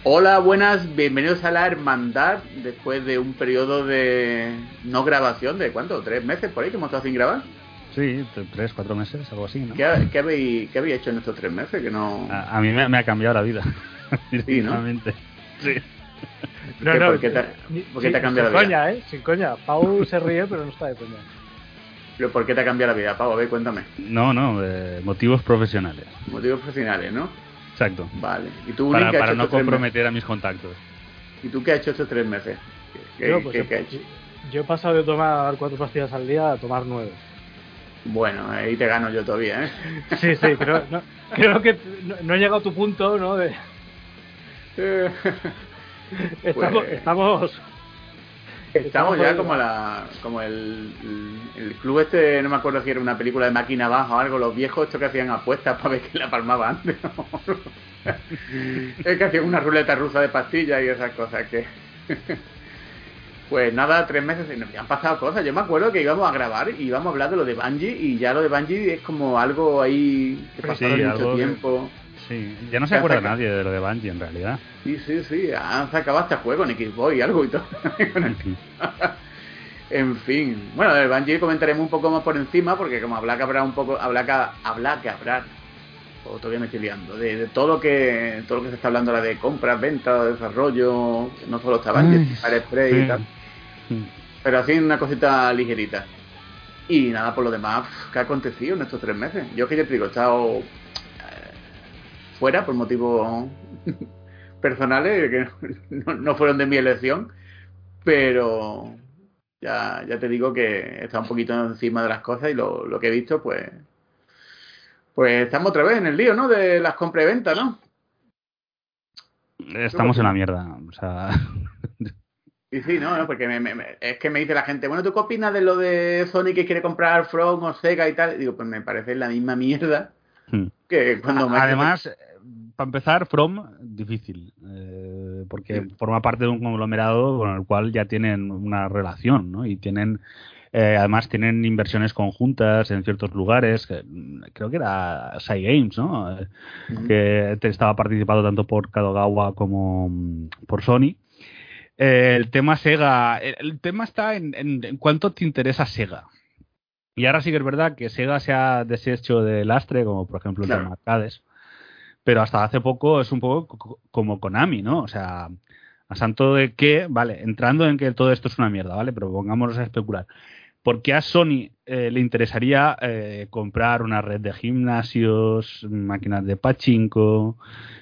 Hola, buenas, bienvenidos a la Hermandad después de un periodo de no grabación de ¿cuánto? 3 meses por ahí que hemos estado sin grabar. Sí, 3, 4 meses, algo así, ¿no? ¿Qué habéis hecho en estos 3 meses? Que no... A mí me ha cambiado la vida, Sí, ¿no? directamente. Sí. ¿Por qué te ha cambiado la vida? Sin coña, sin coña. Pau se ríe, pero no está de coña. ¿Pero por qué te ha cambiado la vida, Pau? A ver, cuéntame. No, motivos profesionales. Motivos profesionales, ¿no? Exacto. Vale. ¿Y tú, Para no comprometer a mis contactos. ¿Y tú qué has hecho estos 3 meses? ¿Qué has hecho? Yo he pasado de tomar 4 pastillas al día a tomar 9. Bueno, ahí te gano yo todavía, ¿eh? Sí, creo que no he llegado a tu punto, ¿no? Estamos ya como el club este, no me acuerdo si era una película de máquina baja o algo, los viejos estos que hacían apuestas para ver quién la palmaba antes. Es que hacían una ruleta rusa de pastillas y esas cosas que... Pues nada, 3 meses y nos han pasado cosas. Yo me acuerdo que íbamos a grabar y íbamos a hablar de lo de Bungie y ya lo de Bungie es como algo ahí que pasó mucho tiempo. Sí, ya no se acuerda nadie de lo de Bungie en realidad. Sí, han sacado hasta juego en Xbox y algo y todo. En fin, bueno, del Bungie comentaremos un poco más por encima porque como habla que hablar, o todavía me estoy liando, de todo lo que se está hablando ahora de compras, ventas, desarrollo, no solo está Bungie, Fire Spray y tal. Pero así una cosita ligerita. Y nada, por lo demás, ¿qué ha acontecido en estos 3 meses? Yo que ya te digo, he estado fuera por motivos personales que no fueron de mi elección, pero ya te digo que he estado un poquito encima de las cosas y lo que he visto, pues estamos otra vez en el lío, ¿no? De las compras y ventas, ¿no? Estamos en la mierda, o sea... Sí, no, porque es que me dice la gente, bueno, ¿tú qué opinas de lo de Sony que quiere comprar From o Sega y tal? Y digo, pues me parece la misma mierda que cuando Además, para empezar, From, difícil, porque forma parte de un conglomerado con el cual ya tienen una relación, ¿no? Y además tienen inversiones conjuntas en ciertos lugares, creo que era Cygames, ¿no? Que estaba participado tanto por Kadogawa como por Sony. El tema Sega, el tema está en cuánto te interesa Sega. Y ahora sí que es verdad que Sega se ha deshecho de lastre, como por ejemplo el tema arcades, pero hasta hace poco es un poco como Konami, ¿no? O sea, a santo de que, vale, entrando en que todo esto es una mierda, ¿vale? Pero pongámonos a especular. ¿Por qué a Sony le interesaría comprar una red de gimnasios, máquinas de pachinko?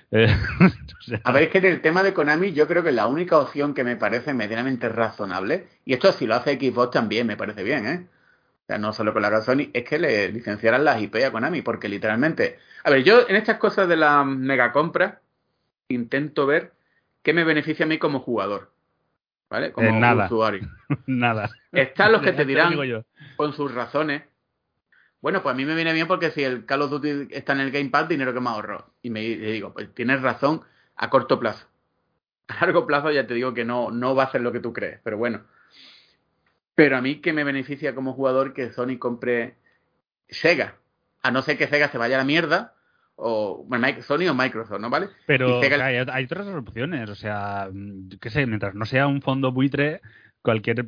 O sea, a ver, es que en el tema de Konami yo creo que la única opción que me parece medianamente razonable, y esto si lo hace Xbox también me parece bien, ¿eh? O sea, no solo con la de Sony, es que le licenciaran las IP a Konami, porque literalmente... A ver, yo en estas cosas de la mega compra intento ver qué me beneficia a mí como jugador, ¿vale? Como usuario. Nada. Están los que te dirán, con sus razones, bueno, pues a mí me viene bien porque si el Call of Duty está en el Game Pass, dinero que me ahorro. Y le digo, pues tienes razón a corto plazo. A largo plazo ya te digo que no va a hacer lo que tú crees, pero bueno. Pero a mí que me beneficia como jugador que Sony compre Sega. A no ser que Sega se vaya a la mierda, o bueno, Sony o Microsoft, ¿no? ¿Vale? Pero Sega... hay otras opciones, o sea, qué sé, mientras no sea un fondo buitre, cualquier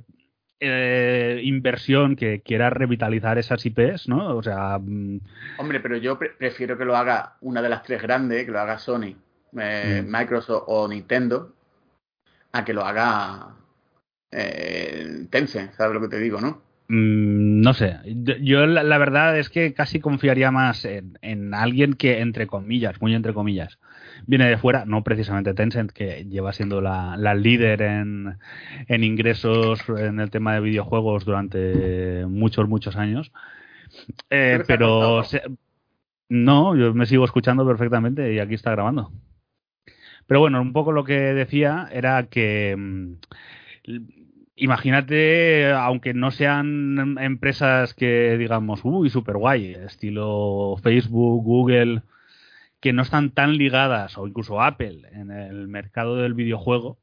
inversión que quiera revitalizar esas IPs, ¿no? O sea... Hombre, pero yo prefiero que lo haga una de las 3 grandes, que lo haga Sony, Microsoft o Nintendo, a que lo haga Tencent, ¿sabes lo que te digo, no? No sé, yo la verdad es que casi confiaría más en alguien que, entre comillas, muy entre comillas, viene de fuera, no precisamente Tencent, que lleva siendo la líder en ingresos en el tema de videojuegos durante muchos años, pero no, yo me sigo escuchando perfectamente y aquí está grabando. Pero bueno, un poco lo que decía era que... imagínate, aunque no sean empresas que digamos, super guay, estilo Facebook, Google, que no están tan ligadas, o incluso Apple, en el mercado del videojuego,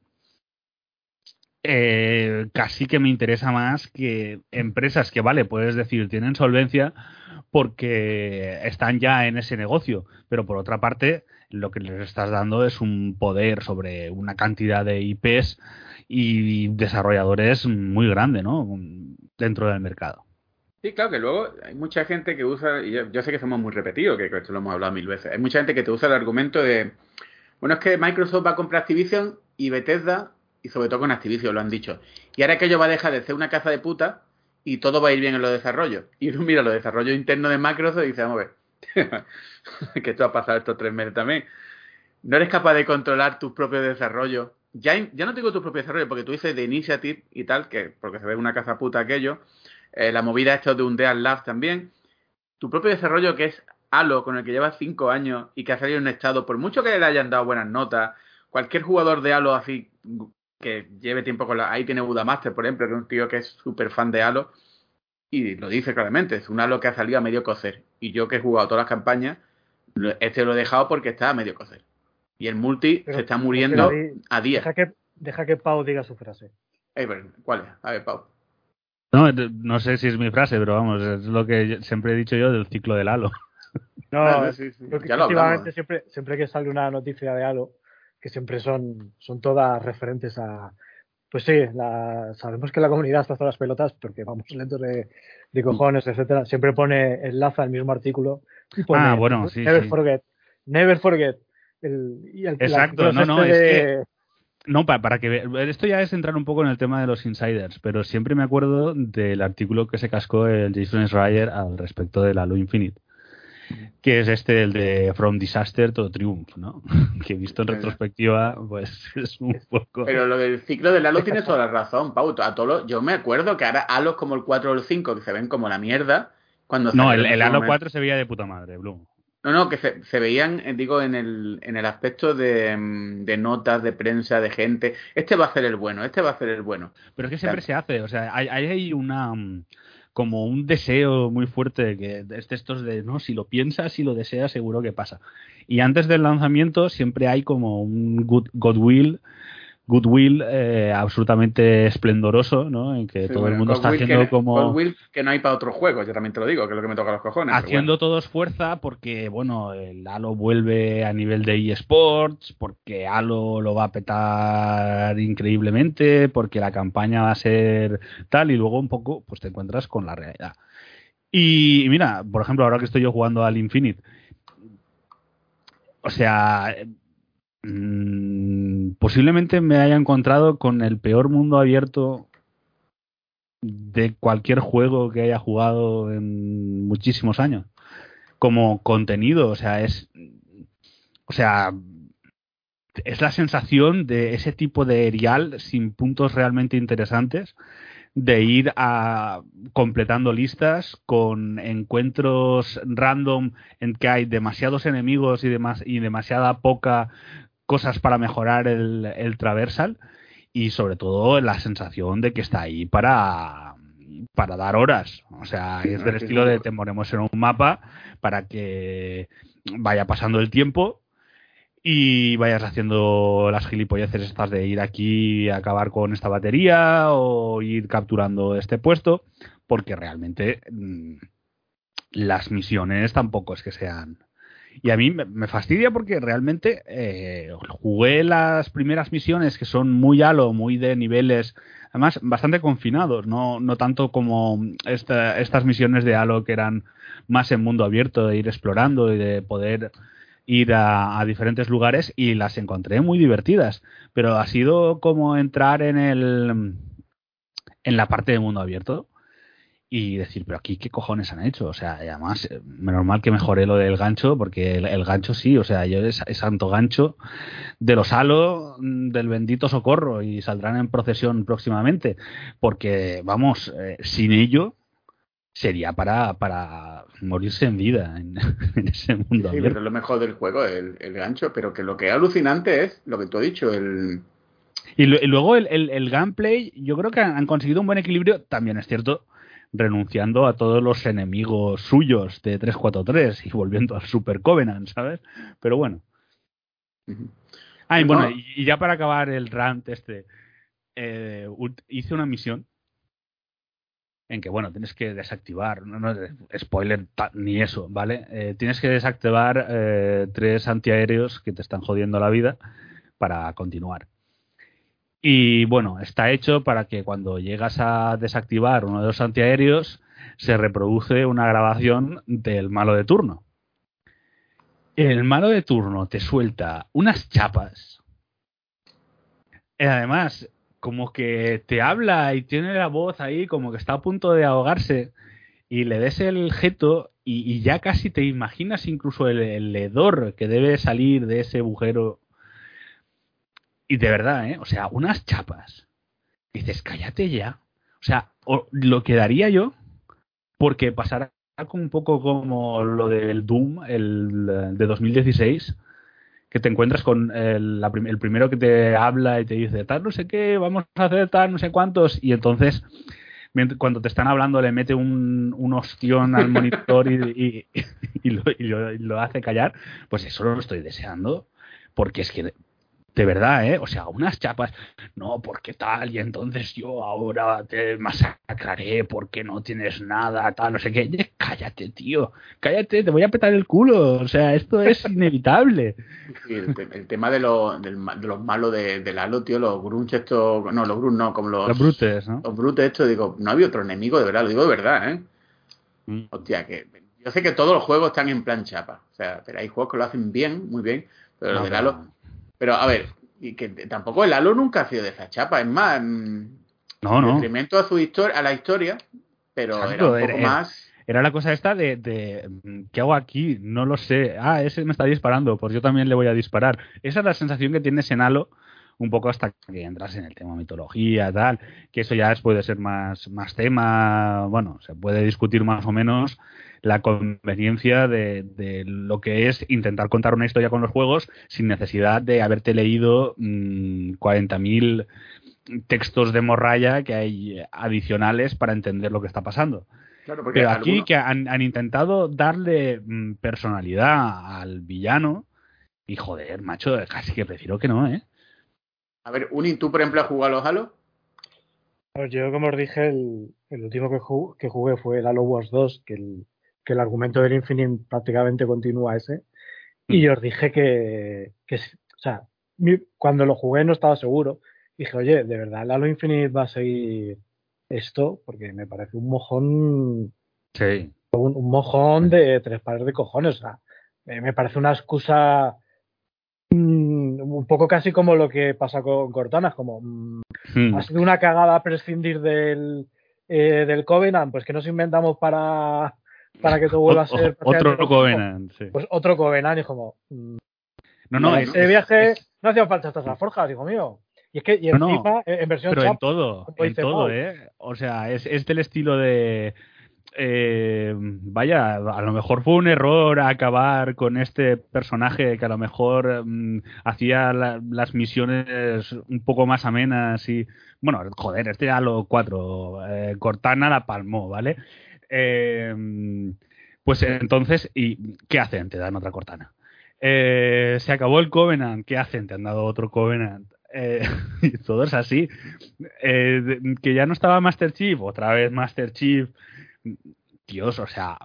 casi que me interesa más que empresas que, vale, puedes decir, tienen solvencia, porque están ya en ese negocio, pero por otra parte lo que les estás dando es un poder sobre una cantidad de IPs y desarrolladores muy grande, ¿no? Dentro del mercado. Sí, claro, que luego hay mucha gente que usa, y yo sé que somos muy repetidos, que esto lo hemos hablado 1000 veces, hay mucha gente que te usa el argumento de, bueno, es que Microsoft va a comprar Activision y Bethesda, y sobre todo con Activision lo han dicho, y ahora aquello va a dejar de ser una caza de puta y todo va a ir bien en los desarrollos. Y uno mira los desarrollos internos de Microsoft y dice, vamos a ver, que esto ha pasado estos 3 meses también. No eres capaz de controlar tus propios desarrollos. Ya no digo tus propios desarrollos, porque tú dices de Initiative y tal, que porque se ve una caza puta aquello. La movida esto de un Dead Labs también. Tu propio desarrollo, que es Halo, con el que llevas 5 años y que ha salido en un estado, por mucho que le hayan dado buenas notas, cualquier jugador de Halo así que lleve tiempo con la... Ahí tiene Budamaster, por ejemplo, que es un tío que es súper fan de Halo, y lo dice claramente, es un Halo que ha salido a medio cocer. Y yo que he jugado todas las campañas, este lo he dejado porque está a medio cocer. Y el multi Pero, se está muriendo David, a día. deja que Pau diga su frase. ¿Cuál es? A ver, Pau. No sé si es mi frase, pero vamos, es lo que siempre he dicho yo del ciclo del Halo. No, Sí. porque Ya lo hablamos. últimamente siempre que sale una noticia de Halo, que siempre son todas referentes a... Pues sí, sabemos que la comunidad está hasta las pelotas porque vamos lentos de cojones, etcétera. Siempre enlaza el mismo artículo y pone Bueno, sí, never sí. forget, never forget. Exacto, es que no, para que esto ya es entrar un poco en el tema de los insiders, pero siempre me acuerdo del artículo que se cascó el Jason Schreier al respecto del Halo Infinite, que es el de From Disaster to Triumph, ¿no? Que visto en retrospectiva, pues es un poco... Pero lo del ciclo del Halo tiene toda la razón, Pau. Yo me acuerdo que ahora Halos como el 4 o el 5, que se ven como la mierda, cuando No, salieron en el su Halo momento. 4 se veía de puta madre, Blue. No, que se veían, digo, en el aspecto de notas, de prensa, de gente. Este va a ser el bueno, este va a ser el bueno. Pero es que siempre se hace, o sea, hay una... como un deseo muy fuerte de que estos de, no, si lo piensas, si lo deseas, seguro que pasa. Y antes del lanzamiento siempre hay como un goodwill absolutamente esplendoroso, ¿no? En que Sí, todo bueno, el mundo está haciendo como... Goodwill que no hay para otros juegos, yo también te lo digo, que es lo que me toca los cojones. Haciendo todos fuerza porque, bueno, el Halo vuelve a nivel de eSports, porque Halo lo va a petar increíblemente, porque la campaña va a ser tal, y luego un poco pues te encuentras con la realidad. Y mira, por ejemplo, ahora que estoy yo jugando al Infinite, o sea, posiblemente me haya encontrado con el peor mundo abierto de cualquier juego que haya jugado en muchísimos años. Como contenido, o sea, es la sensación de ese tipo de erial sin puntos realmente interesantes, de ir completando listas con encuentros random en que hay demasiados enemigos y demasiada poca cosas para mejorar el traversal, y sobre todo la sensación de que está ahí para dar horas. O sea, es del estilo de te ponemos en un mapa para que vaya pasando el tiempo y vayas haciendo las gilipolleces estas de ir aquí a acabar con esta batería o ir capturando este puesto, porque realmente las misiones tampoco es que sean... Y a mí me fastidia porque realmente jugué las primeras misiones que son muy Halo, muy de niveles, además bastante confinados, no tanto como estas misiones de Halo que eran más en mundo abierto, de ir explorando y de poder ir a diferentes lugares, y las encontré muy divertidas, pero ha sido como entrar en la parte de mundo abierto y decir, pero aquí qué cojones han hecho, o sea, y además, menos mal que mejoré lo del gancho, porque el gancho sí, o sea, yo es santo gancho de los Halo, del bendito socorro, y saldrán en procesión próximamente, porque vamos, sin ello sería para morirse en vida en ese mundo Sí, abierto. pero es lo mejor del juego, el gancho, pero que lo que es alucinante es lo que tú has dicho, Y luego el gameplay, yo creo que han conseguido un buen equilibrio, también es cierto, renunciando a todos los enemigos suyos de 343 y volviendo al Super Covenant, ¿sabes? Pero bueno. Y bueno, y ya para acabar el rant hice una misión en que, bueno, tienes que desactivar, no spoiler ni eso, ¿vale? Tienes que desactivar 3 antiaéreos que te están jodiendo la vida para continuar. Y bueno, está hecho para que cuando llegas a desactivar uno de los antiaéreos se reproduce una grabación del malo de turno. El malo de turno te suelta unas chapas. Además, como que te habla y tiene la voz ahí como que está a punto de ahogarse y le des el jeto y ya casi te imaginas incluso el hedor que debe salir de ese agujero. Y de verdad, o sea, unas chapas. Dices, cállate ya. O sea, lo quedaría yo porque pasará un poco como lo del Doom, el de 2016, que te encuentras con el primero que te habla y te dice, tal no sé qué, vamos a hacer tal no sé cuántos, y entonces cuando te están hablando le mete un ostión al monitor y lo hace callar. Pues eso lo estoy deseando, porque es que de verdad, o sea, unas chapas, no, porque tal, y entonces yo ahora te masacraré porque no tienes nada, tal, no sé qué. Cállate, tío, cállate, te voy a petar el culo, o sea, esto es inevitable. Sí, el tema de los malos del Halo, tío, los grunts estos, no, los grunts no, como los brutes, ¿no? Los brutes estos, digo, no había otro enemigo, de verdad, lo digo de verdad, ¿eh? Hostia, que yo sé que todos los juegos están en plan chapa, o sea, pero hay juegos que lo hacen bien, muy bien, pero No, los del Halo... Pero, a ver, y que tampoco el Halo nunca ha sido de esa chapa, es más, no. detrimento a su historia, a la historia, pero exacto, era un poco más... Era la cosa esta de ¿qué hago aquí? No lo sé. Ah, ese me está disparando, pues yo también le voy a disparar. Esa es la sensación que tienes en Halo, un poco hasta que entras en el tema mitología, tal, que eso ya puede ser más tema, bueno, se puede discutir más o menos la conveniencia de lo que es intentar contar una historia con los juegos sin necesidad de haberte leído 40.000 textos de morralla que hay adicionales para entender lo que está pasando. Claro, porque Pero aquí que han intentado darle personalidad al villano y joder, macho, casi que prefiero que no, ¿eh? A ver, Uni, ¿tú por ejemplo has jugado a los Halo? Pues yo, como os dije, el último que jugué fue el Halo Wars 2, que el argumento del Infinite prácticamente continúa ese. Y yo os dije o sea, cuando lo jugué no estaba seguro. Dije, oye, ¿de verdad el Halo Infinite va a seguir esto? Porque me parece un mojón. Sí. Un mojón de 3 pares de cojones. O sea, me parece una excusa un poco casi como lo que pasa con Cortana. Como ha sido una cagada prescindir del Covenant, pues que nos inventamos para que todo vuelva a ser otro Covenant, sí. Pues otro Covenant, y como no, ese viaje no hacía falta estas las forjas, hijo mío. Y es que encima en versión pero chap, en todo, o sea, es del estilo de vaya, a lo mejor fue un error acabar con este personaje que a lo mejor hacía las misiones un poco más amenas y bueno, joder, este ya lo 4 Cortana la palmó, ¿vale? Pues entonces, ¿y qué hacen? Te dan otra Cortana. Se acabó el Covenant, ¿qué hacen? Te han dado otro Covenant. Y todo es así. Que ya no estaba Master Chief, otra vez Master Chief. Dios, o sea,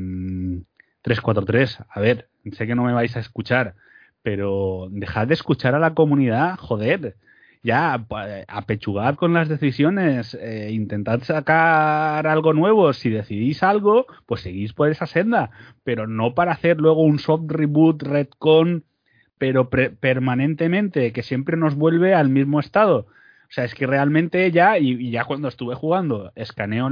343, a ver, sé que no me vais a escuchar, pero dejad de escuchar a la comunidad, joder, ya apechugad con las decisiones, intentad sacar algo nuevo, si decidís algo, pues seguís por esa senda, pero no para hacer luego un soft reboot, retcon, pero permanentemente, que siempre nos vuelve al mismo estado. O sea, es que realmente ya, y ya cuando estuve jugando, escaneo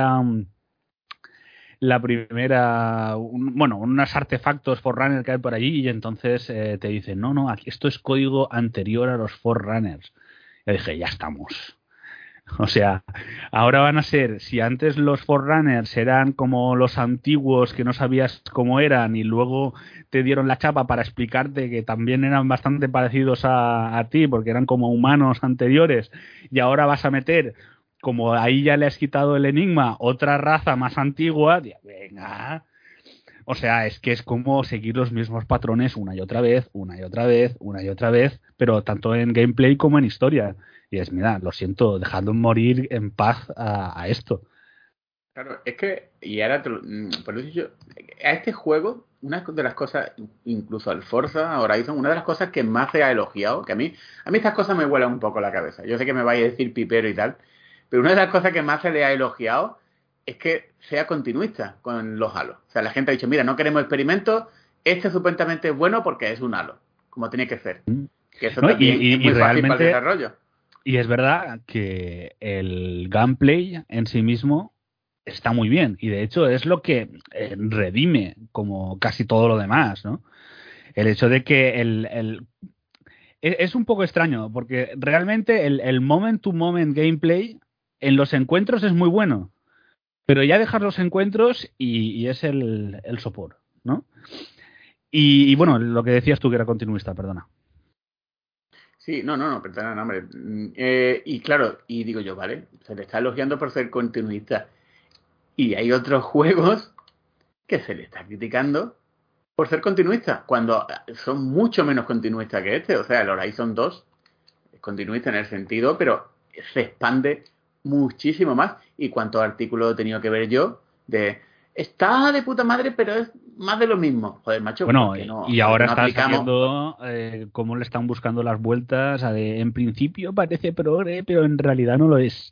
unos artefactos Forerunner que hay por allí y entonces te dicen, no, aquí esto es código anterior a los Forerunners. Y dije, ya estamos. O sea, ahora van a ser, si antes los Forerunners eran como los antiguos que no sabías cómo eran y luego te dieron la chapa para explicarte que también eran bastante parecidos a ti porque eran como humanos anteriores, y ahora vas a meter, como ahí ya le has quitado el enigma, otra raza más antigua, venga. O sea, es que es como seguir los mismos patrones una y otra vez, pero tanto en gameplay como en historia. Y es, mira, lo siento, dejadlo morir en paz a esto. Claro, es que, y ahora, por eso yo, a este juego, una de las cosas, incluso al Forza Horizon, una de las cosas que más se ha elogiado, que a mí estas cosas me vuelan un poco la cabeza. Yo sé que me vais a decir pipero y tal, pero una de las cosas que más se le ha elogiado es que sea continuista con los Halo. O sea, la gente ha dicho, mira, no queremos experimentos, este supuestamente es bueno porque es un Halo, como tiene que ser. Que eso No, también es muy fácil para el desarrollo. Y es verdad que el gameplay en sí mismo está muy bien, y de hecho es lo que redime como casi todo lo demás, ¿no? El hecho de que es un poco extraño, porque realmente el moment-to-moment gameplay en los encuentros es muy bueno, pero ya dejas los encuentros y es el sopor, ¿no? Y bueno, lo que decías tú que era continuista, perdona. Sí, no, perdona, no, hombre. Y claro, y digo yo, vale, se le está elogiando por ser continuista. Y hay otros juegos que se le está criticando por ser continuista, cuando son mucho menos continuistas que este. O sea, el Horizon 2 es continuista en el sentido, pero se expande muchísimo más. ¿Y cuántos artículos he tenido que ver yo de está de puta madre, pero es más de lo mismo? Joder, macho, bueno, no, y ahora no está aplicamos saliendo cómo le están buscando las vueltas a de, en principio parece progre, pero en realidad no lo es.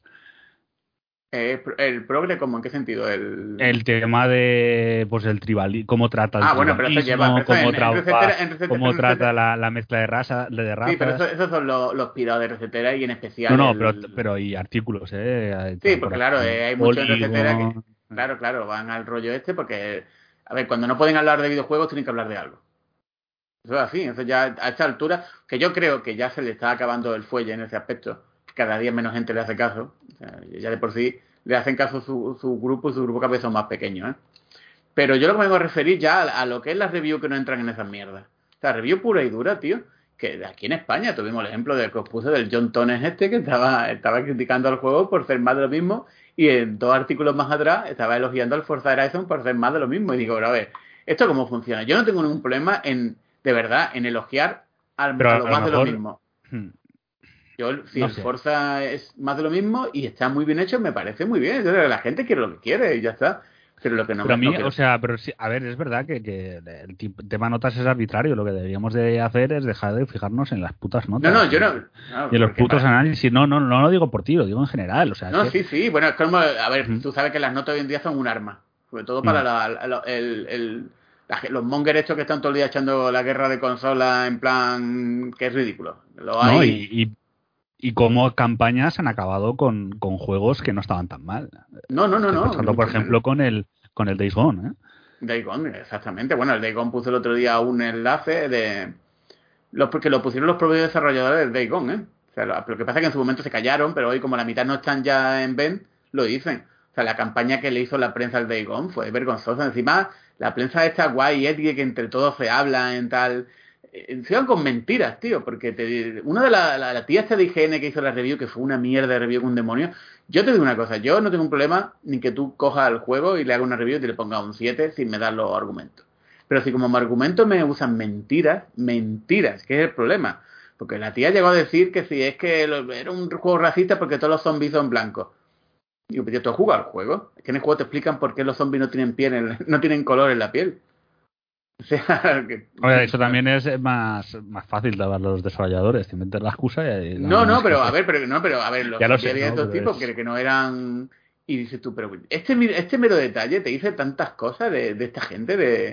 el progre, ¿cómo? ¿En qué sentido? El tema de pues el tribalismo, cómo trata el Bueno, pero eso lleva, tribalismo, pero eso cómo en trata recetera, la mezcla de razas. sí, pero esos son los pirados de recetera y en especial No, pero y artículos, sí, por porque claro, aquí, hay muchos en recetera que, Polygon. claro, van al rollo este porque, a ver, cuando no pueden hablar de videojuegos tienen que hablar de algo. Eso es así, eso ya a esta altura, que yo creo que ya se le está acabando el fuelle en ese aspecto, cada día menos gente le hace caso, o sea, ya de por sí le hacen caso su grupo y su grupo cada vez son más pequeños, ¿eh? Pero yo lo que me vengo a referir ya a lo que es la review que no entran en esas mierdas. O sea, review pura y dura, tío. Que aquí en España tuvimos el ejemplo del que os puse del John Tones este, que estaba criticando al juego por ser más de lo mismo, y en 2 artículos más atrás estaba elogiando al Forza Horizon por ser más de lo mismo. Y digo, pero a ver, ¿esto cómo funciona? Yo no tengo ningún problema de verdad, en elogiar a Pero lo a lo más de lo mejor, mismo. hmm, Yo, si no el sé. Forza es más de lo mismo y está muy bien hecho, me parece muy bien. Entonces, la gente quiere lo que quiere y ya está. Pero lo que no Pero a me no mí, o quiero. sea, pero sí, a ver, es verdad que el tema notas es arbitrario. Lo que deberíamos de hacer es dejar de fijarnos en las putas No, notas yo no, y en los porque putos análisis. No lo digo por ti, lo digo en general. O sea, es no, que... sí, bueno, es como, a ver, Ujú, tú sabes que las notas hoy en día son un arma, sobre todo para ujú. los mongers estos que están todo el día echando la guerra de consolas en plan que es ridículo. Lo No, hay. y cómo campañas han acabado con juegos que no estaban tan mal. Estoy No, ni pensando, por mucho menos. ejemplo, con el Days Gone, ¿eh? Days Gone, exactamente. Bueno, el Days Gone puso el otro día un enlace de porque lo pusieron los propios desarrolladores del Days Gone, ¿eh? O sea, lo que pasa es que en su momento se callaron, pero hoy como la mitad no están ya en venta, lo dicen. O sea, la campaña que le hizo la prensa al Days Gone fue vergonzosa. Encima, la prensa esta guay, ética, que entre todos se hablan en tal... Encima con mentiras, tío, porque una de la tía esta de IGN que hizo la review, que fue una mierda de review con un demonio, yo te digo una cosa, yo no tengo un problema ni que tú cojas el juego y le hagas una review y te le pongas un 7 sin me dar los argumentos. Pero si como argumento me usan mentiras, que es el problema. Porque la tía llegó a decir que si es que era un juego racista porque todos los zombies son blancos. Digo, pero ¿tú has jugado al juego? Es que en el juego te explican por qué los zombies no tienen piel, no tienen color en la piel. O sea, A ver, eso también es más fácil de los desarrolladores. Te inventas la excusa y no no, tienes que pero a hacer. ver, los Ya lo zombies sé, había ¿no? estos Pero tipos es... que no eran... Y dices tú, pero este mero detalle te dice tantas cosas de esta gente,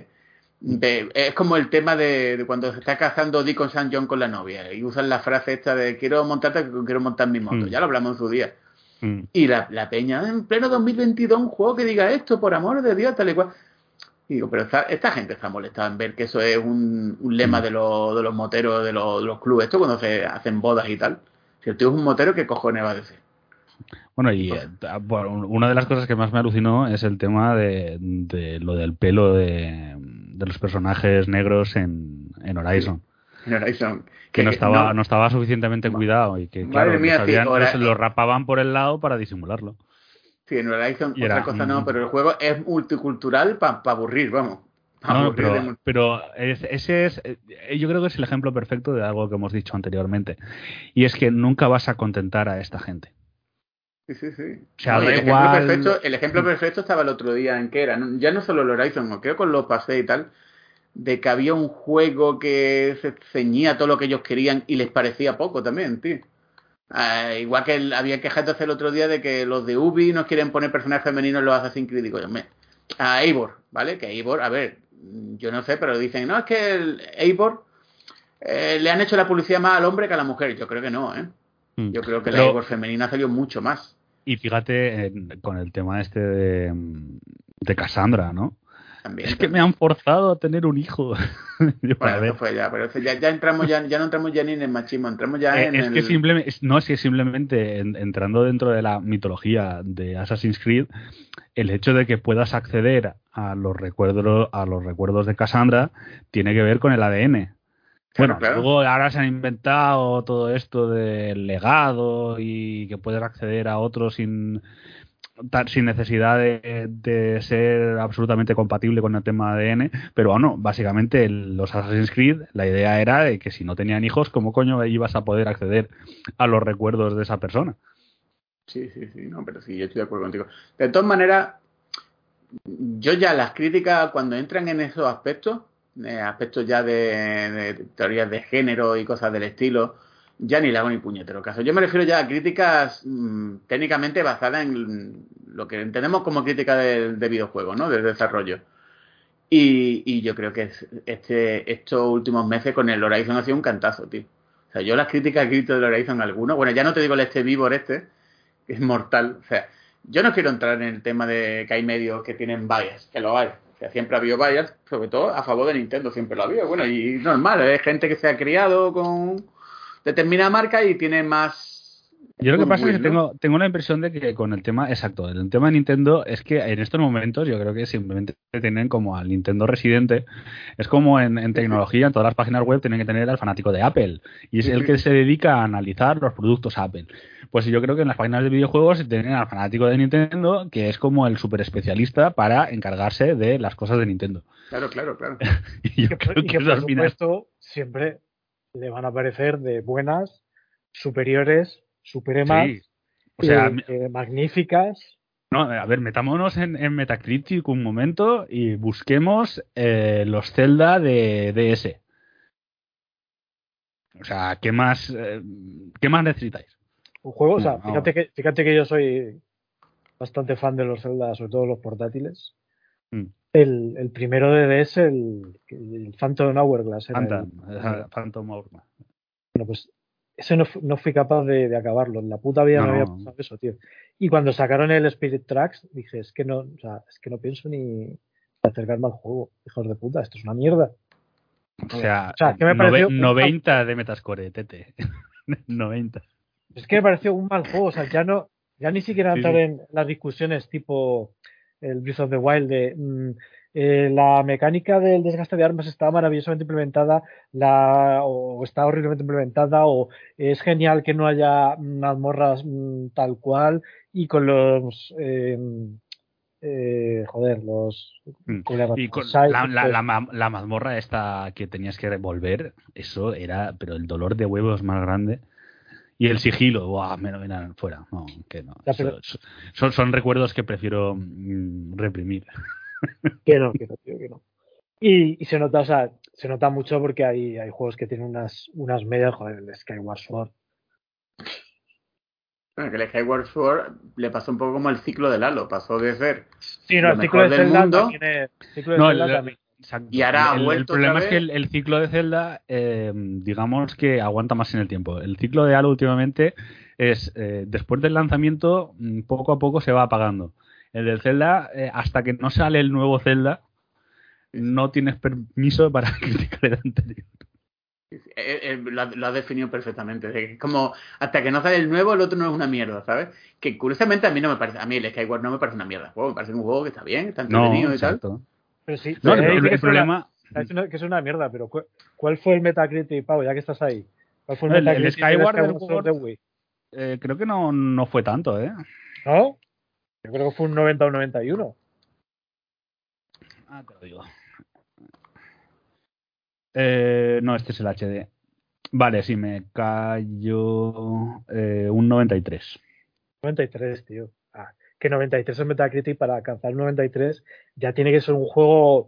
es como el tema de cuando se está casando Deacon St. John con la novia y usan la frase esta de quiero montar mi moto. Ya lo hablamos en su día. Y la peña, en pleno 2022, un juego que diga esto, por amor de Dios, tal y cual. Y digo, pero esta gente está molestada en ver que eso es un lema de los moteros, de los clubes, esto cuando se hacen bodas y tal. Si el tío es un motero, ¿qué cojones va a decir? Bueno, y bueno, una de las cosas que más me alucinó es el tema de lo del pelo de los personajes negros en Horizon. Sí, en Horizon. Que No, no estaba suficientemente cuidado y que, madre claro, mía, sí, los rapaban por el lado para disimularlo. sí, en Horizon Y otra era... cosa no, pero el juego es multicultural para aburrir, vamos. Pa No, aburrir pero ese es, yo creo que es el ejemplo perfecto de algo que hemos dicho anteriormente. Y es que nunca vas a contentar a esta gente. Sí, sí, sí. O sea, No, y da igual. el ejemplo perfecto estaba el otro día en que era, ya no solo el Horizon, creo con los pasé y tal, de que había un juego que se ceñía a todo lo que ellos querían y les parecía poco también, tío. Igual que había quejas el otro día de que los de Ubi nos quieren poner personajes femeninos en los Assassin's Creed. Digo, a Eivor, ¿vale? Que Eivor, a ver, yo no sé, pero dicen, no, es que el Eivor le han hecho la publicidad más al hombre que a la mujer. Yo creo que no, ¿eh? Yo creo que la Eivor femenina salió mucho más. Y fíjate con el tema este de Cassandra, ¿no? También, es que me han forzado a tener un hijo. Bueno, eso fue ya, pero ya entramos ya no entramos ya ni en el machismo, entramos ya en es que simplemente, no, es que simplemente entrando dentro de la mitología de Assassin's Creed, el hecho de que puedas acceder a los recuerdos de Cassandra tiene que ver con el ADN. Bueno, claro. luego ahora se han inventado todo esto del legado y que puedes acceder a otros sin necesidad de ser absolutamente compatible con el tema ADN, pero bueno, básicamente los Assassin's Creed, la idea era de que si no tenían hijos, ¿cómo coño ibas a poder acceder a los recuerdos de esa persona? Sí, no, pero sí, yo estoy de acuerdo contigo. De todas maneras, yo ya las críticas cuando entran en esos aspectos, aspectos ya de teorías de género y cosas del estilo, ya ni le hago ni puñetero caso. Yo me refiero ya a críticas técnicamente basadas en lo que entendemos como crítica de videojuegos, ¿no? Del desarrollo. Y yo creo que estos últimos meses con el Horizon ha sido un cantazo, tío. O sea, yo las críticas que he visto del Horizon alguno, bueno, ya no te digo el Vivor que es mortal. O sea, yo no quiero entrar en el tema de que hay medios que tienen bias, que lo hay. O sea, siempre ha habido bias, sobre todo a favor de Nintendo, siempre lo ha habido. Bueno, y normal, es gente que se ha criado con determinada marca y tiene más Yo lo que pasa es que goodwill, ¿no? tengo la impresión de que con el tema, exacto, el tema de Nintendo es que en estos momentos yo creo que simplemente tienen como al Nintendo residente, es como en tecnología, en todas las páginas web tienen que tener al fanático de Apple y es el que se dedica a analizar los productos Apple. Pues yo creo que en las páginas de videojuegos tienen al fanático de Nintendo, que es como el super especialista para encargarse de las cosas de Nintendo. Claro. y yo creo que por supuesto siempre le van a parecer de buenas, superiores, supremas, sí. O sea, magníficas. No, a ver, metámonos en Metacritic un momento y busquemos los Zelda de DS. O sea, ¿qué más necesitáis? Un juego, o sea, No. fíjate que yo soy bastante fan de los Zelda, sobre todo los portátiles. Mm. El primero de DS, el Phantom Hourglass era Phantom Hourglass. Bueno, pues eso no fui capaz de acabarlo. En la puta vida me había pasado eso, tío. Y cuando sacaron el Spirit Tracks, dije, es que no pienso ni acercarme al juego, hijos de puta, esto es una mierda. O sea que me pareció 90 de Metascore, tete. 90. Es que me pareció un mal juego, o sea, ya ni siquiera entrar en las discusiones tipo el Breath of the Wild de la mecánica del desgaste de armas está maravillosamente implementada o está horriblemente implementada o es genial que no haya mazmorras tal cual y con los los y con la mazmorra esta que tenías que volver, eso era, pero el dolor de huevos más grande. Y el sigilo, ¡buah! Me fuera. No, que no. Son recuerdos que prefiero reprimir. Que no, tío, que no. Y se nota, o sea, se nota mucho porque hay juegos que tienen unas medias, joder, el Skyward Sword. Bueno, que el Skyward Sword le pasó un poco como el ciclo del Halo, pasó de ser el ciclo de Zelda también es. Exacto. Y ahora ha vuelto el problema otra es que el ciclo de Zelda, digamos que aguanta más en el tiempo. El ciclo de Halo últimamente es, después del lanzamiento, poco a poco se va apagando. El del Zelda, hasta que no sale el nuevo Zelda, no tienes permiso para criticar el anterior. Lo ha definido perfectamente. Es como, hasta que no sale el nuevo, el otro no es una mierda, ¿sabes? Que curiosamente a mí no me parece, a mí el Skyward no me parece una mierda. Me parece un juego que está bien, está entretenido y tal. Pero sí, no, el problema... que es una mierda, pero ¿cuál fue el Metacritic, Pau, ya que estás ahí? ¿Cuál fue el Skyward Sword de Wii? Creo que no fue tanto, ¿eh? ¿No? Yo creo que fue un 90 o un 91. Te lo digo. No, este es el HD. Vale, sí, me cayó un 93. 93, tío. Que 93 en Metacritic, para alcanzar un 93 ya tiene que ser un juego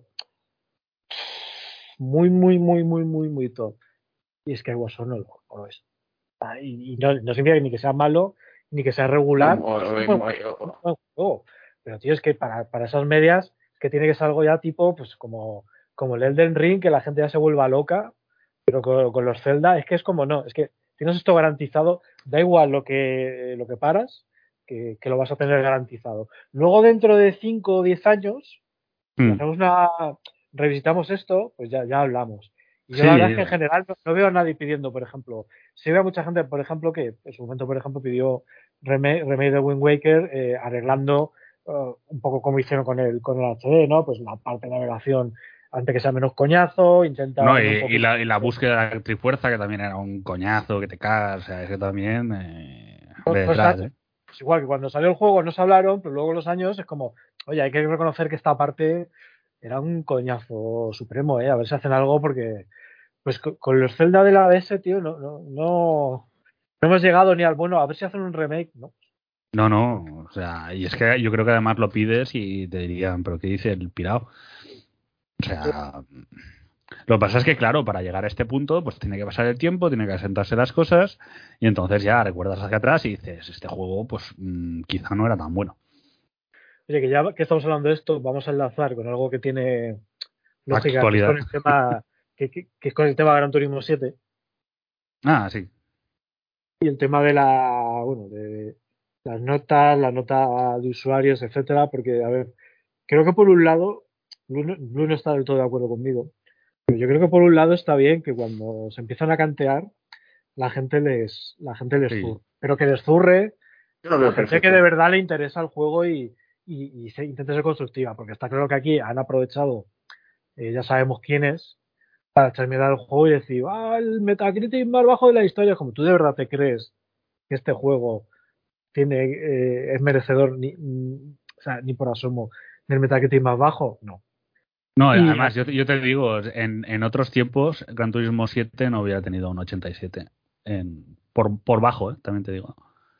muy, muy, muy, muy, muy, muy top. Y es que Warzone no lo es. Y no significa ni que sea malo, ni que sea regular. Es un buen juego. Pero, tío, es que para esas medias, que tiene que ser algo ya tipo, pues como el Elden Ring, que la gente ya se vuelva loca, pero con los Zelda, es que es como no, es que tienes esto garantizado, da igual lo que paras, que lo vas a tener garantizado. Luego, dentro de 5 o 10 años, si hacemos revisitamos esto, pues ya hablamos. Y yo la verdad es que en general no veo a nadie pidiendo, por ejemplo, sí veo a mucha gente, por ejemplo, que en su momento, por ejemplo, pidió remake de Wind Waker, arreglando un poco como hicieron con el HD, ¿no? Pues la parte de navegación antes que sea menos coñazo, intenta... No, y la búsqueda de la trifuerza, que también era un coñazo, que te cagas, o sea, es que también... detrás, pues igual que cuando salió el juego no se hablaron, pero luego los años es como, oye, hay que reconocer que esta parte era un coñazo supremo, a ver si hacen algo, porque pues con los Zelda de la DS, tío, no hemos llegado ni al bueno, a ver si hacen un remake, ¿no? No, o sea, y es que yo creo que además lo pides y te dirían, pero ¿qué dice el pirao? O sea, lo que pasa es que, claro, para llegar a este punto, pues tiene que pasar el tiempo, tiene que asentarse las cosas, y entonces ya recuerdas hacia atrás y dices, este juego, pues quizá no era tan bueno. Oye, que ya que estamos hablando de esto, vamos a enlazar con algo que tiene lógica, que es Actualidad. con el tema, que es con el tema Gran Turismo 7. Ah, sí. Y el tema de de las notas, la nota de usuarios, etcétera, porque, a ver, creo que por un lado, Blue no está del todo de acuerdo conmigo, pero yo creo que por un lado está bien que cuando se empiezan a cantear, la gente les Sí. zurre, pero que les zurre Yo lo veo la gente perfecto. que de verdad le interesa el juego y intente ser constructiva, porque está claro que aquí han aprovechado, ya sabemos quién es, para echar mierda al juego y decir, el Metacritic más bajo de la historia. Como tú de verdad te crees que este juego es merecedor o sea, ni por asomo del Metacritic más bajo, no. No, Y además, yo te digo, en otros tiempos, Gran Turismo 7 no hubiera tenido un 87. Por bajo, también te digo.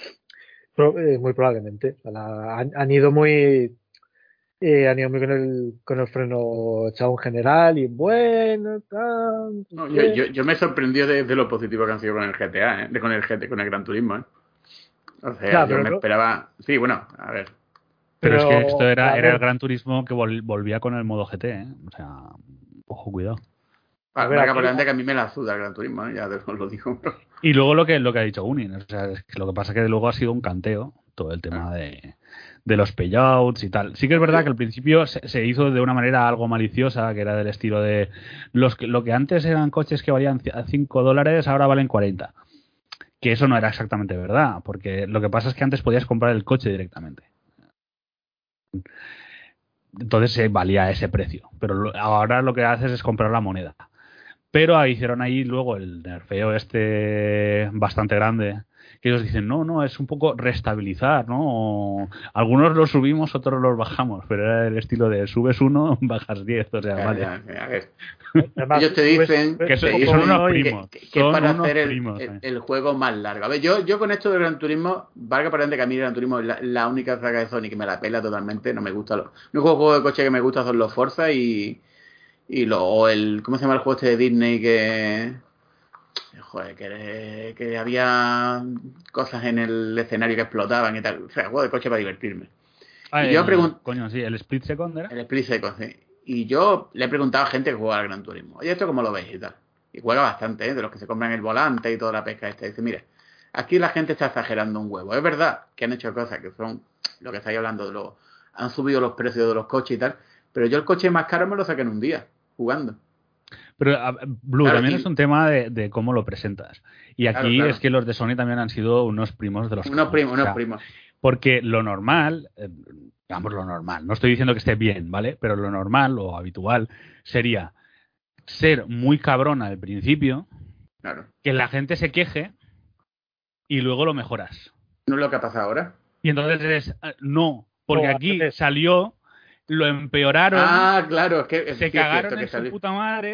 muy probablemente. Han ido muy... han ido muy con el freno echado en general y bueno, tal. No, yo me sorprendió de lo positivo que han sido con el GTA, con el Gran Turismo, O sea, Ya, yo me esperaba... Sí, bueno, a ver. Pero es que esto era ver, el Gran Turismo que volvía con el modo GT, O sea, ojo, cuidado. Marca por delante que a mí me la suda el Gran Turismo, ya os lo digo. Y luego lo que ha dicho Unin, o sea, es que lo que pasa es que luego ha sido un canteo todo el tema de los payouts y tal. Sí que es verdad que al principio se hizo de una manera algo maliciosa, que era del estilo de lo que antes eran coches que valían $5, ahora valen 40. Que eso no era exactamente verdad, porque lo que pasa es que antes podías comprar el coche directamente. Entonces se valía ese precio, pero ahora lo que haces es comprar la moneda. Pero hicieron ahí luego el nerfeo bastante grande, que ellos dicen, no, es un poco restabilizar, ¿no? Algunos los subimos, otros los bajamos, pero era el estilo de subes 1, bajas 10, o sea, vale. A ver. Además, ellos te dicen que son unos primos. Que para hacer el juego más largo. A ver, yo con esto del Gran Turismo, valga para que a mí el Gran Turismo es la única saga de Sony que me la pela totalmente, no me gusta. Los únicos juegos de coche que me gustan son los Forza o el... ¿Cómo se llama el juego este de Disney que... Joder, que había cosas en el escenario que explotaban y tal. O sea, juego de coche para divertirme. Y yo pregunto... Coño, sí, ¿el Split Second era? El Split Second, sí. Y yo le he preguntado a gente que juega al Gran Turismo, oye, ¿esto cómo lo veis y tal? Y juega bastante, de los que se compran el volante y toda la pesca esta. Y dice, mire, aquí la gente está exagerando un huevo. Es verdad que han hecho cosas que son lo que estáis hablando, han subido los precios de los coches y tal, pero yo el coche más caro me lo saqué en un día, jugando. Pero Blue, claro, también es un tema de cómo lo presentas. Y aquí es que los de Sony también han sido unos primos de los unos primos. Porque lo normal, digamos lo normal, no estoy diciendo que esté bien, ¿vale? Pero lo normal o habitual sería ser muy cabrón al principio, claro, que la gente se queje y luego lo mejoras. ¿No es lo que ha pasado ahora? Y entonces porque aquí salió, lo empeoraron, claro, es que se cagaron en su puta madre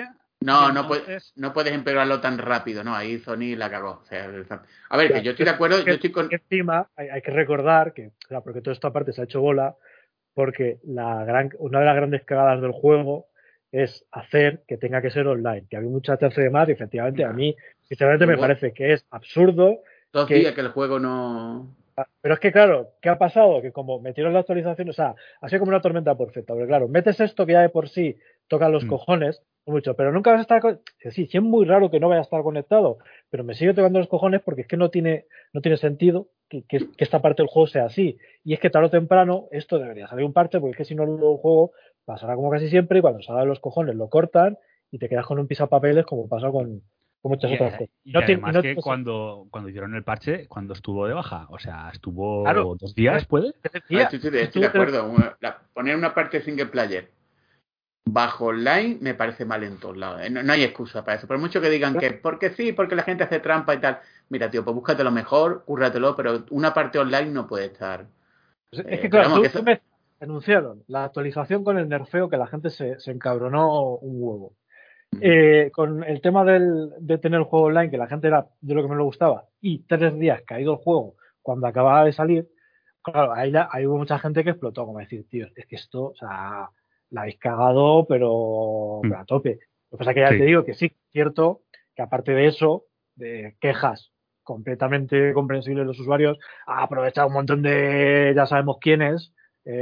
No puedes empeorarlo tan rápido, ¿no? Ahí Sony la cagó. O sea, a ver, que yo estoy de acuerdo, yo estoy con... Encima, hay que recordar que, claro, porque toda esta parte se ha hecho bola, porque una de las grandes cagadas del juego es hacer que tenga que ser online, que había mucha chance de más y efectivamente a mí, sinceramente, me parece que es absurdo. 2 días que el juego no... Pero es que, claro, ¿qué ha pasado? Que como metieron la actualización, o sea, ha sido como una tormenta perfecta. Porque, claro, metes esto que ya de por sí toca los cojones, mucho, pero nunca vas a estar. Sí, es muy raro que no vaya a estar conectado, pero me sigue tocando los cojones porque es que no tiene sentido que esta parte del juego sea así. Y es que tarde o temprano esto debería salir un parche, porque es que si no, el juego pasará como casi siempre y cuando salga de los cojones lo cortan y te quedas con un pisapapeles como pasa con muchas otras cosas. Y además que cuando hicieron el parche, cuando estuvo de baja, o sea, estuvo 2 días, ¿puede? Estoy de acuerdo. Poner una parte single player bajo online me parece mal en todos lados. No hay excusa para eso. Por mucho que digan que porque sí, porque la gente hace trampa y tal. Mira, tío, pues búscate lo mejor, cúrratelo, pero una parte online no puede estar. Es que claro, tú me anunciaron la actualización con el nerfeo que la gente se encabronó un huevo. Con el tema de tener el juego online, que la gente era de lo que me lo gustaba, y 3 días caído el juego cuando acababa de salir, claro, ahí hubo mucha gente que explotó, como decir, tío, es que esto, o sea, la habéis cagado, pero a tope. Lo que pasa es que ya te digo que sí, es cierto que aparte de eso, de quejas completamente comprensibles de los usuarios, ha aprovechado un montón de, ya sabemos quiénes,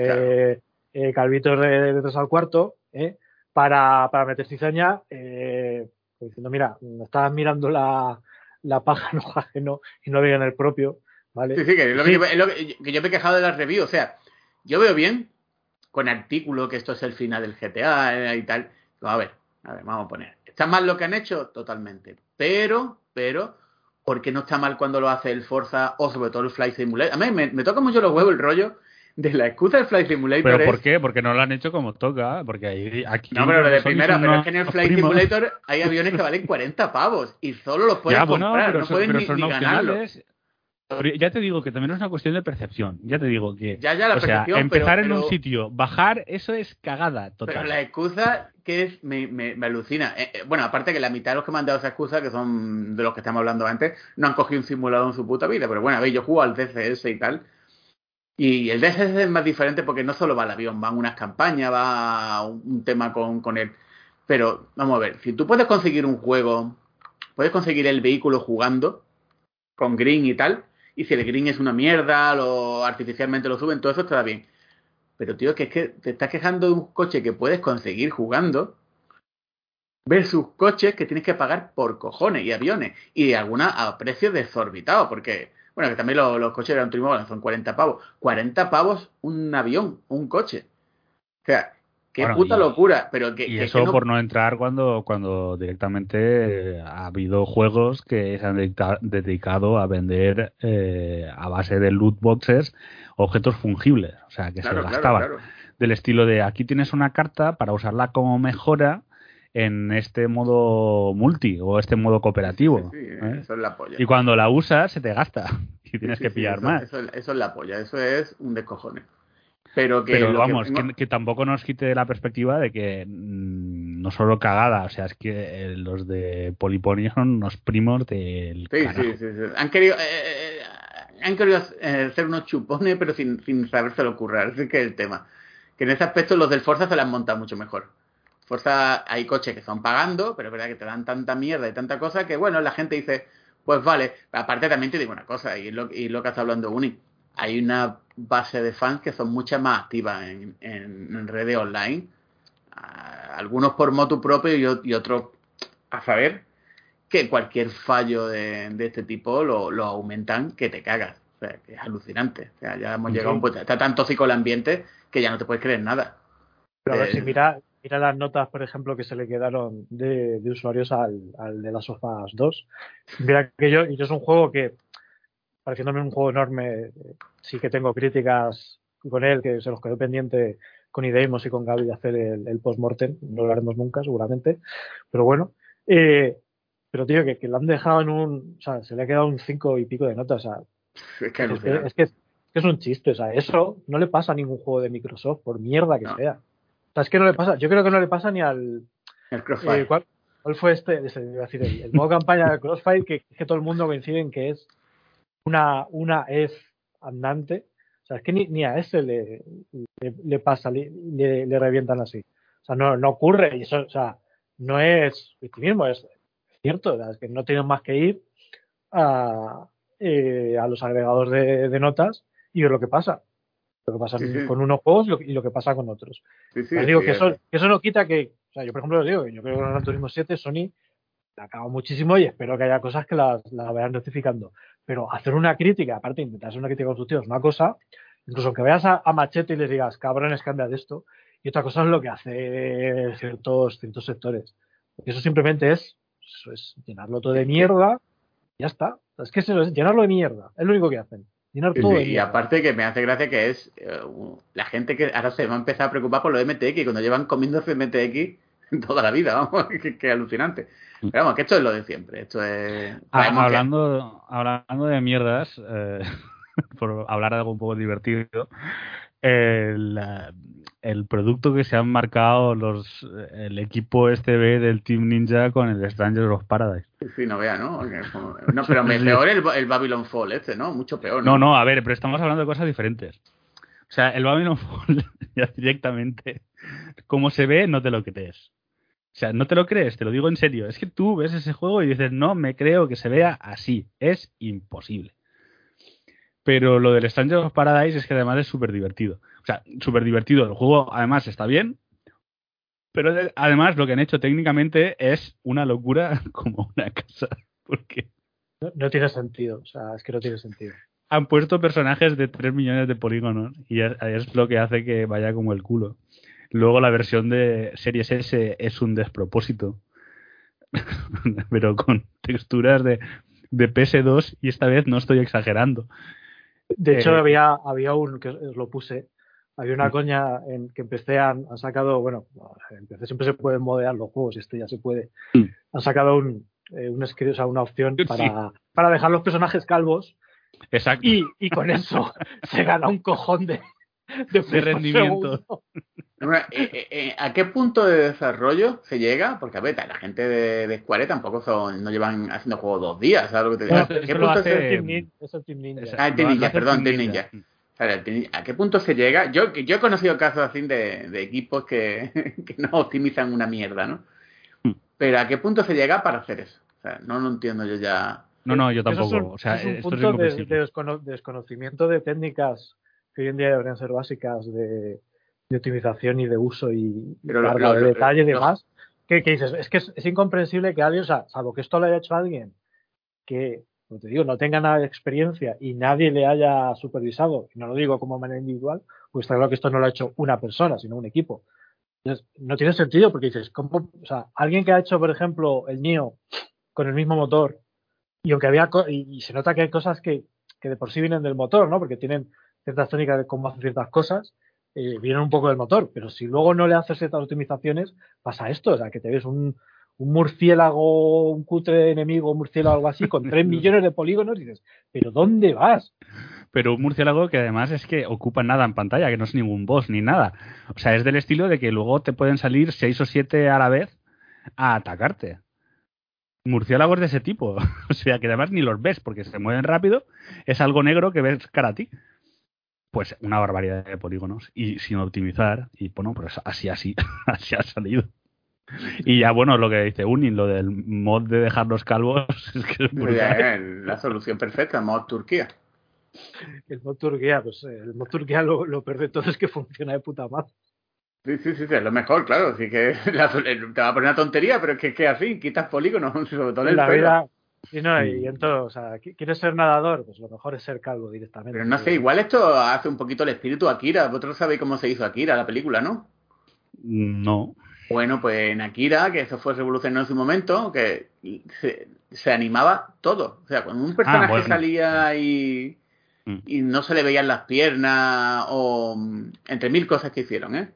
calvitos de 3 al cuarto, para meter cizaña, diciendo, mira, estabas mirando la paja en ojo ajeno y no veía en el propio, ¿vale? Sí, que es lo que yo me he quejado de las reviews. O sea, yo veo bien con artículo que esto es el final del GTA y tal. A ver, vamos a poner. ¿Está mal lo que han hecho? Totalmente. Pero, ¿por qué no está mal cuando lo hace el Forza o sobre todo el Flight Simulator? A mí me toca mucho los huevos el rollo de la excusa del Flight Simulator. ¿Pero por qué? Porque no lo han hecho como toca. Porque aquí no, pero lo de primera, pero es que en el Flight Simulator hay aviones que valen 40 pavos y solo los puedes comprar, no puedes ni ganarlos. Ya te digo que también es una cuestión de percepción. Ya te digo que la percepción, empezar en un sitio, bajar, eso es cagada total. Pero la excusa que es me alucina. Bueno, aparte que la mitad de los que me han dado esa excusa, que son de los que estamos hablando antes, no han cogido un simulador en su puta vida. Pero bueno, a ver, yo juego al DCS y tal. Y el DCS es más diferente porque no solo va el avión, van unas campañas, va un tema con él. Pero vamos a ver, si tú puedes conseguir un juego, puedes conseguir el vehículo jugando con green y tal. Y si el green es una mierda, artificialmente lo suben, todo eso está bien. Pero, tío, que es que te estás quejando de un coche que puedes conseguir jugando versus coches que tienes que pagar por cojones y aviones. Y algunas a precios desorbitados, porque, bueno, que también los coches de Gran Turismo son 40 pavos. 40 pavos un avión, un coche. O sea, qué puta locura. Pero y eso por no entrar cuando directamente ha habido juegos que se han dedicado a vender a base de loot boxes objetos fungibles, o sea, que se lo gastaban. Del estilo de aquí tienes una carta para usarla como mejora en este modo multi o este modo cooperativo. Eso es la polla. Y cuando la usas se te gasta y tienes que pillar más. Eso es la polla, eso es un descojone. Pero vamos, que tampoco nos quite la perspectiva de que no solo cagada, o sea, es que los de Polypony son unos primos del carajo. Sí. Han querido hacer unos chupones, pero sin sabérselo currar. Ese es que es el tema. Que en ese aspecto los del Forza se las montan mucho mejor. Forza hay coches que son pagando, pero es verdad que te dan tanta mierda y tanta cosa que, bueno, la gente dice, pues vale. Aparte también te digo una cosa, y lo que está hablando Uni. Hay una base de fans que son muchas más activas en redes online. Algunos por motu propio y otros a saber que cualquier fallo de este tipo lo aumentan que te cagas. O sea, que es alucinante. O sea, ya hemos llegado a un punto. Está tan tóxico el ambiente que ya no te puedes creer nada. Pero a ver, si mira las notas, por ejemplo, que se le quedaron de usuarios al de las of Us 2. Mira que yo es un juego que, pareciéndome un juego enorme, sí que tengo críticas con él, que se los quedó pendiente con Ideimos y con Gaby de hacer el post-mortem. No lo haremos nunca, seguramente. Pero bueno. Pero, tío, que lo han dejado o sea, se le ha quedado un 5 y pico de notas. O sea, es que es un chiste. O sea, eso no le pasa a ningún juego de Microsoft, por mierda que sea. O sea, es que no le pasa. Yo creo que no le pasa ni al... El Crossfire. ¿Cuál fue iba a decir, el modo campaña de Crossfire que todo el mundo coincide en que es una EF andante? O sea, es que ni a ese le pasa, le revientan así. O sea, no ocurre, y eso, o sea, no es victimismo, es cierto, es que no tienen más que ir a los agregadores de notas y ver lo que pasa. Lo que pasa con unos juegos y lo que pasa con otros. Pero digo que eso no quita que, o sea, yo por ejemplo les digo, yo creo que en Gran Turismo 7 Sony la acaba muchísimo y espero que haya cosas que las vayan rectificando. Pero hacer una crítica, aparte de intentar hacer una crítica constructiva, es una cosa, incluso aunque vayas a Machete y les digas, cabrones, cambia de esto, y otra cosa es lo que hace ciertos sectores. Y eso simplemente es llenarlo todo de mierda y ya está. Es que eso es llenarlo de mierda, es lo único que hacen. Llenar todo de mierda. Y aparte que me hace gracia que es la gente que ahora se va a empezar a preocupar por lo de MTX cuando llevan comiéndose MTX toda la vida, vamos, que alucinante. Pero vamos, que esto es lo de siempre. Esto es. Hablando de mierdas, por hablar de algo un poco divertido, el producto que se han marcado el equipo STB del Team Ninja con el Strangers of Paradise. Sí, no vea, ¿no? No, pero peor el Babylon Fall ¿no? Mucho peor, ¿no? No, a ver, pero estamos hablando de cosas diferentes. O sea, el Babylon Fall ya directamente, como se ve, no te lo crees. O sea, no te lo crees, te lo digo en serio. Es que tú ves ese juego y dices, no me creo que se vea así. Es imposible. Pero lo del Strangers of Paradise es que además es súper divertido. O sea, súper divertido. El juego además está bien. Pero además lo que han hecho técnicamente es una locura como una casa. Porque no tiene sentido. O sea, es que no tiene sentido. Han puesto personajes de 3 millones de polígonos y es lo que hace que vaya como el culo. Luego la versión de Series S es un despropósito. Pero con texturas de PS2 y esta vez no estoy exagerando. De hecho, había un, que os lo puse, había una coña en que en PC han sacado, bueno, en PC siempre se pueden modear los juegos, y esto ya se puede. Han sacado una opción para dejar los personajes calvos. Exacto. Y con eso se gana un cojón de rendimiento. ¿A qué punto de desarrollo se llega? Porque a ver, la gente de Square tampoco no llevan haciendo juegos 2 días, ¿sabes lo que te digo? ¿A qué punto es el Team Ninja? Team Ninja, perdón, Team Ninja. ¿A qué punto se llega? Yo he conocido casos así de equipos que no optimizan una mierda, ¿no? Pero ¿a qué punto se llega para hacer eso? O sea, no lo entiendo yo ya. No, yo tampoco. Es un punto de desconocimiento de técnicas que hoy en día deberían ser básicas de optimización y de uso y carga de detalle y demás. Que dices, es que es incomprensible que alguien, o sea, salvo que esto lo haya hecho alguien que, como te digo, no tenga nada de experiencia y nadie le haya supervisado, y no lo digo como manera individual, pues está claro que esto no lo ha hecho una persona, sino un equipo. Entonces, no tiene sentido porque dices, ¿cómo? O sea, alguien que ha hecho, por ejemplo, el Nioh con el mismo motor, y aunque había y se nota que hay cosas que de por sí vienen del motor, ¿no? Porque tienen ciertas técnicas de cómo hacen ciertas cosas, vienen un poco del motor, pero si luego no le haces ciertas optimizaciones, pasa esto, o sea, que te ves un murciélago, un cutre enemigo, un murciélago algo así, con 3 millones de polígonos, y dices, ¿pero dónde vas? Pero un murciélago que además es que ocupa nada en pantalla, que no es ningún boss ni nada. O sea, es del estilo de que luego te pueden salir 6 o 7 a la vez a atacarte. Murciélagos de ese tipo. O sea, que además ni los ves porque se mueven rápido. Es algo negro que ves cara a ti. Pues una barbaridad de polígonos. Y sin optimizar. Y bueno, pues así ha salido. Y ya, bueno, lo que dice Unin, lo del mod de dejar los calvos. Es que es brutal. La solución perfecta, mod Turquía. El mod Turquía, pues el mod Turquía lo peor de todo es que funciona de puta madre. Sí, es lo mejor, claro. Así que te va a poner una tontería, pero es que así, quitas polígonos, sobre todo en la el pelo. vida. Y no, y en todo, o sea, ¿quieres ser nadador? Pues lo mejor es ser calvo directamente. Pero no sé, igual esto hace un poquito el espíritu Akira. Vosotros sabéis cómo se hizo Akira, la película, ¿no? No. Bueno, pues en Akira, que eso fue revolucionario en su momento, que se animaba todo. O sea, cuando un personaje salía y no se le veían las piernas, o entre mil cosas que hicieron, ¿eh?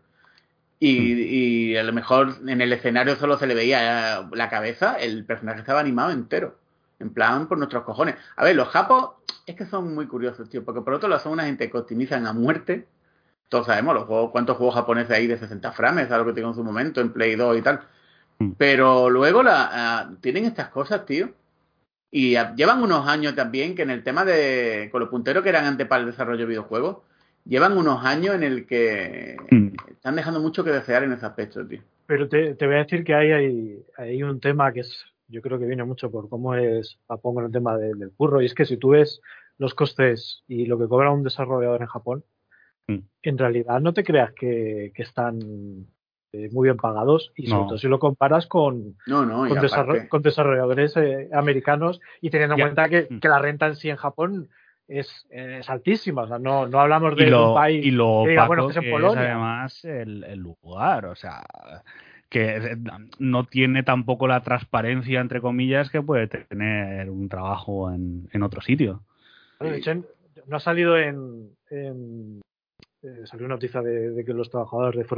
Y a lo mejor en el escenario solo se le veía la cabeza, el personaje estaba animado entero. En plan, por nuestros cojones. A ver, los japos es que son muy curiosos, tío, porque por otro lado son una gente que optimizan a muerte. Todos sabemos cuántos juegos japoneses hay de 60 frames, algo que tengo en su momento, en Play 2 y tal. Pero luego tienen estas cosas, tío. Y llevan unos años también que en el tema con los punteros que eran antes para el desarrollo de videojuegos, llevan unos años en el que están dejando mucho que desear en ese aspecto, tío. Pero te voy a decir que hay un tema que yo creo que viene mucho por cómo es Japón con el tema del curro, y es que si tú ves los costes y lo que cobra un desarrollador en Japón, en realidad no te creas que están muy bien pagados, y sobre todo si lo comparas con desarrolladores americanos, y teniendo en cuenta que la renta en sí en Japón es altísima. O sea, no hablamos de un país que diga, bueno, que es en Polonia. Es además el lugar, o sea, que no tiene tampoco la transparencia, entre comillas, que puede tener un trabajo en otro sitio. De hecho, no ha salido salió una noticia de que los trabajadores de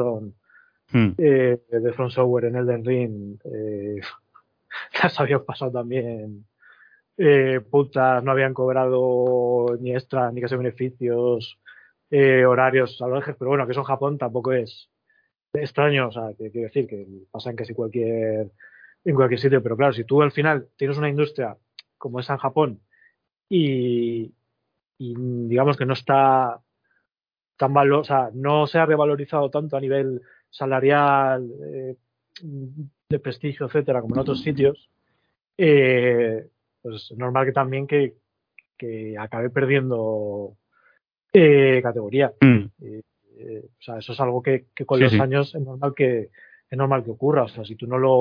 From Software en Elden Ring las habían pasado también putas, no habían cobrado ni extras ni casi beneficios, horarios salvajes, pero bueno, que eso en Japón tampoco es extraño. O sea, que quiero decir que pasa en casi cualquier sitio, pero claro, si tú al final tienes una industria como esa en Japón y digamos que no está tan o sea, no se ha revalorizado tanto a nivel salarial, de prestigio, etcétera, como en otros sitios, pues es normal que también que acabe perdiendo categoría. O sea, eso es algo que con los años es normal que ocurra. O sea, si tú no lo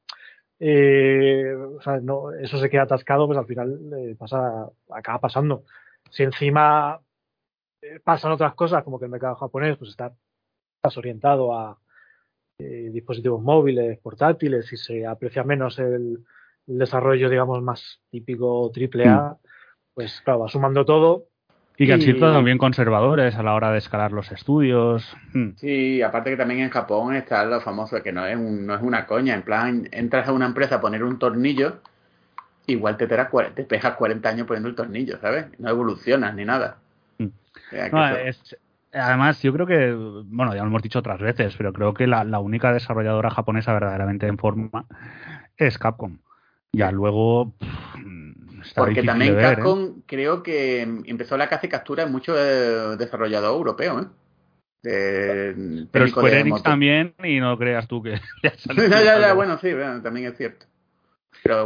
o sea, no, eso se queda atascado, pues al final acaba pasando. Si encima pasan otras cosas, como que el mercado japonés pues está orientado a dispositivos móviles, portátiles, y se aprecia menos el desarrollo, digamos, más típico AAA, pues claro, va sumando todo. Y que han sido también conservadores a la hora de escalar los estudios. Sí, aparte que también en Japón está lo famoso de que no es una coña. En plan, entras a una empresa a poner un tornillo, igual te pegas 40 años poniendo el tornillo, ¿sabes? No evolucionas ni nada. Además, yo creo que, bueno, ya lo hemos dicho otras veces, pero creo que la única desarrolladora japonesa verdaderamente en forma es Capcom. Ya luego está porque difícil también de ver, Capcom creo que empezó la caza y captura en muchos desarrolladores europeos, pero Square Enix también, y no creas tú que ya, bueno, sí, también es cierto. Pero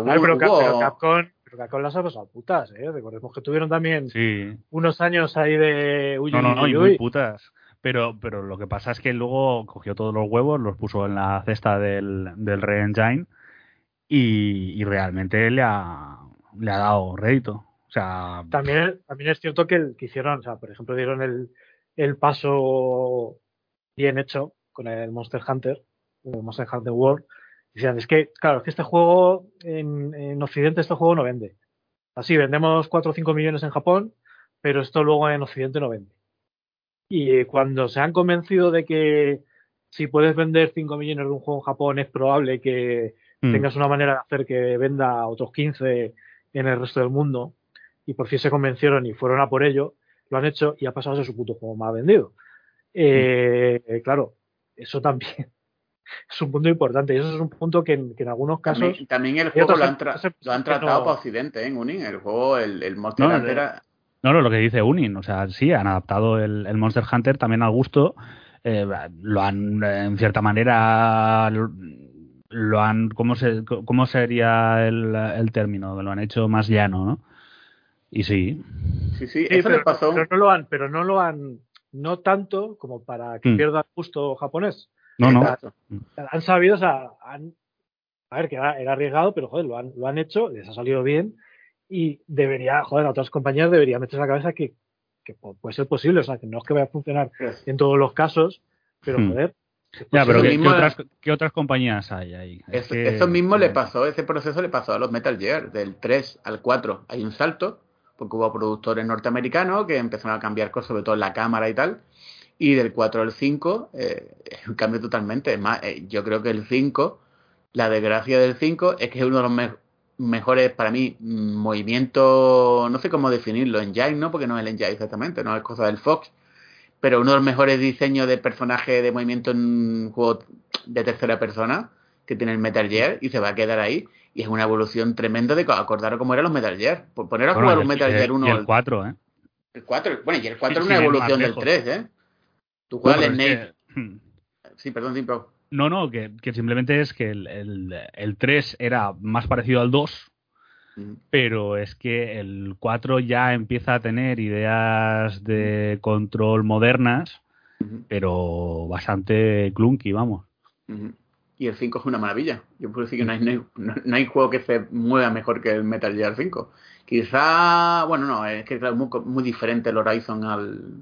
Capcom las ha pasado putas, recordemos que tuvieron también unos años ahí de y muy putas. Pero lo que pasa es que luego cogió todos los huevos, los puso en la cesta del Re-Engine y realmente le ha dado rédito. O sea, también es cierto que hicieron, o sea, por ejemplo, dieron el paso bien hecho con el Monster Hunter World. Decían, es que, claro, es que este juego en Occidente no vende. Así, vendemos 4 o 5 millones en Japón, pero esto luego en Occidente no vende. Y cuando se han convencido de que si puedes vender 5 millones de un juego en Japón, es probable que tengas una manera de hacer que venda otros 15 en el resto del mundo, y por fin se convencieron y fueron a por ello, lo han hecho y ha pasado a ser su puto juego más vendido. Claro, eso también es un punto importante, y eso es un punto que en algunos casos también el juego lo han tratado para Occidente, Unin, el juego, el Monster Hunter lo que dice Unin, o sea, sí, han adaptado el Monster Hunter también al gusto, lo han, en cierta manera, lo han, ¿cómo sería el término? Lo han hecho más llano, ¿no? Y sí, eso le pasó. Pero no lo han, no tanto como para que pierda el gusto japonés. No. Han sabido, o sea, a ver, que era arriesgado, pero joder, lo han hecho, les ha salido bien, y debería, joder, a otras compañías debería meterse a la cabeza que puede ser posible. O sea, que no es que vaya a funcionar en todos los casos, pero joder. Ya, pero ¿qué otras compañías hay ahí? Eso mismo le pasó, ese proceso le pasó a los Metal Gear, del 3 al 4 hay un salto, porque hubo productores norteamericanos que empezaron a cambiar cosas, sobre todo en la cámara y tal, y del 4 al 5 es un cambio totalmente. Es más, yo creo que el 5, la desgracia del 5 es que es uno de los mejores para mí movimientos, no sé cómo definirlo, engine, ¿no? Porque no es el engine exactamente, no es cosa del Fox, pero uno de los mejores diseños de personaje de movimiento en un juego de tercera persona que tiene el Metal Gear y se va a quedar ahí. Y es una evolución tremenda de acordaros cómo eran los Metal Gear. Por poner a jugar un Metal Gear 1. Y el 4, ¿eh? El 4, bueno, y el 4 es Sin una ir más evolución del lejos. 3, ¿eh? Tú No, juegas pero el es Snake. que... Sí, perdón, Timpo. No, que simplemente es que el 3 era más parecido al 2, pero es que el 4 ya empieza a tener ideas de control modernas, pero bastante clunky, vamos. Y el 5 es una maravilla. Yo puedo decir que no hay juego que se mueva mejor que el Metal Gear 5. Quizá, bueno, no, es que claro, es muy diferente el Horizon al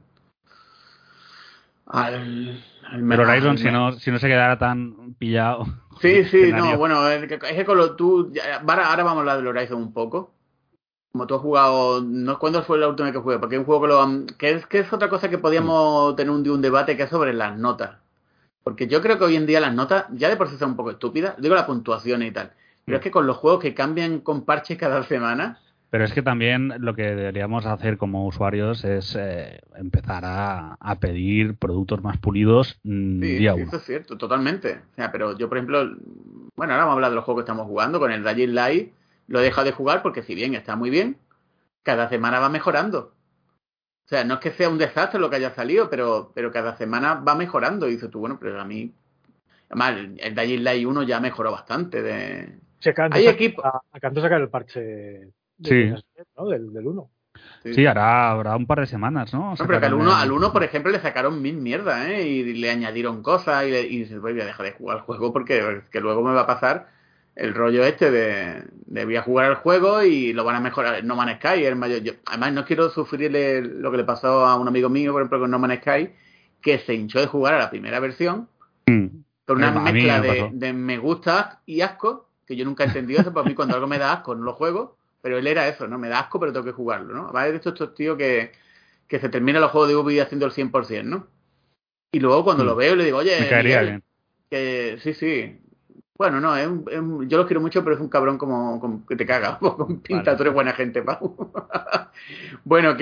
Pero Horizon, si no se quedara tan pillado. Sí, no, bueno, es que con ahora vamos a hablar del Horizon un poco. Como tú has jugado, no cuándo fue la última vez que jugué, porque es un juego que es otra cosa que podíamos tener un debate, que es sobre las notas. Porque yo creo que hoy en día las notas ya de por sí son un poco estúpidas, digo la puntuación y tal. Pero es que con los juegos que cambian con parches cada semana. Pero es que también lo que deberíamos hacer como usuarios es empezar a pedir productos más pulidos día uno. Eso es cierto, totalmente. O sea, pero yo, por ejemplo, bueno, ahora vamos a hablar de los juegos que estamos jugando. Con el Dying Light lo he dejado de jugar porque si bien está muy bien, cada semana va mejorando. O sea, no es que sea un desastre lo que haya salido, pero cada semana va mejorando. Y dices tú, bueno, pero a mí... Además, el Dying Light 1 ya mejoró bastante. Hay equipos... Acaban de sacar el parche ¿no? del 1. Sí, habrá un par de semanas, ¿no? No, pero que al 1, por ejemplo, le sacaron 1000 mierdas, ¿eh? Y le añadieron cosas y dices, voy a dejar de jugar al juego porque es que luego me va a pasar el rollo este de voy a jugar al juego y lo van a mejorar. No Man's Sky, el mayor. Además, no quiero sufrirle lo que le pasó a un amigo mío, por ejemplo, con No Man's Sky, que se hinchó de jugar a la primera versión con una mezcla de me gusta y asco, que yo nunca he entendido eso. Para mí, cuando algo me da asco, no lo juego. Pero él era eso, ¿no? Me da asco, pero tengo que jugarlo, ¿no? Vale, de estos tíos que se termina los juegos de Ubi haciendo el 100%, ¿no? Y luego cuando lo veo le digo, oye, me caería Miguel, bien. que sí. Bueno, no, yo lo quiero mucho, pero es un cabrón como que te caga. Con pinta, vale. Tú eres buena gente, Pau. Bueno,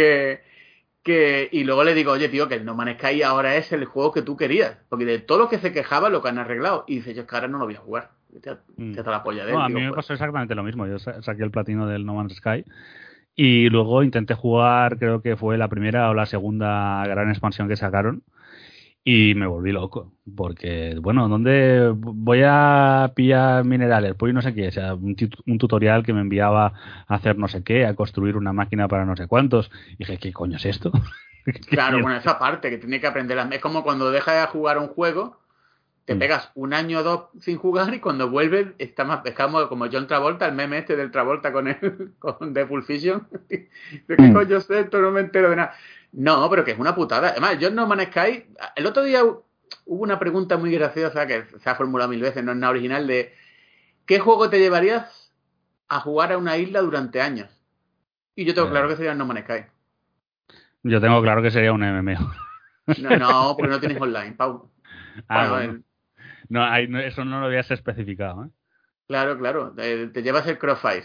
y luego le digo, oye, tío, que el No Man's Sky ahora es el juego que tú querías. Porque de todo lo que se quejaba, lo que han arreglado. Y dice, yo es que ahora no lo voy a jugar. Te está la polla de él. No, a mí me pasó exactamente lo mismo. Yo saqué el platino del No Man's Sky y luego intenté jugar, creo que fue la primera o la segunda gran expansión que sacaron y me volví loco. Porque, bueno, ¿dónde voy a pillar minerales? Pues no sé qué. O sea, un tutorial que me enviaba a hacer no sé qué, a construir una máquina para no sé cuántos. Y dije, ¿qué coño es esto? Claro, bueno, esa parte que tiene que aprender. Es como cuando dejas de jugar un juego, te pegas un año o dos sin jugar y cuando vuelves está más pescado como John Travolta, el meme este del Travolta con The Pulp Fiction. ¿De qué coño es esto? No me entero de nada. No, pero que es una putada. Además, yo en No Man's Sky, el otro día hubo una pregunta muy graciosa que se ha formulado 1000 veces, no es nada original, de ¿qué juego te llevarías a jugar a una isla durante años? Y yo tengo claro que sería No Man's Sky. Yo tengo claro que sería un MMO. No, porque no tienes online, Pau. Bueno. No, eso no lo habías especificado, ¿eh? Claro. Te llevas el Crossfire.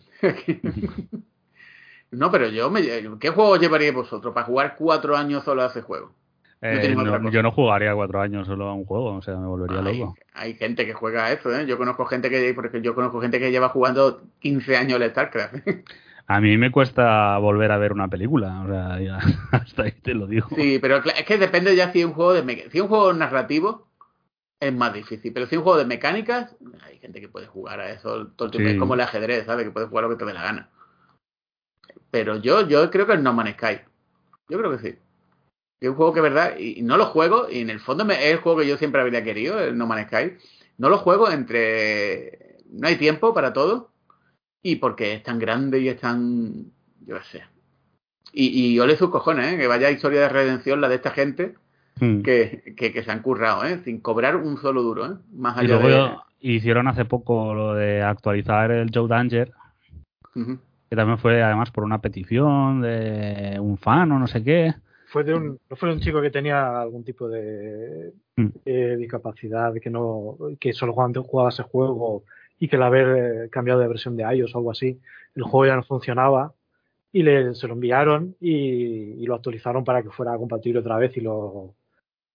No, pero ¿qué juego llevaríais vosotros para jugar 4 años solo a ese juego? Yo no jugaría 4 años solo a un juego, o sea, me volvería loco. Hay gente que juega a eso, ¿eh? Yo conozco gente que lleva jugando 15 años el StarCraft. A mí me cuesta volver a ver una película, o sea, ya, hasta ahí te lo digo. Sí, pero es que depende ya si es un juego si es un juego narrativo es más difícil, pero si es un juego de mecánicas, hay gente que puede jugar a eso todo el tiempo. Sí. Es como el ajedrez, ¿sabes? Que puedes jugar lo que te dé la gana. Pero yo creo que es No Man's Sky. Yo creo que sí. Es un juego que, verdad, y no lo juego, y en el fondo es el juego que yo siempre habría querido, el No Man's Sky. No lo juego no hay tiempo para todo, y porque es tan grande y es tan... yo qué sé. Y ole sus cojones, que vaya historia de redención la de esta gente que se han currado, sin cobrar un solo duro, más allá y luego hicieron hace poco lo de actualizar el Joe Danger, que también fue además por una petición de un fan o no sé qué. No fue de un chico que tenía algún tipo de discapacidad, que solo jugaba ese juego y que al haber cambiado de versión de iOS o algo así, el juego ya no funcionaba y se lo enviaron y lo actualizaron para que fuera compatible otra vez y lo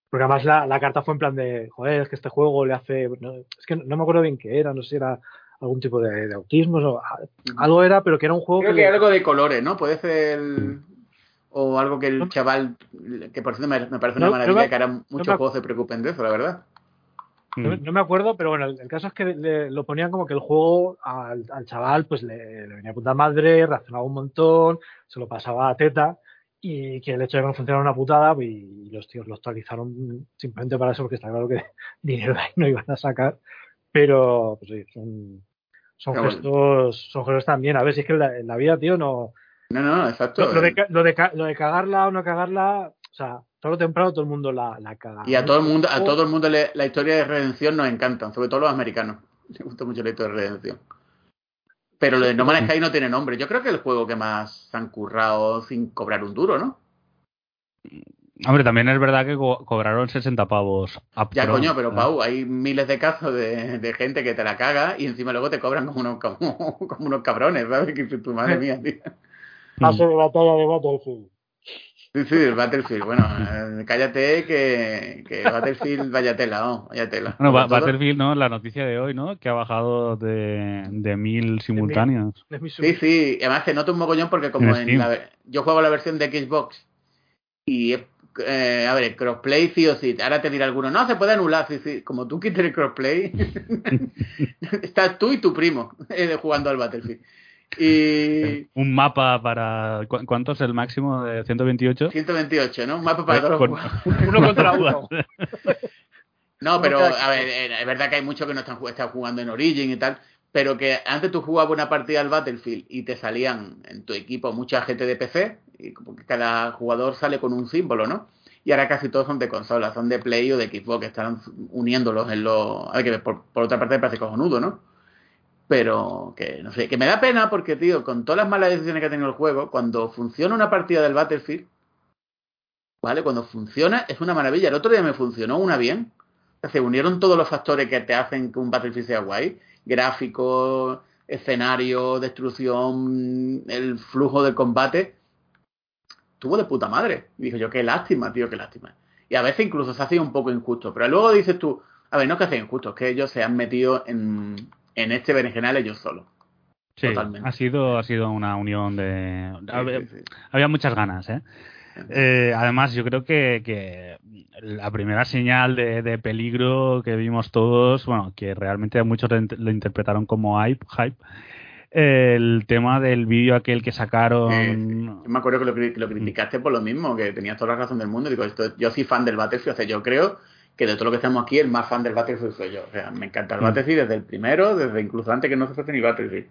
Porque además la carta fue en plan de, joder, es que este juego le hace... No, es que no me acuerdo bien qué era, no sé si era algún tipo de autismo o algo era, pero que era un juego Creo que que algo de colores, ¿no? Puede ser... Mm. O algo que el no, chaval... Que por cierto me parece una no, maravilla que ahora no muchos juegos se preocupen de eso, la verdad. no me acuerdo, pero bueno, el caso es que lo ponían como que el juego al chaval pues le venía puta madre, reaccionaba un montón, se lo pasaba a teta y que el hecho de que no funcionara una putada y los tíos lo actualizaron simplemente para eso porque está claro que dinero de ahí no iban a sacar, pero pues sí, Pero bueno, son gestos también. A ver si es que en la vida, tío, no... no, exacto. Lo de cagarla o no cagarla, o sea, tarde o temprano todo el mundo la caga. Y a todo el mundo la historia de redención nos encanta, sobre todo los americanos. Les gusta mucho la historia de redención. Pero lo Sí, de No Man's Sky no tiene nombre. Yo creo que es el juego que más se han currado sin cobrar un duro, ¿no? Hombre, también es verdad que cobraron 60 pavos Ya, upfront, coño, pero ¿eh? Pau, hay miles de casos de gente que te la caga y encima luego te cobran como unos cabrones, ¿sabes? Que dices tú, madre mía, tío. Pase de batalla de Battlefield. Sí, el Battlefield. Bueno, cállate que Battlefield vaya tela, oh, vaya tela. Bueno, Sobre todo, Battlefield, ¿no? La noticia de hoy, ¿no? Que ha bajado de 1000 simultáneos De mi sí. Además se nota un mogollón porque en como Steam. yo juego la versión de Xbox y a ver, crossplay sí o sí. Ahora te dirá alguno, no, se puede anular, sí. Como tú quites el crossplay, estás tú y tu primo jugando al Battlefield. Y Un mapa para... ¿Cuánto es el máximo de 128? 128, ¿no? Un mapa para todos los Con... jugadores. uno contra uno. No, Uno pero cada a ver, equipo. es verdad que hay muchos que no están jugando en Origin y tal, pero que antes tú jugabas una partida al Battlefield y te salían en tu equipo mucha gente de PC, y como que cada jugador sale con un símbolo, ¿no? Y ahora casi todos son de consola, son de Play o de Xbox, que están uniéndolos en los... A ver, que por otra parte me parece cojonudo, ¿no? Pero que, no sé, que me da pena porque, tío, con todas las malas decisiones que ha tenido el juego, cuando funciona una partida del Battlefield, ¿vale? Cuando funciona es una maravilla. El otro día me funcionó una bien. Se unieron todos los factores que te hacen que un Battlefield sea guay. Gráficos, escenario, destrucción, el flujo del combate. Tuvo de puta madre. Y dije yo, qué lástima, tío, qué lástima. Y a veces incluso se hace un poco injusto. Pero luego dices tú, a ver, no es que sea injusto, es que ellos se han metido en este berenjenal ellos solos. Sí, Totalmente. ha sido una unión de... Sí. Había muchas ganas, ¿eh? Además, yo creo que la primera señal de peligro que vimos todos, bueno, que realmente muchos lo interpretaron como hype, el tema del vídeo aquel que Sí. sacaron... Yo me acuerdo que lo criticaste por lo mismo, que tenías toda la razón del mundo. Digo, yo soy fan del Battlefield, o sea, yo creo que de todo lo que estamos aquí, el más fan del Battlefield soy yo. O sea, me encanta el Battlefield desde el primero, desde incluso antes que no se fuese ni Battlefield.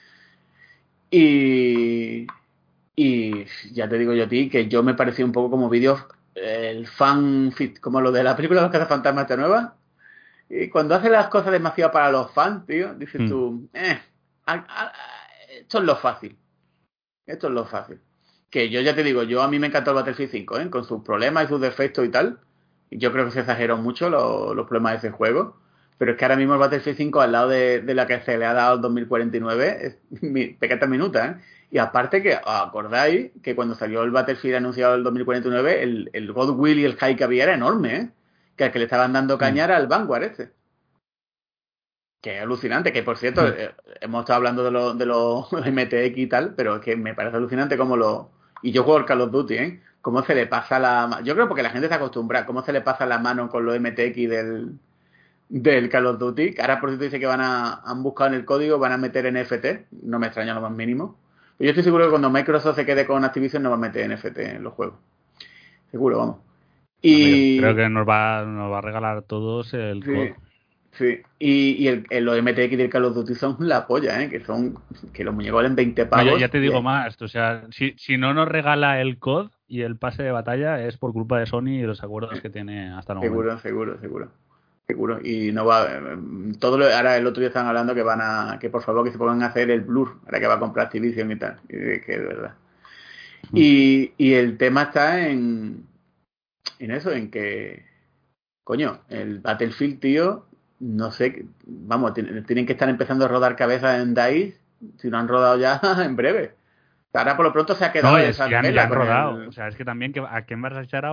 Y, y ya te digo yo a ti que yo me parecía un poco como vídeos, el fan, como lo de la película de los cazafantasmas esta nueva. Y cuando hace las cosas demasiado para los fans, tío, dices tú, esto es lo fácil. Esto es lo fácil. Que yo ya te digo, a mí me encantó el Battlefield 5, ¿eh? Con sus problemas y sus defectos y tal. Y yo creo que se exageró mucho los problemas de ese juego. Pero es que ahora mismo el Battlefield 5, al lado de la que se le ha dado al 2049, es pequeña minuta, ¿eh? Y aparte que, ¿os acordáis que cuando salió el Battlefield anunciado el 2049, el Goodwill y el hype que había era enorme, ¿eh? Que al que le estaban dando caña era al Vanguard este. Que es alucinante, que por cierto, hemos estado hablando de los MTX y tal, pero es que me parece alucinante cómo y yo juego al Call of Duty, ¿eh? Cómo se le pasa yo creo porque la gente se acostumbra, cómo se le pasa la mano con los MTX del Call of Duty. Ahora por cierto dice que han buscado en el código, van a meter NFT, no me extraña lo más mínimo. Pero yo estoy seguro que cuando Microsoft se quede con Activision no va a meter NFT en los juegos. Seguro, vamos. Bueno, yo creo Y... que nos va a regalar a todos el COD. Sí, y los MTX del Call of Duty son la polla, ¿eh? Que los muñecos valen 20 No, pavos. ya te digo más, o sea, si no nos regala el COD y el pase de batalla es por culpa de Sony y los acuerdos que tiene hasta el momento. Seguro. Y no va, ahora el otro día están hablando que por favor que se pongan a hacer el Blur, ahora que va a comprar Activision y tal, y que es verdad. Y el tema está en eso, en que, coño, el Battlefield, tío, no sé, vamos, tienen que estar empezando a rodar cabezas en DICE, si no han rodado ya en breve. Ahora por lo pronto se ha quedado No, en es esa que ya vela han con rodado. O el... sea, es que también, ¿a quién vas a echar ahora?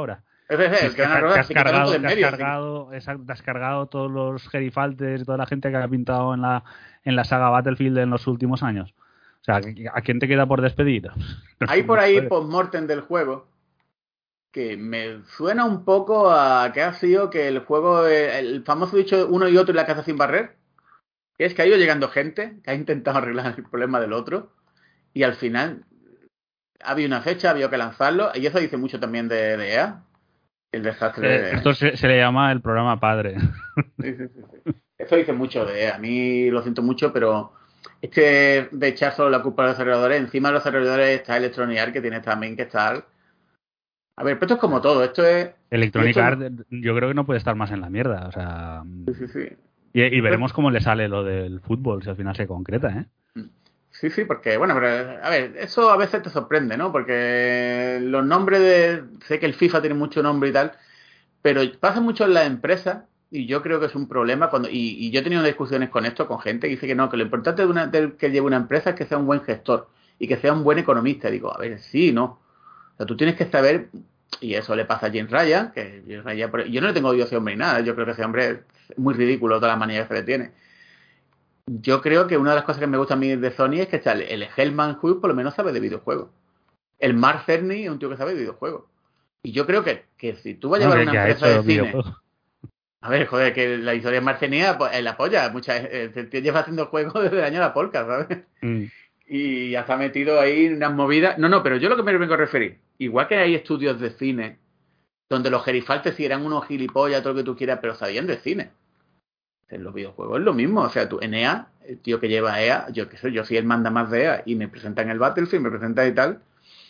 El que gana Rodas, te has cargado todos los gerifaltes y toda la gente que ha pintado en la saga Battlefield en los últimos años. O sea, ¿a quién te queda por despedir? Hay por ahí post-mortem del juego que me suena un poco a que ha sido que el juego, el famoso dicho uno y otro y la casa sin barrer, que es que ha ido llegando gente que ha intentado arreglar el problema del otro y al final ha habido una fecha, ha habido que lanzarlo, y eso dice mucho también de EA. El desastre. Esto se le llama el programa padre. Sí. Eso dice mucho de EA. A mí lo siento mucho, pero de echar solo la culpa a los desarrolladores, encima de los desarrolladores está Electronic Arts, que tiene también que estar. A ver, pero esto es como todo, esto es. Electronic Arts, yo creo que no puede estar más en la mierda, o sea. Sí. Y veremos cómo le sale lo del fútbol, si al final se concreta, ¿eh? Sí, porque, bueno, pero, a ver, eso a veces te sorprende, ¿no? Porque los nombres sé que el FIFA tiene mucho nombre y tal, pero pasa mucho en las empresas, y yo creo que es un problema, y yo he tenido discusiones con esto, con gente que dice que no, que lo importante del que lleve una empresa es que sea un buen gestor, y que sea un buen economista. Y digo, a ver, sí, no. O sea, tú tienes que saber, y eso le pasa a James Ryan, que James Ryan, yo no le tengo odio a ese hombre ni nada, yo creo que ese hombre es muy ridículo todas las manías que se le tiene. Yo creo que una de las cosas que me gusta a mí de Sony es que el Hellman Hughes por lo menos sabe de videojuegos. El Mark Cerny es un tío que sabe de videojuegos. Y yo creo que si tú vas a llevar una empresa de cine... A ver, joder, que la historia de Mark Cerny la apoya. El tío lleva haciendo juegos desde el año de la polka, ¿sabes? Y ya se ha metido ahí unas movidas... No, pero yo lo que me vengo a referir, igual que hay estudios de cine donde los gerifaltes sí eran unos gilipollas, todo lo que tú quieras, pero sabían de cine. En los videojuegos es lo mismo, o sea, tú en EA, el tío que lleva EA, yo qué sé, yo soy el manda más de EA y me presenta en el Battlefield, me presenta y tal,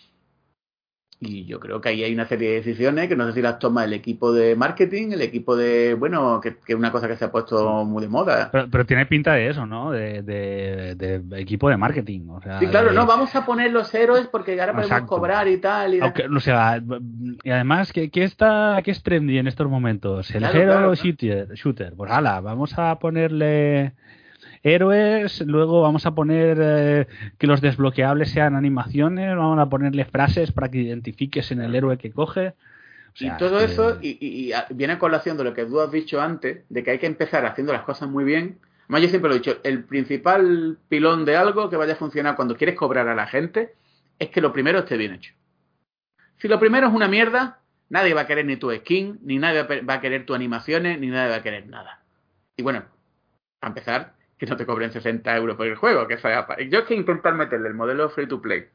y yo creo que ahí hay una serie de decisiones que no sé si las toma el equipo de marketing, el equipo de, bueno, que es una cosa que se ha puesto muy de moda. Pero tiene pinta de eso, ¿no? De equipo de marketing, o sea... Sí, claro, no, vamos a poner los héroes porque ahora podemos cobrar y tal. O sea, y además, ¿qué es trendy en estos momentos? El hero shooter. Pues hala, vamos a ponerle héroes, luego vamos a poner que los desbloqueables sean animaciones, vamos a ponerle frases para que identifiques en el héroe que coge. O sea, y todo eso y viene a colación de lo que tú has dicho antes, de que hay que empezar haciendo las cosas muy bien. Además, yo siempre lo he dicho, el principal pilón de algo que vaya a funcionar cuando quieres cobrar a la gente es que lo primero esté bien hecho. Si lo primero es una mierda, nadie va a querer ni tu skin, ni nadie va a querer tus animaciones, ni nadie va a querer nada. Y bueno, a empezar, que no te cobren 60 euros por el juego. Yo es que intentar meterle el modelo free to play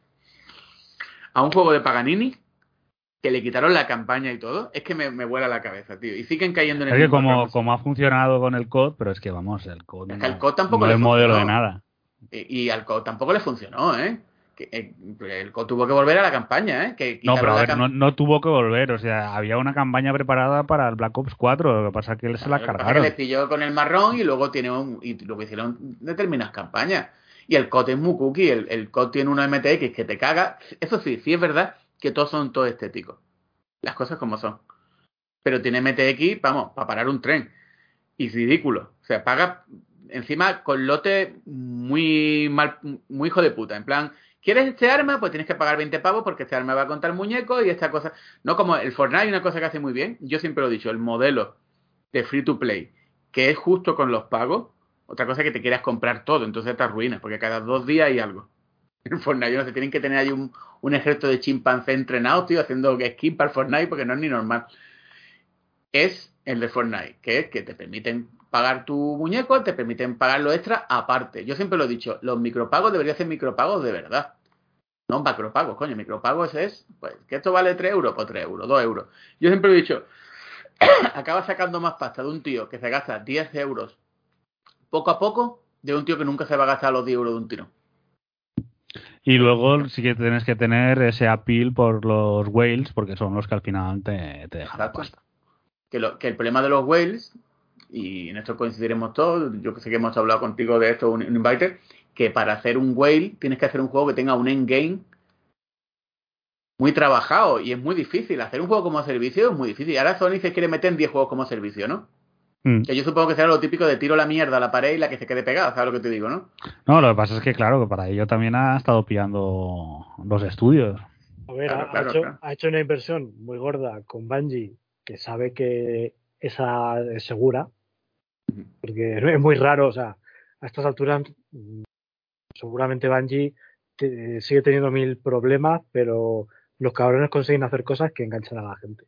a un juego de Paganini, que le quitaron la campaña y todo, es que me vuela la cabeza, tío. Y siguen cayendo en el mismo error. Como ha funcionado con el COD, pero es que vamos, el COD es que al COD tampoco no le es modelo de nada. Y al COD tampoco le funcionó, ¿eh? El COD tuvo que volver a la campaña, ¿eh? No, pero a ver, no tuvo que volver. O sea, había una campaña preparada para el Black Ops 4. Lo que pasa es que se la cargaron. Lo que pasa es que le pilló con el marrón y luego y lo que hicieron determinadas campañas. Y el COD es muy cookie. El COD tiene una MTX que te caga. Eso sí es verdad que todos son todo estéticos. Las cosas como son. Pero tiene MTX, vamos, para parar un tren. Y ridículo. O sea, paga encima con lote muy mal, muy hijo de puta. En plan, ¿quieres este arma? Pues tienes que pagar 20 pavos porque este arma va contra el muñeco y esta cosa. No como el Fortnite, una cosa que hace muy bien. Yo siempre lo he dicho, el modelo de free to play, que es justo con los pagos. Otra cosa es que te quieras comprar todo, entonces te arruinas, porque cada 2 días hay algo. En Fortnite, no sé, tienen que tener ahí un ejército de chimpancés entrenados, tío, haciendo skin para el Fortnite, porque no es ni normal. Es el de Fortnite, que es que te permiten pagar tu muñeco, te permiten pagar lo extra aparte. Yo siempre lo he dicho, los micropagos deberían ser micropagos de verdad. No macropagos, coño, micropagos es, pues, que esto vale 3 euros, pues 3 euros, 2 euros. Yo siempre he dicho, acaba sacando más pasta de un tío que se gasta 10 euros poco a poco, de un tío que nunca se va a gastar los 10 euros de un tiro. Y luego sí que tienes que tener ese appeal por los whales, porque son los que al final te dejan la pasta. Que el problema de los whales, y en esto coincidiremos todos, yo que sé que hemos hablado contigo de esto, un Inviter, que para hacer un whale tienes que hacer un juego que tenga un endgame muy trabajado, y es muy difícil. Hacer un juego como servicio es muy difícil. Ahora Sony se quiere meter en 10 juegos como servicio, ¿no? Que yo supongo que será lo típico de tiro la mierda a la pared y la que se quede pegada, ¿sabes lo que te digo, no? No, lo que pasa es que, claro, que para ello también ha estado pillando los estudios. A ver, Claro. ha hecho una inversión muy gorda con Bungie, que sabe que esa es segura, porque es muy raro, o sea, a estas alturas seguramente Bungie sigue teniendo mil problemas, pero los cabrones consiguen hacer cosas que enganchan a la gente.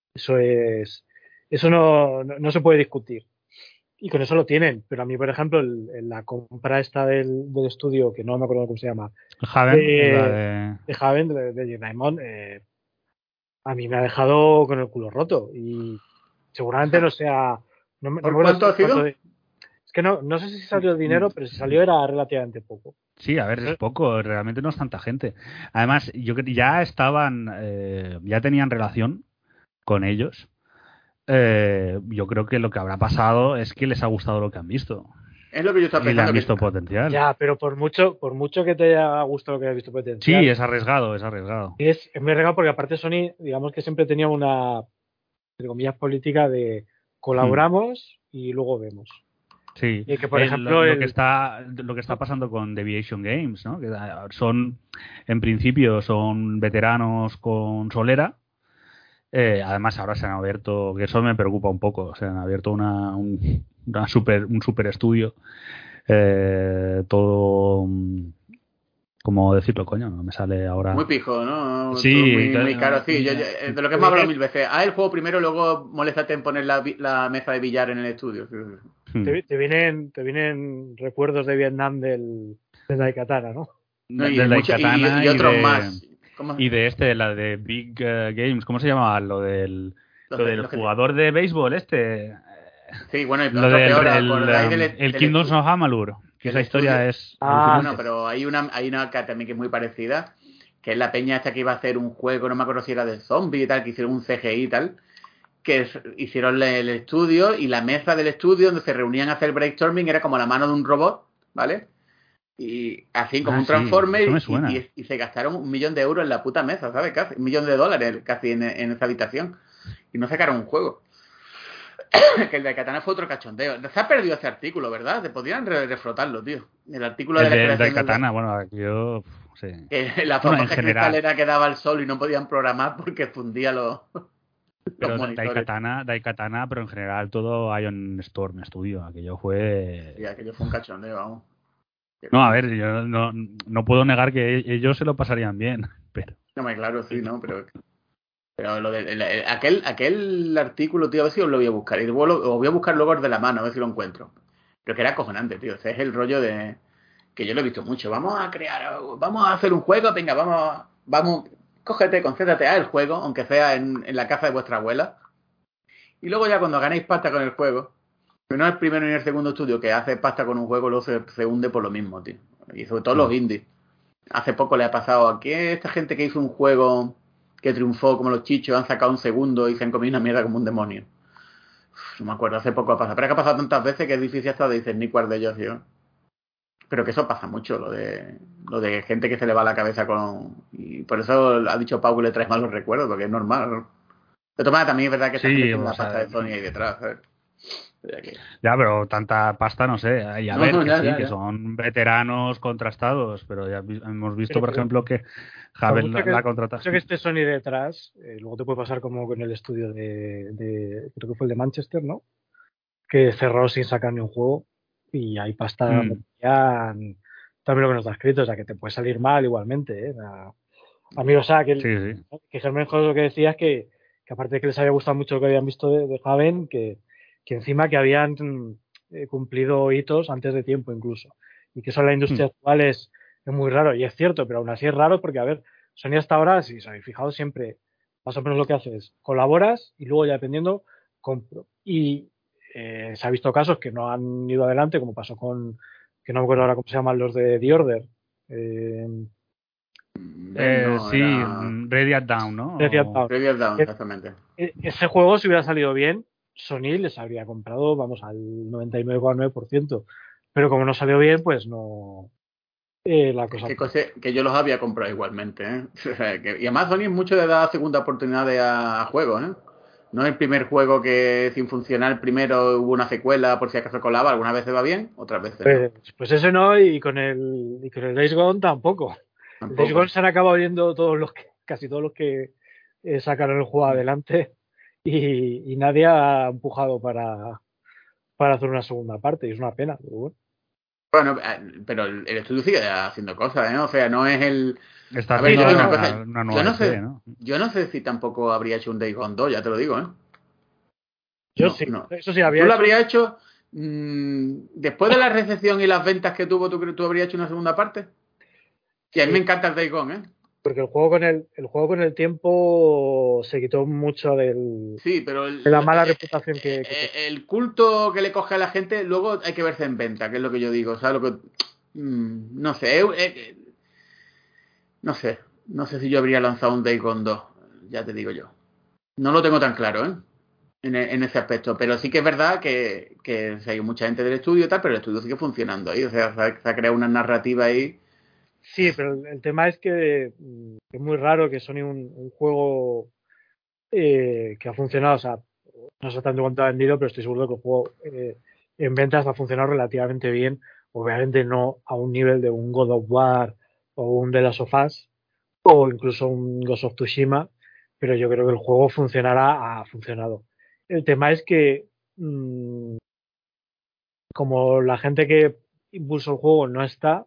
Eso no se puede discutir. Y con eso lo tienen, pero a mí, por ejemplo, la compra esta del estudio, que no me acuerdo cómo se llama, Haven, de Haven, de Diamond, a mí me ha dejado con el culo roto. Y seguramente no sea. No me ¿Por acuerdo cuánto ha sido? es que no sé si salió el dinero, pero si salió era relativamente poco. Sí, a ver, es poco, realmente no es tanta gente. Además, yo creo que ya ya tenían relación con ellos. Yo creo que lo que habrá pasado es que les ha gustado lo que han visto Es lo que yo estaba y le han pensando. visto potencial. Ya, pero por mucho que te haya gustado lo que hayas visto potencial. Sí, es arriesgado, es arriesgado. Es muy arriesgado porque aparte Sony, digamos que siempre tenía una, entre comillas, política de colaboramos y luego vemos. Sí, Y que, por ejemplo, lo que está pasando con Deviation Games, ¿no? Que en principio son veteranos con solera. Además ahora se han abierto, que eso me preocupa un poco, se han abierto un super estudio, todo, ¿cómo decirlo, coño? No me sale ahora. Muy pijo, ¿no? Sí, Todo muy caro. Sí, de lo que hemos hablado mil veces. Haz el juego primero, luego moléstate en poner la mesa de billar en el estudio. Te vienen recuerdos de Vietnam del Daikatana, ¿no? Del Daikatana y otros más. Y de la de Big Games, ¿cómo se llamaba? Lo del jugador de béisbol Sí, bueno, y lo peor, el Kingdoms of Amalur, que esa historia es bueno, pero hay una que también que es muy parecida, que es la peña esta que iba a hacer un juego, no me acuerdo si era de zombie y tal, que hicieron un CGI y tal, que hicieron el estudio y la mesa del estudio donde se reunían a hacer brainstorming era como la mano de un robot, ¿vale? Y así como un Transformer y se gastaron 1 millón de euros en la puta mesa, ¿sabes? Casi $1 millón casi en esa habitación y no sacaron un juego. Que el de Katana fue otro cachondeo. Se ha perdido ese artículo, ¿verdad? Te podrían reflotarlo, tío. El artículo de la creación del Katana, bueno, yo sí. La famosa cristalera que daba el sol y no podían programar porque fundía los pero monitores. Daikatana, pero en general todo Ion Storm Studio, aquello fue... Sí, aquello fue un cachondeo, vamos. No, a ver, yo no puedo negar que ellos se lo pasarían bien, pero... No, claro, sí, ¿no? Pero lo de aquel artículo, tío, a ver si os lo voy a buscar. Y os voy a buscar luego el de la mano, a ver si lo encuentro. Pero que era acojonante, tío. Ese es el rollo de... Que yo lo he visto mucho. Vamos a hacer un juego, venga, vamos, cógete, concéntrate a el juego, aunque sea en la casa de vuestra abuela. Y luego ya cuando ganéis pasta con el juego, que no es el primero ni el segundo estudio que hace pasta con un juego, luego se hunde por lo mismo, tío. Y sobre todo los indies. Hace poco le ha pasado aquí a esta gente que hizo un juego que triunfó como los chichos, han sacado un segundo y se han comido una mierda como un demonio. No me acuerdo, hace poco ha pasado. Pero es que ha pasado tantas veces que es difícil hasta de discernir cuál de ellos, tío. Pero que eso pasa mucho, lo de gente que se le va la cabeza con... Y por eso ha dicho Pau que le trae malos recuerdos, porque es normal. De todas maneras, también es verdad que esa gente tiene la pasta de Sony ahí detrás, ¿sabes? Ya, pero tanta pasta no sé. Y a ver, que son veteranos contrastados, pero ya hemos visto, por ejemplo, que Havel la contrata. Creo que esté Sony detrás, luego te puede pasar como con el estudio de creo que fue el de Manchester, ¿no? Que cerró sin sacar ni un juego y hay pasta ya también lo que nos está escrito, o sea que te puede salir mal igualmente, ¿eh? Amigos, o sea, que Germán lo que decía es que aparte de que les había gustado mucho lo que habían visto de Haven, que encima que habían cumplido hitos antes de tiempo incluso, y que eso en la industria actual es muy raro, y es cierto, pero aún así es raro porque, a ver, Sony hasta ahora, si os habéis fijado, siempre más o menos lo que hace es colaboras y luego ya dependiendo compro, y se ha visto casos que no han ido adelante, como pasó con, que no me acuerdo ahora cómo se llaman los de The Order, Radiant Down, ¿no? Radiant Down, exactamente. Ese juego, si hubiera salido bien, Sony les habría comprado, vamos, al 99,9%. Pero como no salió bien, pues no... la cosa... Que yo los había comprado igualmente, ¿eh? Y además Sony es mucho de dar segunda oportunidad a juegos, ¿eh? No es el primer juego que sin funcionar primero hubo una secuela por si acaso colaba, algunas veces va bien, otras veces no. Pues ese no, y con el Days Gone tampoco. El Days Gone se han acabado yendo todos los que casi todos los que sacaron el juego adelante y nadie ha empujado para hacer una segunda parte y es una pena, pero bueno. Bueno, pero el estudio sigue haciendo cosas, ¿eh? O sea, no es el... Está A ver, haciendo yo, una nueva no IP, sé, ¿no? yo no sé si tampoco habría hecho un Days Gone 2, ya te lo digo, ¿eh? Yo No, sí, no. eso sí había ¿Tú lo hecho. habrías hecho después de la recepción y las ventas que tuvo, tú habrías hecho una segunda parte? Y a mí me encanta el Days Gone, ¿eh? Porque el juego con el tiempo se quitó mucho de Sí, pero la mala reputación que el culto que le coge a la gente, luego hay que verse en venta, que es lo que yo digo. ¿Sabes? Lo que, no sé, no sé si yo habría lanzado un Days Gone 2, ya te digo yo. No lo tengo tan claro, ¿eh? En ese aspecto, pero sí que es verdad que hay mucha gente del estudio y tal, pero el estudio sigue funcionando ahí, o sea, se ha creado una narrativa ahí. Sí, pero el tema es que es muy raro que Sony un juego que ha funcionado, o sea, no sé tanto cuánto ha vendido, pero estoy seguro que el juego en ventas ha funcionado relativamente bien, obviamente no a un nivel de un God of War o un The Last of Us o incluso un Ghost of Tsushima, pero yo creo que el juego funcionará, ha funcionado. El tema es que como la gente que impulsó el juego no está,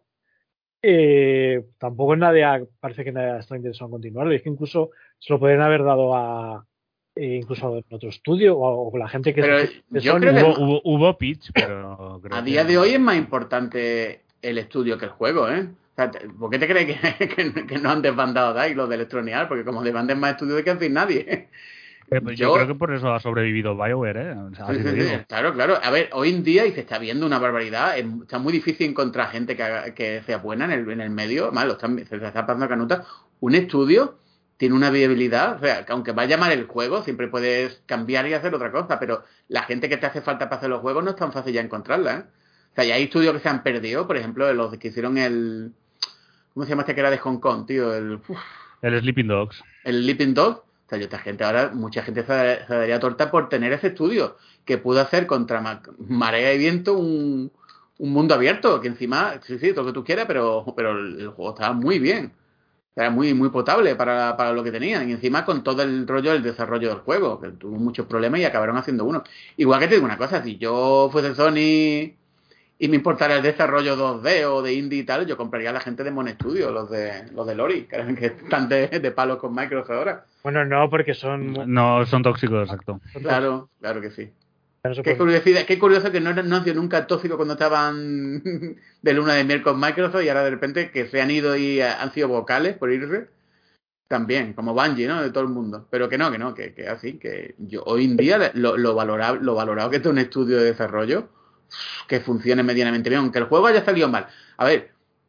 tampoco parece que nadie está interesado en continuarlo. Y es que incluso se lo podrían haber dado a incluso en otro estudio o la gente que Pero es de yo Sony. creo que Hubo pitch, pero creo a que día de no. hoy es más importante el estudio que el juego, ¿eh? O sea, ¿por qué te crees que no han desbandado DICE los de Electronic Arts? Porque como desbanden más estudios de que hacen nadie. Pues yo creo que por eso ha sobrevivido BioWare, ¿eh? O sea, Sí, así sí, te sí, digo. claro, claro. A ver, hoy en día, y se está viendo una barbaridad, está muy difícil encontrar gente que sea buena en el medio. Malo, se está pasando canuta. Un estudio tiene una viabilidad, o sea, que aunque vaya mal el juego, siempre puedes cambiar y hacer otra cosa, pero la gente que te hace falta para hacer los juegos no es tan fácil ya encontrarla, ¿eh? O sea, ya hay estudios que se han perdido, por ejemplo, los que hicieron ¿cómo se llama este que era de Hong Kong, tío? El Sleeping Dogs. El Leaping Dog. O sea, esta gente ahora, mucha gente se daría torta por tener ese estudio que pudo hacer contra marea y viento un mundo abierto, que encima, sí, todo lo que tú quieras, pero el juego estaba muy bien. Era muy, muy potable para lo que tenían. Y encima con todo el rollo del desarrollo del juego, que tuvo muchos problemas y acabaron haciendo uno. Igual que te digo una cosa, si yo fuese Sony y me importara el desarrollo 2D o de indie y tal, yo compraría a la gente de Mon Studio, los de Lori, que están de palos con Microsoft ahora. Bueno, no, porque son No, son tóxicos, exacto. Claro, claro que sí. no se puede- Qué curioso que no han sido nunca tóxicos cuando estaban de luna de miel con Microsoft y ahora de repente que se han ido y han sido vocales por irse. También, como Bungie, ¿no? De todo el mundo. Pero que así, que yo hoy en día lo valorado que es un estudio de desarrollo que funcione medianamente bien, aunque el juego haya salido mal. A ver,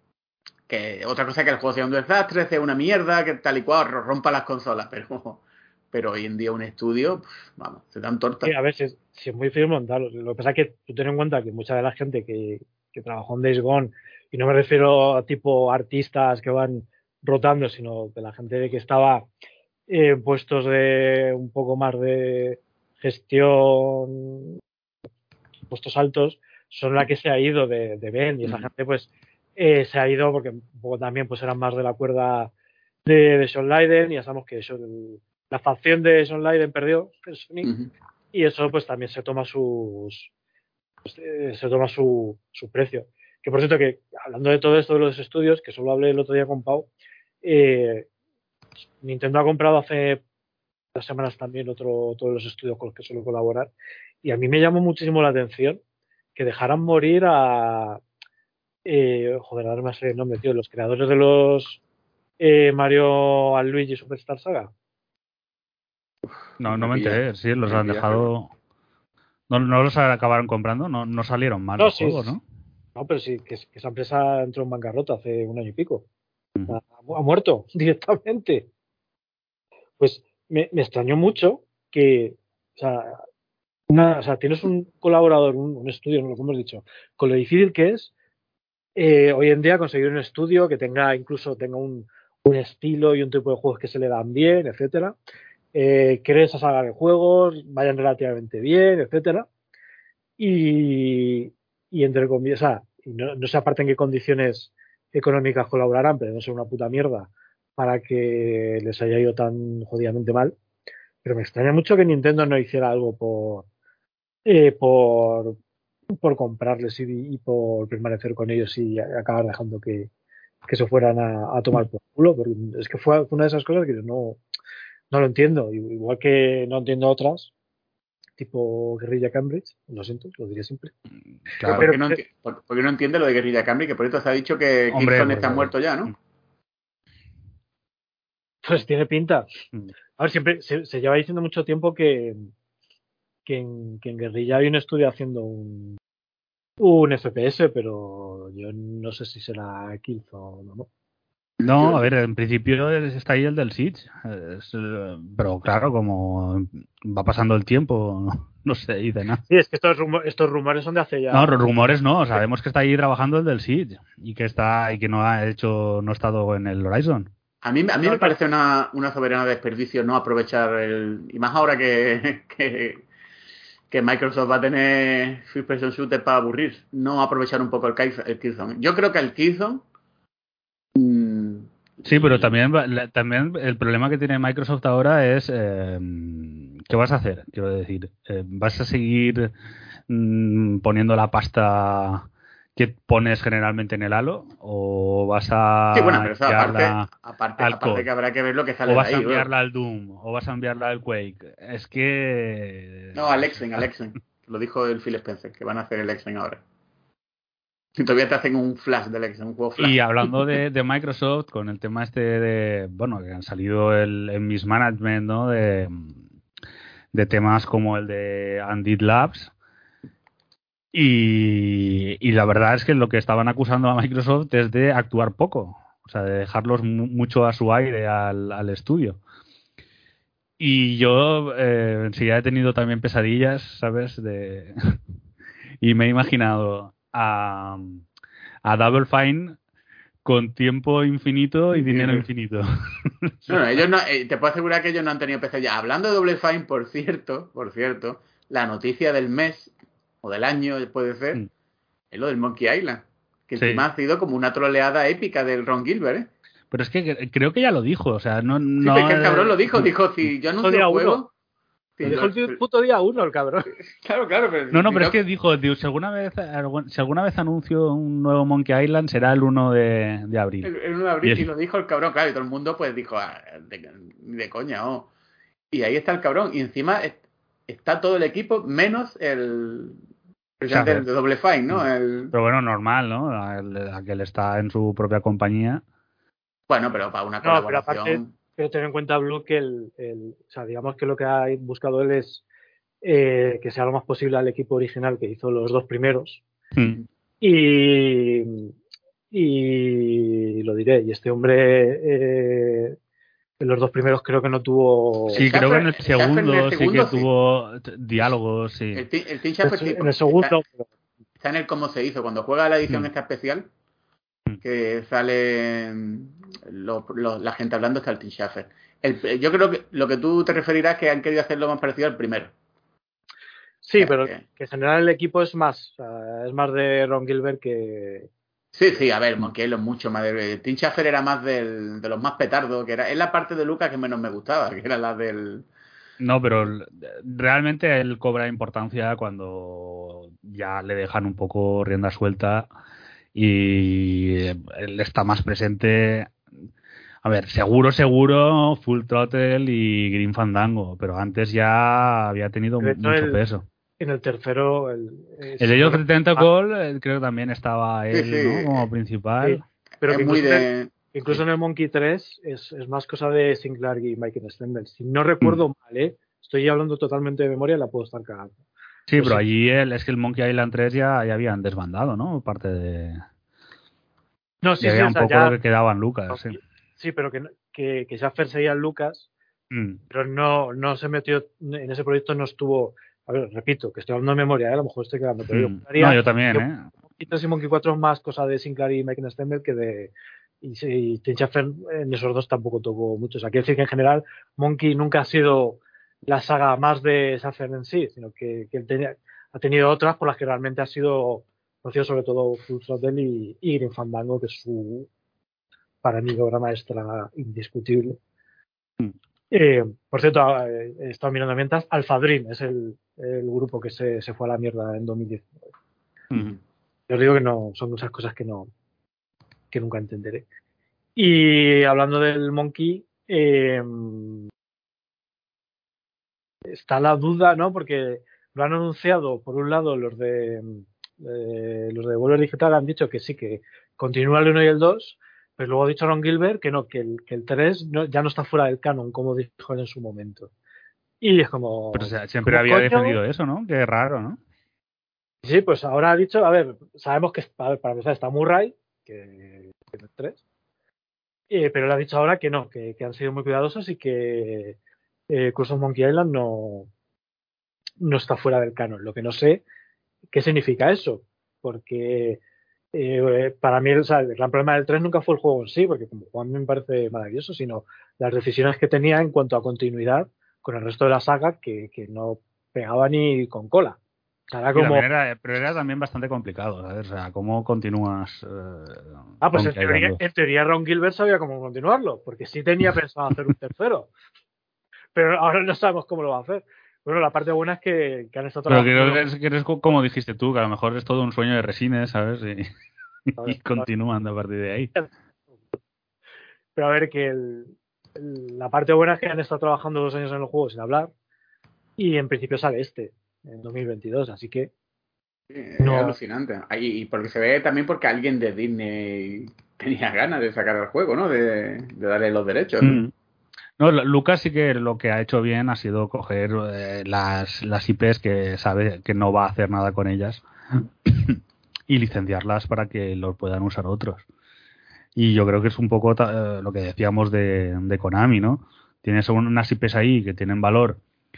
que otra cosa es que el juego sea un desastre, sea una mierda, que tal y cual rompa las consolas, pero hoy en día un estudio, vamos, se dan tortas. Sí, a ver, si es muy fácil montarlo. Lo que pasa es que tú ten en cuenta que mucha de la gente que trabajó en Days Gone, y no me refiero a tipo artistas que van rotando, sino de la gente que estaba en puestos de un poco más de gestión, puestos altos, son la que se ha ido de Ben, y esa gente pues se ha ido porque un poco también pues eran más de la cuerda de Sean Layden, y ya sabemos que la facción de Sean Layden perdió en Sony, y eso pues también se toma su precio. Que por cierto que hablando de todo esto de los estudios, que solo hablé el otro día con Pau, Nintendo ha comprado hace 2 semanas también todos los estudios con los que suelo colaborar, y a mí me llamó muchísimo la atención que dejaran morir joder, ahora me ha salido el nombre, tío, los creadores de los Mario and Luigi Superstar Saga. No me enteré, sí, los han dejado. No los acabaron comprando, no salieron mal No, los sí, juegos, ¿no? no, pero sí, que esa empresa entró en bancarrota hace un año y pico. Ha muerto directamente. Pues me extrañó mucho que, o sea, tienes un colaborador, un estudio, ¿no? Lo que hemos dicho, con lo difícil que es hoy en día conseguir un estudio que incluso tenga un estilo y un tipo de juegos que se le dan bien, etcétera. Cree esa saga de juegos, vayan relativamente bien, etcétera. Y entre comillas, o sea, y no sé aparte en qué condiciones económicas colaborarán, pero no ser una puta mierda para que les haya ido tan jodidamente mal. Pero me extraña mucho que Nintendo no hiciera algo eh, por, por comprarles y por permanecer con ellos y acabar dejando que se fueran a tomar por culo. Porque es que fue una de esas cosas que no lo entiendo. Igual que no entiendo otras, tipo Guerrilla Cambridge, lo siento, lo diré siempre. Pero Claro. ¿por qué no entiende lo de Guerrilla Camry? Que por esto se ha dicho que Hombre, Killzone porque- está muerto ya, ¿no? Pues tiene pinta. Mm. A ver, siempre se lleva diciendo mucho tiempo que en Guerrilla hay un estudio haciendo un FPS, pero yo no sé si será Killzone o no. No, a ver, en principio está ahí el del Siege. Pero claro, como va pasando el tiempo, no se dice nada. Sí, es que estos rumores son de hace ya. No, rumores no, sabemos que está ahí trabajando el del Siege y que no ha estado en el Horizon. A mí me parece una soberana desperdicio no aprovechar y más ahora que Microsoft va a tener First Person Shooter para aburrir, no aprovechar un poco el Killzone. Yo creo que el Killzone Sí, pero también el problema que tiene Microsoft ahora es ¿qué vas a hacer? Quiero decir, ¿vas a seguir poniendo la pasta que pones generalmente en el Halo o vas a sí, bueno, pero eso enviarla aparte al COD? que habrá que ver lo que sale O de vas a ahí. enviarla al Doom, o vas a enviarla al Quake. Es que... No, al Exen. Lo dijo el Phil Spencer, que van a hacer el Exen ahora. Y todavía te hacen un flash del Exen, un juego flash. Y hablando de Microsoft, con el tema bueno, que han salido en Mismanagement, ¿no? De temas como el de Undead Labs. Y la verdad es que lo que estaban acusando a Microsoft es de actuar poco. O sea, de dejarlos mucho a su aire al estudio. Y yo sí he tenido también pesadillas, ¿sabes? Y me he imaginado a Double Fine con tiempo infinito y dinero infinito. No, ellos no, te puedo asegurar que ellos no han tenido pesadillas. Hablando de Double Fine, por cierto, la noticia del mes o del año puede ser, es lo del Monkey Island. Que Sí. encima ha sido como una troleada épica del Ron Gilbert, ¿eh? Pero es que creo que ya lo dijo, o sea, no... Sí, pero es que el cabrón lo dijo, si yo anuncio el juego... Lo dijo el puto día 1 el cabrón. Claro, pero... No, pero es que dijo, si alguna vez anuncio un nuevo Monkey Island será el 1 de abril. El 1 de abril, y lo dijo el cabrón, claro, y todo el mundo pues dijo, de coña, oh. Y ahí está el cabrón, y encima está todo el equipo, menos el presidente de Double Fine, ¿no? Pero bueno, normal, ¿no? Aquel está en su propia compañía. Bueno, pero para una colaboración... Pero aparte, quiero tener en cuenta, Blue, que o sea, digamos que lo que ha buscado él es que sea lo más posible al equipo original que hizo los dos primeros. Y lo diré, y este hombre en los dos primeros creo que no tuvo... Sí, creo que en el segundo sí que tuvo diálogos, sí. El Tim Schafer en el segundo... Está en el cómo se hizo, cuando juega la edición esta especial, que sale la gente hablando, está el Tim Schafer. Yo creo que lo que tú te referirás es que han querido hacerlo más parecido al primero. Sí, pero que en general el equipo es más de Ron Gilbert que... Sí, a ver, Monkey es mucho más de... Tim Schafer era más de los más petardos, que es la parte de Lucas que menos me gustaba, que era la del... No, pero realmente él cobra importancia cuando ya le dejan un poco rienda suelta y él está más presente. A ver, seguro, Full Throttle y Green Fandango, pero antes ya había tenido mucho peso. En el tercero... El Age of the Tentacle creo que también estaba él, ¿no? Como principal. Sí, pero es que muy de... incluso en el Monkey 3 es más cosa de Sinclair y Mike Stemmel. Si no recuerdo mal, estoy hablando totalmente de memoria, la puedo estar cagando. Sí, pero allí es que el Monkey Island 3 ya habían desbandado, ¿no? Parte de... No, sí, había un poco lo que quedaba en Lucas, no, sí. Sí, pero que Schaffer seguía en Lucas, pero no se metió en ese proyecto, no estuvo... A ver, repito, que estoy hablando de memoria, a lo mejor estoy quedando perdido. No, yo también, Monkey 3 y Monkey 4 es más cosa de Sinclair y Mike Stemmel que de... Y Tim Schafer en esos dos tampoco tocó mucho. O sea, quiere decir que en general Monkey nunca ha sido la saga más de Schafer en sí, sino que él ha tenido otras por las que realmente ha sido conocido, sobre todo Full Throttle y Green Fandango, que es para mí obra maestra indiscutible. Mm. Por cierto, he estado mirando mientras, Alpha Dream es el grupo que se fue a la mierda en 2019. Yo os digo que no, son esas cosas que nunca entenderé. Y hablando del Monkey, está la duda, ¿no? Porque lo han anunciado, por un lado, los de Volver Digital han dicho que sí, que continúa el 1 y el 2, pero luego ha dicho Ron Gilbert que no, que el 3 ya no está fuera del canon, como dijo él en su momento. Y es como... Pero siempre había defendido eso, ¿no? Qué raro, ¿no? Sí, pues ahora ha dicho, a ver, sabemos que para empezar está Murray, que es el 3, pero él ha dicho ahora que no, que han sido muy cuidadosos y que Curse of Monkey Island no está fuera del canon. Lo que no sé qué significa eso, porque para mí o sea, el gran problema del 3 nunca fue el juego en sí, porque como juego a mí me parece maravilloso, sino las decisiones que tenía en cuanto a continuidad con el resto de la saga que no pegaba ni con cola. O sea, era como... pero era también bastante complicado, ¿sabes? O sea, ¿cómo continúas? Pues en teoría Ron Gilbert sabía cómo continuarlo, porque sí tenía pensado hacer un tercero. Pero ahora no sabemos cómo lo va a hacer. Bueno, la parte buena es que han estado trabajando... Pero que eres como dijiste tú, que a lo mejor es todo un sueño de Resines, ¿sabes? Y continúan a partir de ahí. Pero a ver, que la parte buena es que han estado trabajando 2 años en el juego sin hablar y en principio sale en 2022, así que... Es alucinante. Y porque se ve también porque alguien de Disney tenía ganas de sacar el juego, ¿no? De darle los derechos, ¿no? No, Lucas sí que lo que ha hecho bien ha sido coger las IPs que sabe que no va a hacer nada con ellas y licenciarlas para que los puedan usar otros. Y yo creo que es un poco lo que decíamos de Konami, ¿no? Tienes unas IPs ahí que tienen valor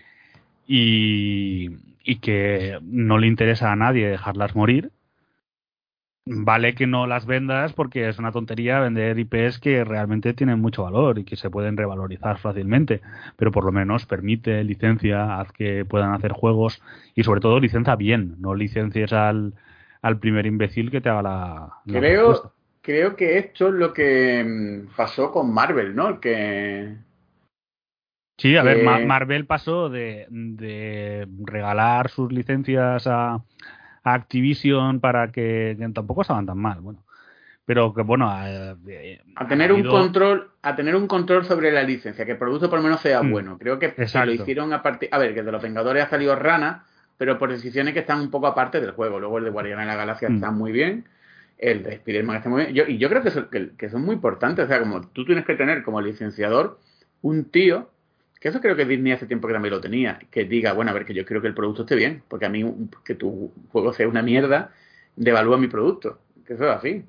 y que no le interesa a nadie dejarlas morir. Vale que no las vendas porque es una tontería vender IPs que realmente tienen mucho valor y que se pueden revalorizar fácilmente, pero por lo menos permite, licencia, haz que puedan hacer juegos y sobre todo licencia bien, no licencies al primer imbécil que te haga la propuesta. Creo que esto es lo que pasó con Marvel, ¿no? Sí, a ver, Marvel pasó de regalar sus licencias a Activision para que tampoco estaban tan mal, bueno, pero que bueno, a tener un control sobre la licencia, que el producto por lo menos sea bueno. Creo que lo hicieron a partir, a ver, que de los Vengadores ha salido Rana, pero por decisiones que están un poco aparte del juego. Luego el de Guardianes de la Galaxia está muy bien, el de Spider-Man está muy bien. Yo creo que son muy importantes, o sea, como tú tienes que tener como licenciador un tío, que eso creo que Disney hace tiempo que también lo tenía, que diga, bueno, a ver, que yo quiero que el producto esté bien, porque a mí que tu juego sea una mierda, devalúa mi producto, que eso es así.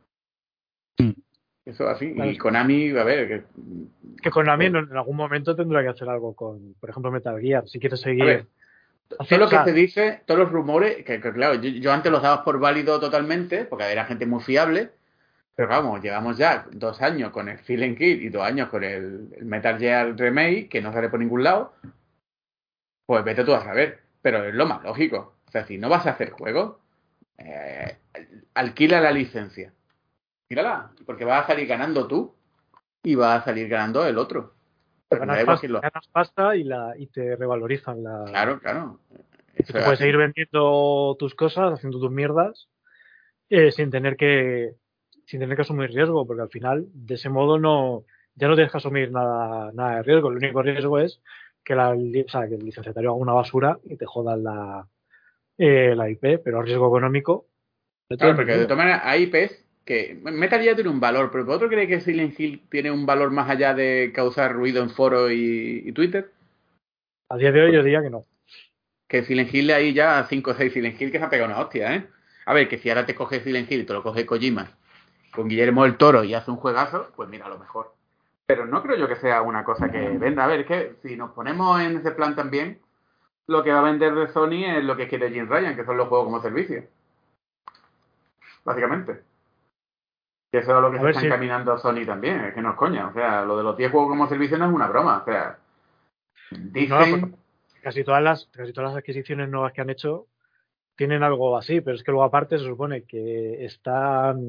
Eso es así. Claro. Y Konami, a ver... Que Konami en algún momento tendrá que hacer algo con, por ejemplo, Metal Gear, si quiere seguir... A ver, todo lo que se dice, todos los rumores, que claro, yo antes los daba por válido totalmente, porque era gente muy fiable, pero vamos, llevamos ya 2 años con el Silent Hill y 2 años con el Metal Gear Remake, que no sale por ningún lado, pues vete tú a saber. Pero es lo más lógico. O sea, si no vas a hacer juegos, alquila la licencia. Mírala, porque vas a salir ganando tú y vas a salir ganando el otro. Ganas pasta y te revalorizan la... Claro. Y tú puedes seguir vendiendo tus cosas, haciendo tus mierdas, sin tener que asumir riesgo, porque al final, de ese modo, ya no tienes que asumir nada de riesgo. El único riesgo es que que el licenciatario haga una basura y te jodan la IP, pero riesgo económico. Claro, porque de todas maneras hay IPs que Metal Gear tiene un valor, pero ¿vosotros creéis que Silent Hill tiene un valor más allá de causar ruido en foros y Twitter? A día de hoy yo diría que no. Que Silent Hill hay ya 5 o 6 Silent Hill que se han pegado una hostia, ¿eh? A ver, que si ahora te coge Silent Hill y te lo coge Kojima con Guillermo del Toro y hace un juegazo, pues mira, a lo mejor. Pero no creo yo que sea una cosa que venda. A ver, es que si nos ponemos en ese plan también, lo que va a vender de Sony es lo que quiere Jim Ryan, que son los juegos como servicio. Básicamente. Que eso es lo que se está encaminando a Sony también, es que no es coña. O sea, lo de los 10 juegos como servicio no es una broma. O sea, dicen... No, casi todas las adquisiciones nuevas que han hecho tienen algo así, pero es que luego aparte se supone que están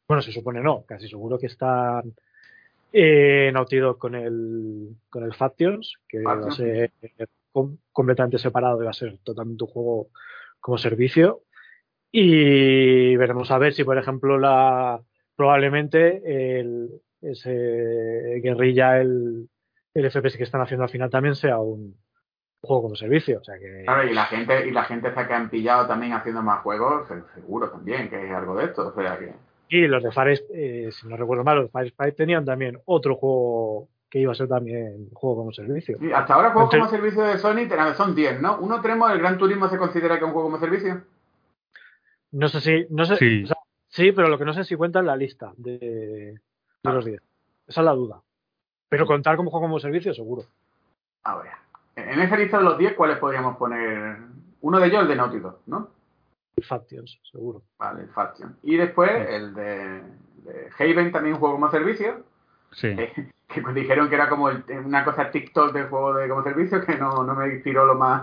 Bueno, se supone no, casi seguro que están Naughty Dog con el Factions, que va a ser completamente separado y va a ser totalmente un juego como servicio. Y veremos a ver si, por ejemplo, probablemente ese Guerrilla, el FPS que están haciendo al final también sea un juego como servicio. O sea que... Claro, y la gente esta que han pillado también haciendo más juegos, seguro también que es algo de esto. O sea que... Y los de Fire, si no recuerdo mal, los Fire Sprite tenían también otro juego que iba a ser también juego como servicio. Sí, hasta ahora juegos como servicio de Sony son 10, ¿no? ¿Uno tenemos el Gran Turismo se considera que es un juego como servicio? No sé si... Sí. O sea, sí, pero lo que no sé si cuenta en la lista de los 10. Esa es la duda. Pero contar como juego como servicio, seguro. A ver. En esa lista de los 10, ¿cuáles podríamos poner? Uno de ellos, el de Naughty Dog, ¿no? El Factions, seguro. Vale, el Faction. Y después el de Haven, también un juego como servicio. Sí. Que dijeron que era como una cosa TikTok del juego como servicio, que no me inspiró lo más...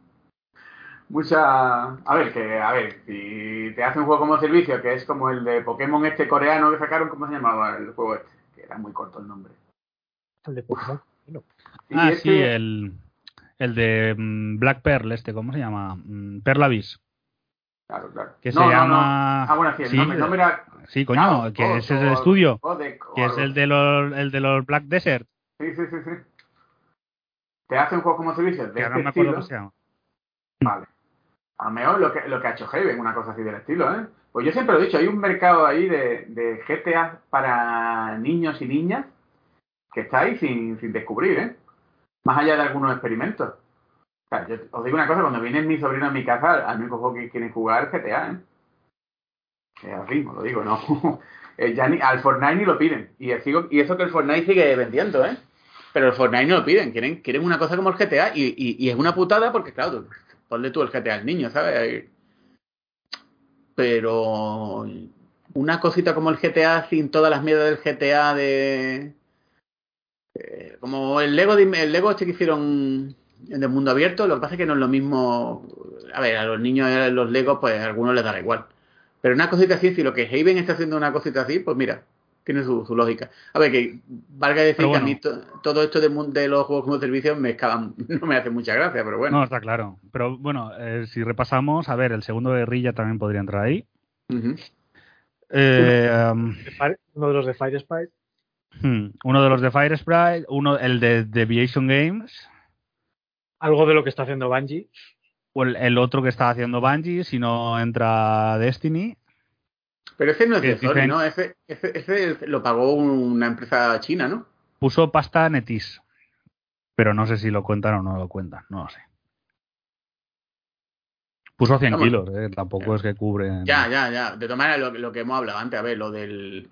A ver, si te hace un juego como servicio, que es como el de Pokémon coreano que sacaron, ¿cómo se llamaba el juego este? Que era muy corto el nombre. El de Pokémon. No. Sí, el de Black Pearl, ¿cómo se llama? Pearl Abyss. Claro. Que se llama... Ah, bueno, sí, el nombre era... Sí, coño, que ese es el estudio. Que es el de los Black Desert. Sí. Te hace un juego como servicio de no me acuerdo cómo se llama. Vale. A lo mejor lo que ha hecho Haven, una cosa así del estilo, ¿eh? Pues yo siempre lo he dicho, hay un mercado ahí de GTA para niños y niñas que está ahí sin descubrir, ¿eh? Más allá de algunos experimentos. O sea, yo os digo una cosa, cuando vienen mis sobrinos a mi casa, al único juego que quieren jugar es GTA, ¿eh? Es así, os lo digo, ¿no? Ya al Fortnite ni lo piden. Y eso que el Fortnite sigue vendiendo, ¿eh? Pero el Fortnite no lo piden, quieren una cosa como el GTA y es una putada porque, claro, ponle tú el GTA al niño, ¿sabes? Pero una cosita como el GTA sin todas las mierdas del GTA como el Lego este que hicieron en el mundo abierto, lo que pasa es que no es lo mismo. A ver, a los niños los Legos pues a algunos les dará igual. Pero una cosita así, si lo que Haven está haciendo una cosita así, pues mira, tiene su lógica. A ver, que valga decir que a mí todo esto de los juegos como servicio no me hace mucha gracia, pero bueno. No, está claro. Pero bueno, si repasamos, a ver, el segundo Guerrilla también podría entrar ahí. Uh-huh. Uno de los de Fire Sprite. Uno de los de Fire Sprite, el de Deviation Games. Algo de lo que está haciendo Bungie. O el otro que está haciendo Bungie, si no entra Destiny. Pero ese no es de Sony, ¿no? Ese lo pagó una empresa china, ¿no? Puso pasta NetEase. Pero no sé si lo cuentan o no lo cuentan, no lo sé. Puso 100 kilos, tampoco es que cubre... Ya. De todas maneras, lo que hemos hablado antes, a ver, lo de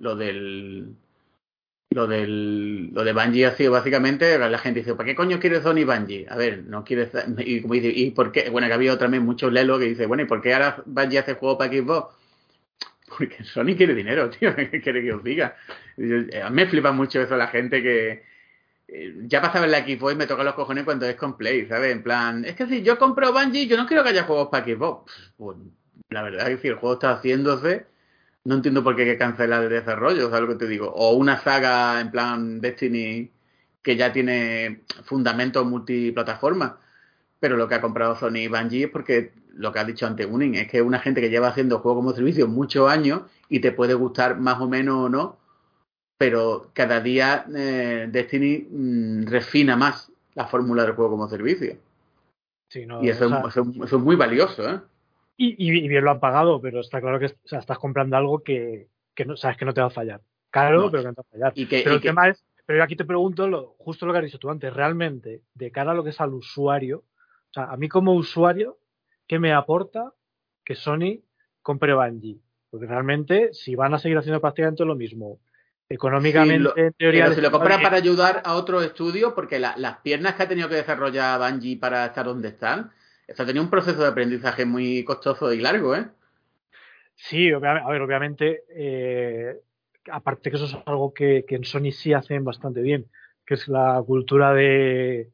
Bungie ha sido básicamente, la gente dice, ¿para qué coño quiere Sony Bungie? A ver, no quiere... ¿Y por qué? Bueno, que había también muchos lelos que dice, bueno, ¿y por qué ahora Bungie hace juego para Xbox? Porque Sony quiere dinero, tío, ¿qué quiere que os diga? A mí me flipa mucho eso, la gente que... ya pasaba en la Xbox y me toca los cojones cuando es con Play, ¿sabes? En plan, es que si yo compro Bungie, yo no quiero que haya juegos para Xbox. Pues, la verdad es que si el juego está haciéndose... No entiendo por qué hay que cancelar el desarrollo, ¿sabes lo que te digo? O una saga en plan Destiny que ya tiene fundamentos multiplataforma. Pero lo que ha comprado Sony y Bungie es porque, lo que ha dicho antes Unin, es que es una gente que lleva haciendo juegos como servicio muchos años y te puede gustar más o menos o no, pero cada día Destiny refina más la fórmula del juego como servicio. Sí, no, y eso es muy valioso, ¿eh? Y bien lo han pagado, pero está claro que estás comprando algo que no sabes que no te va a fallar. Caro, pero que no te va a fallar. Pero el tema es, pero aquí te pregunto justo lo que has dicho tú antes, realmente, de cara a lo que es al usuario, o sea, a mí como usuario, ¿qué me aporta que Sony compre Bungie? Porque realmente, si van a seguir haciendo prácticamente lo mismo, económicamente, en teoría... Pero si lo compra para ayudar a otro estudio, porque las piernas que ha tenido que desarrollar Bungie para estar donde están... Esto ha tenido un proceso de aprendizaje muy costoso y largo, ¿eh? Sí, a ver, obviamente, aparte que eso es algo que en Sony sí hacen bastante bien, que es la cultura de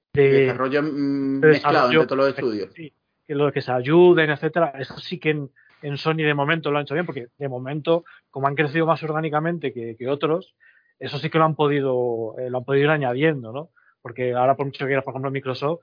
desarrollo mezclado entre todos los estudios. Sí, que lo que se ayuden, etcétera. Eso sí que en Sony de momento lo han hecho bien, porque de momento, como han crecido más orgánicamente que otros, eso sí que lo han podido ir añadiendo, ¿no? Porque ahora, por mucho que quieras, por ejemplo, Microsoft,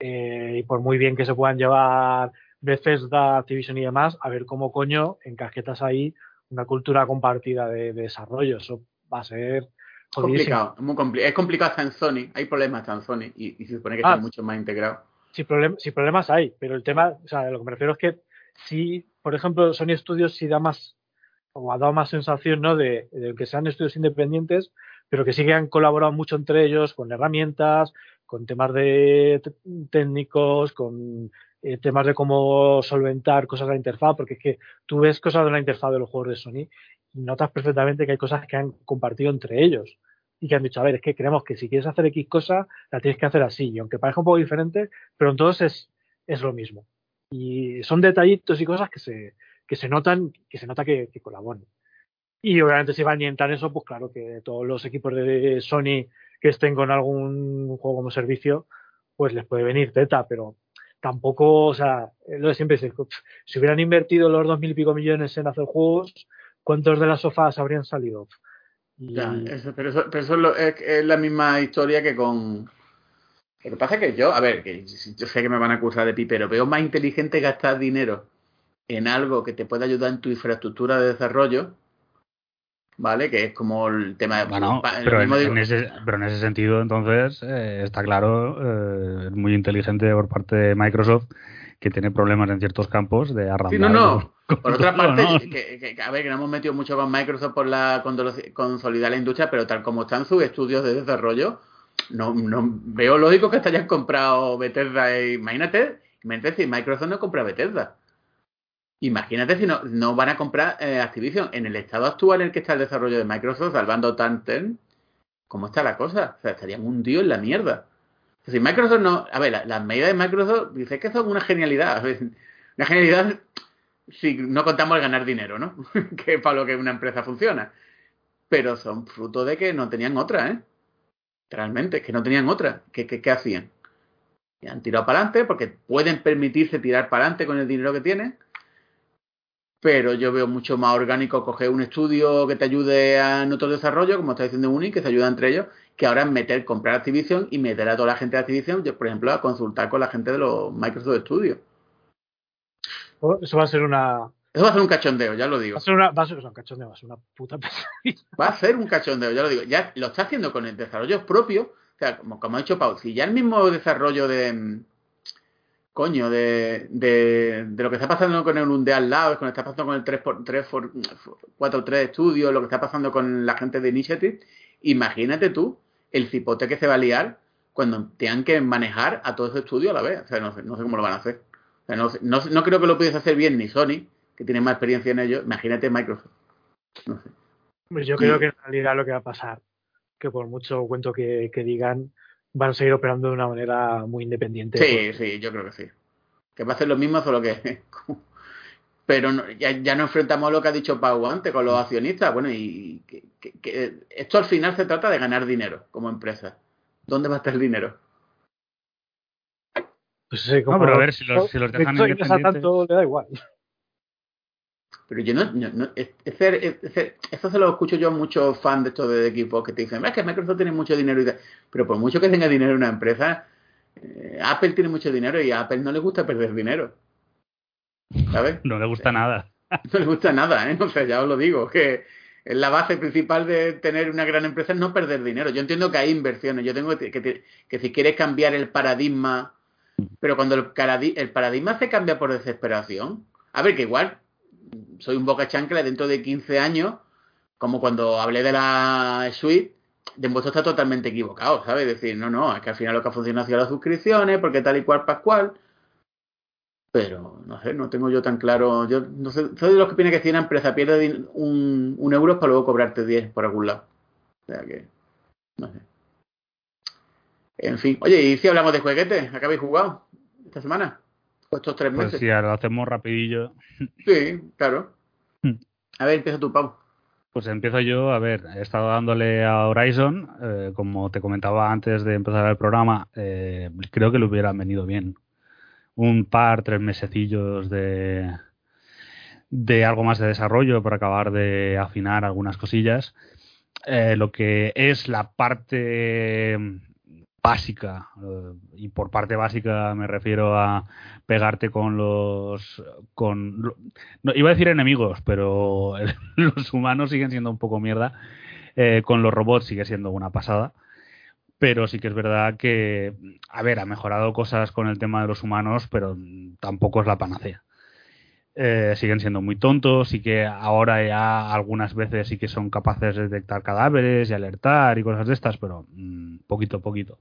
y por muy bien que se puedan llevar Bethesda, Activision y demás, a ver cómo coño encajetas ahí una cultura compartida de desarrollo. Eso va a ser complicado, es muy complicado. Es complicado hasta en Sony, hay problemas hasta en Sony y se supone que están mucho más integrados. Sí, problemas hay, pero el tema, o sea, lo que me refiero es que si, por ejemplo, Sony Studios sí da más, o ha dado más sensación, ¿no? De que sean estudios independientes, pero que sí que han colaborado mucho entre ellos con herramientas, con temas de técnicos, con temas de cómo solventar cosas de la interfaz, porque es que tú ves cosas de la interfaz de los juegos de Sony y notas perfectamente que hay cosas que han compartido entre ellos y que han dicho, a ver, es que creemos que si quieres hacer X cosa, la tienes que hacer así, y aunque parezca un poco diferente, pero en todos es lo mismo. Y son detallitos y cosas que se nota que colaboran. Y obviamente si alientan eso, pues claro que todos los equipos de Sony que estén con algún juego como servicio, pues les puede venir teta, pero tampoco, o sea, lo de siempre es, si hubieran invertido los 2.000 y pico millones en hacer juegos, ¿cuántos de las sofás habrían salido? Y... Ya, pero eso es la misma historia que con... Lo que pasa es que yo sé que me van a acusar de pipero, veo más inteligente gastar dinero en algo que te pueda ayudar en tu infraestructura de desarrollo, ¿vale? Que es como el tema de... Bueno, pero en ese sentido, entonces, está claro, es muy inteligente por parte de Microsoft, que tiene problemas en ciertos campos de arrastrar. Sí, no. Por otra parte, ¿no? que no hemos metido mucho con Microsoft por consolidar la industria, pero tal como están sus estudios de desarrollo, no veo lógico que te hayan comprado Bethesda. Imagínate si Microsoft no compra Bethesda. Imagínate si no van a comprar Activision. En el estado actual en el que está el desarrollo de Microsoft, salvando Tanten, ¿cómo está la cosa? O sea, estarían hundidos en la mierda. Si Microsoft no... A ver, las medidas de Microsoft, dice que son una genialidad. Una genialidad si no contamos el ganar dinero, ¿no? Que es para lo que una empresa funciona. Pero son fruto de que no tenían otra, ¿eh? Realmente, que no tenían otra. ¿Qué hacían? Y han tirado para adelante porque pueden permitirse tirar para adelante con el dinero que tienen. Pero yo veo mucho más orgánico coger un estudio que te ayude en otro desarrollo, como está diciendo Uni, que se ayuda entre ellos, que ahora comprar Activision y meter a toda la gente de Activision, yo, por ejemplo, a consultar con la gente de los Microsoft Studios. Eso va a ser un cachondeo, ya lo digo. Va a ser un cachondeo, va a ser una puta pesadilla. Va a ser un cachondeo, ya lo digo. Ya lo está haciendo con el desarrollo propio. O sea, como ha dicho Pau, si ya el mismo desarrollo de lo que está pasando con el Undead Labs, con lo que está pasando con el 4.3 Studio, lo que está pasando con la gente de Initiative, imagínate tú el cipote que se va a liar cuando tengan que manejar a todo ese estudio a la vez. O sea, no sé cómo lo van a hacer. O sea, no creo que lo pudiese hacer bien ni Sony, que tiene más experiencia en ello. Imagínate Microsoft. No sé. Pues yo creo que en realidad lo que va a pasar, que por mucho cuento que digan, van a seguir operando de una manera muy independiente. Sí, yo creo que sí. Que va a ser lo mismo, solo que... Pero ya nos enfrentamos a lo que ha dicho Pau antes con los accionistas. Bueno, y que esto al final se trata de ganar dinero como empresa. ¿Dónde va a estar el dinero? Pues sí, no, pero a ver, si los dejan independientes... tanto le da igual. Pero yo eso se lo escucho yo a muchos fans de estos de equipos que te dicen, es que Microsoft tiene mucho dinero y tal. Pero por mucho que tenga dinero en una empresa, Apple tiene mucho dinero y a Apple no le gusta perder dinero. ¿Sabes? No le gusta nada. No le gusta nada, ¿eh? O sea, ya os lo digo, que es la base principal de tener una gran empresa es no perder dinero. Yo entiendo que hay inversiones, yo tengo que si quieres cambiar el paradigma, pero cuando el paradigma se cambia por desesperación, a ver, que igual soy un boca chancla dentro de 15 años, como cuando hablé de la suite, de vosotros está totalmente equivocado, ¿sabes? Es decir, no, es que al final lo que ha funcionado ha sido las suscripciones, porque tal y cual, pascual. Pero, no sé, no tengo yo tan claro. Yo no sé, soy de los que opinan que si una empresa pierde un euro para luego cobrarte 10 por algún lado. O sea que, no sé. En fin. Oye, ¿y si hablamos de jueguetes? ¿A qué habéis jugado esta semana? ¿O estos 3 meses? Pues sí, ahora lo hacemos rapidillo. Sí, claro. A ver, empieza tu, Pau. Pues empiezo yo. A ver, he estado dándole a Horizon. Como te comentaba antes de empezar el programa, creo que le hubiera venido bien 3 mesecillos de de algo más de desarrollo para acabar de afinar algunas cosillas. Lo que es la parte básica, y por parte básica me refiero a pegarte con no, iba a decir enemigos, pero los humanos siguen siendo un poco mierda. Con los robots sigue siendo una pasada. Pero sí que es verdad que, a ver, ha mejorado cosas con el tema de los humanos, pero tampoco es la panacea. Siguen siendo muy tontos y que ahora ya algunas veces sí que son capaces de detectar cadáveres y alertar y cosas de estas, pero poquito a poquito.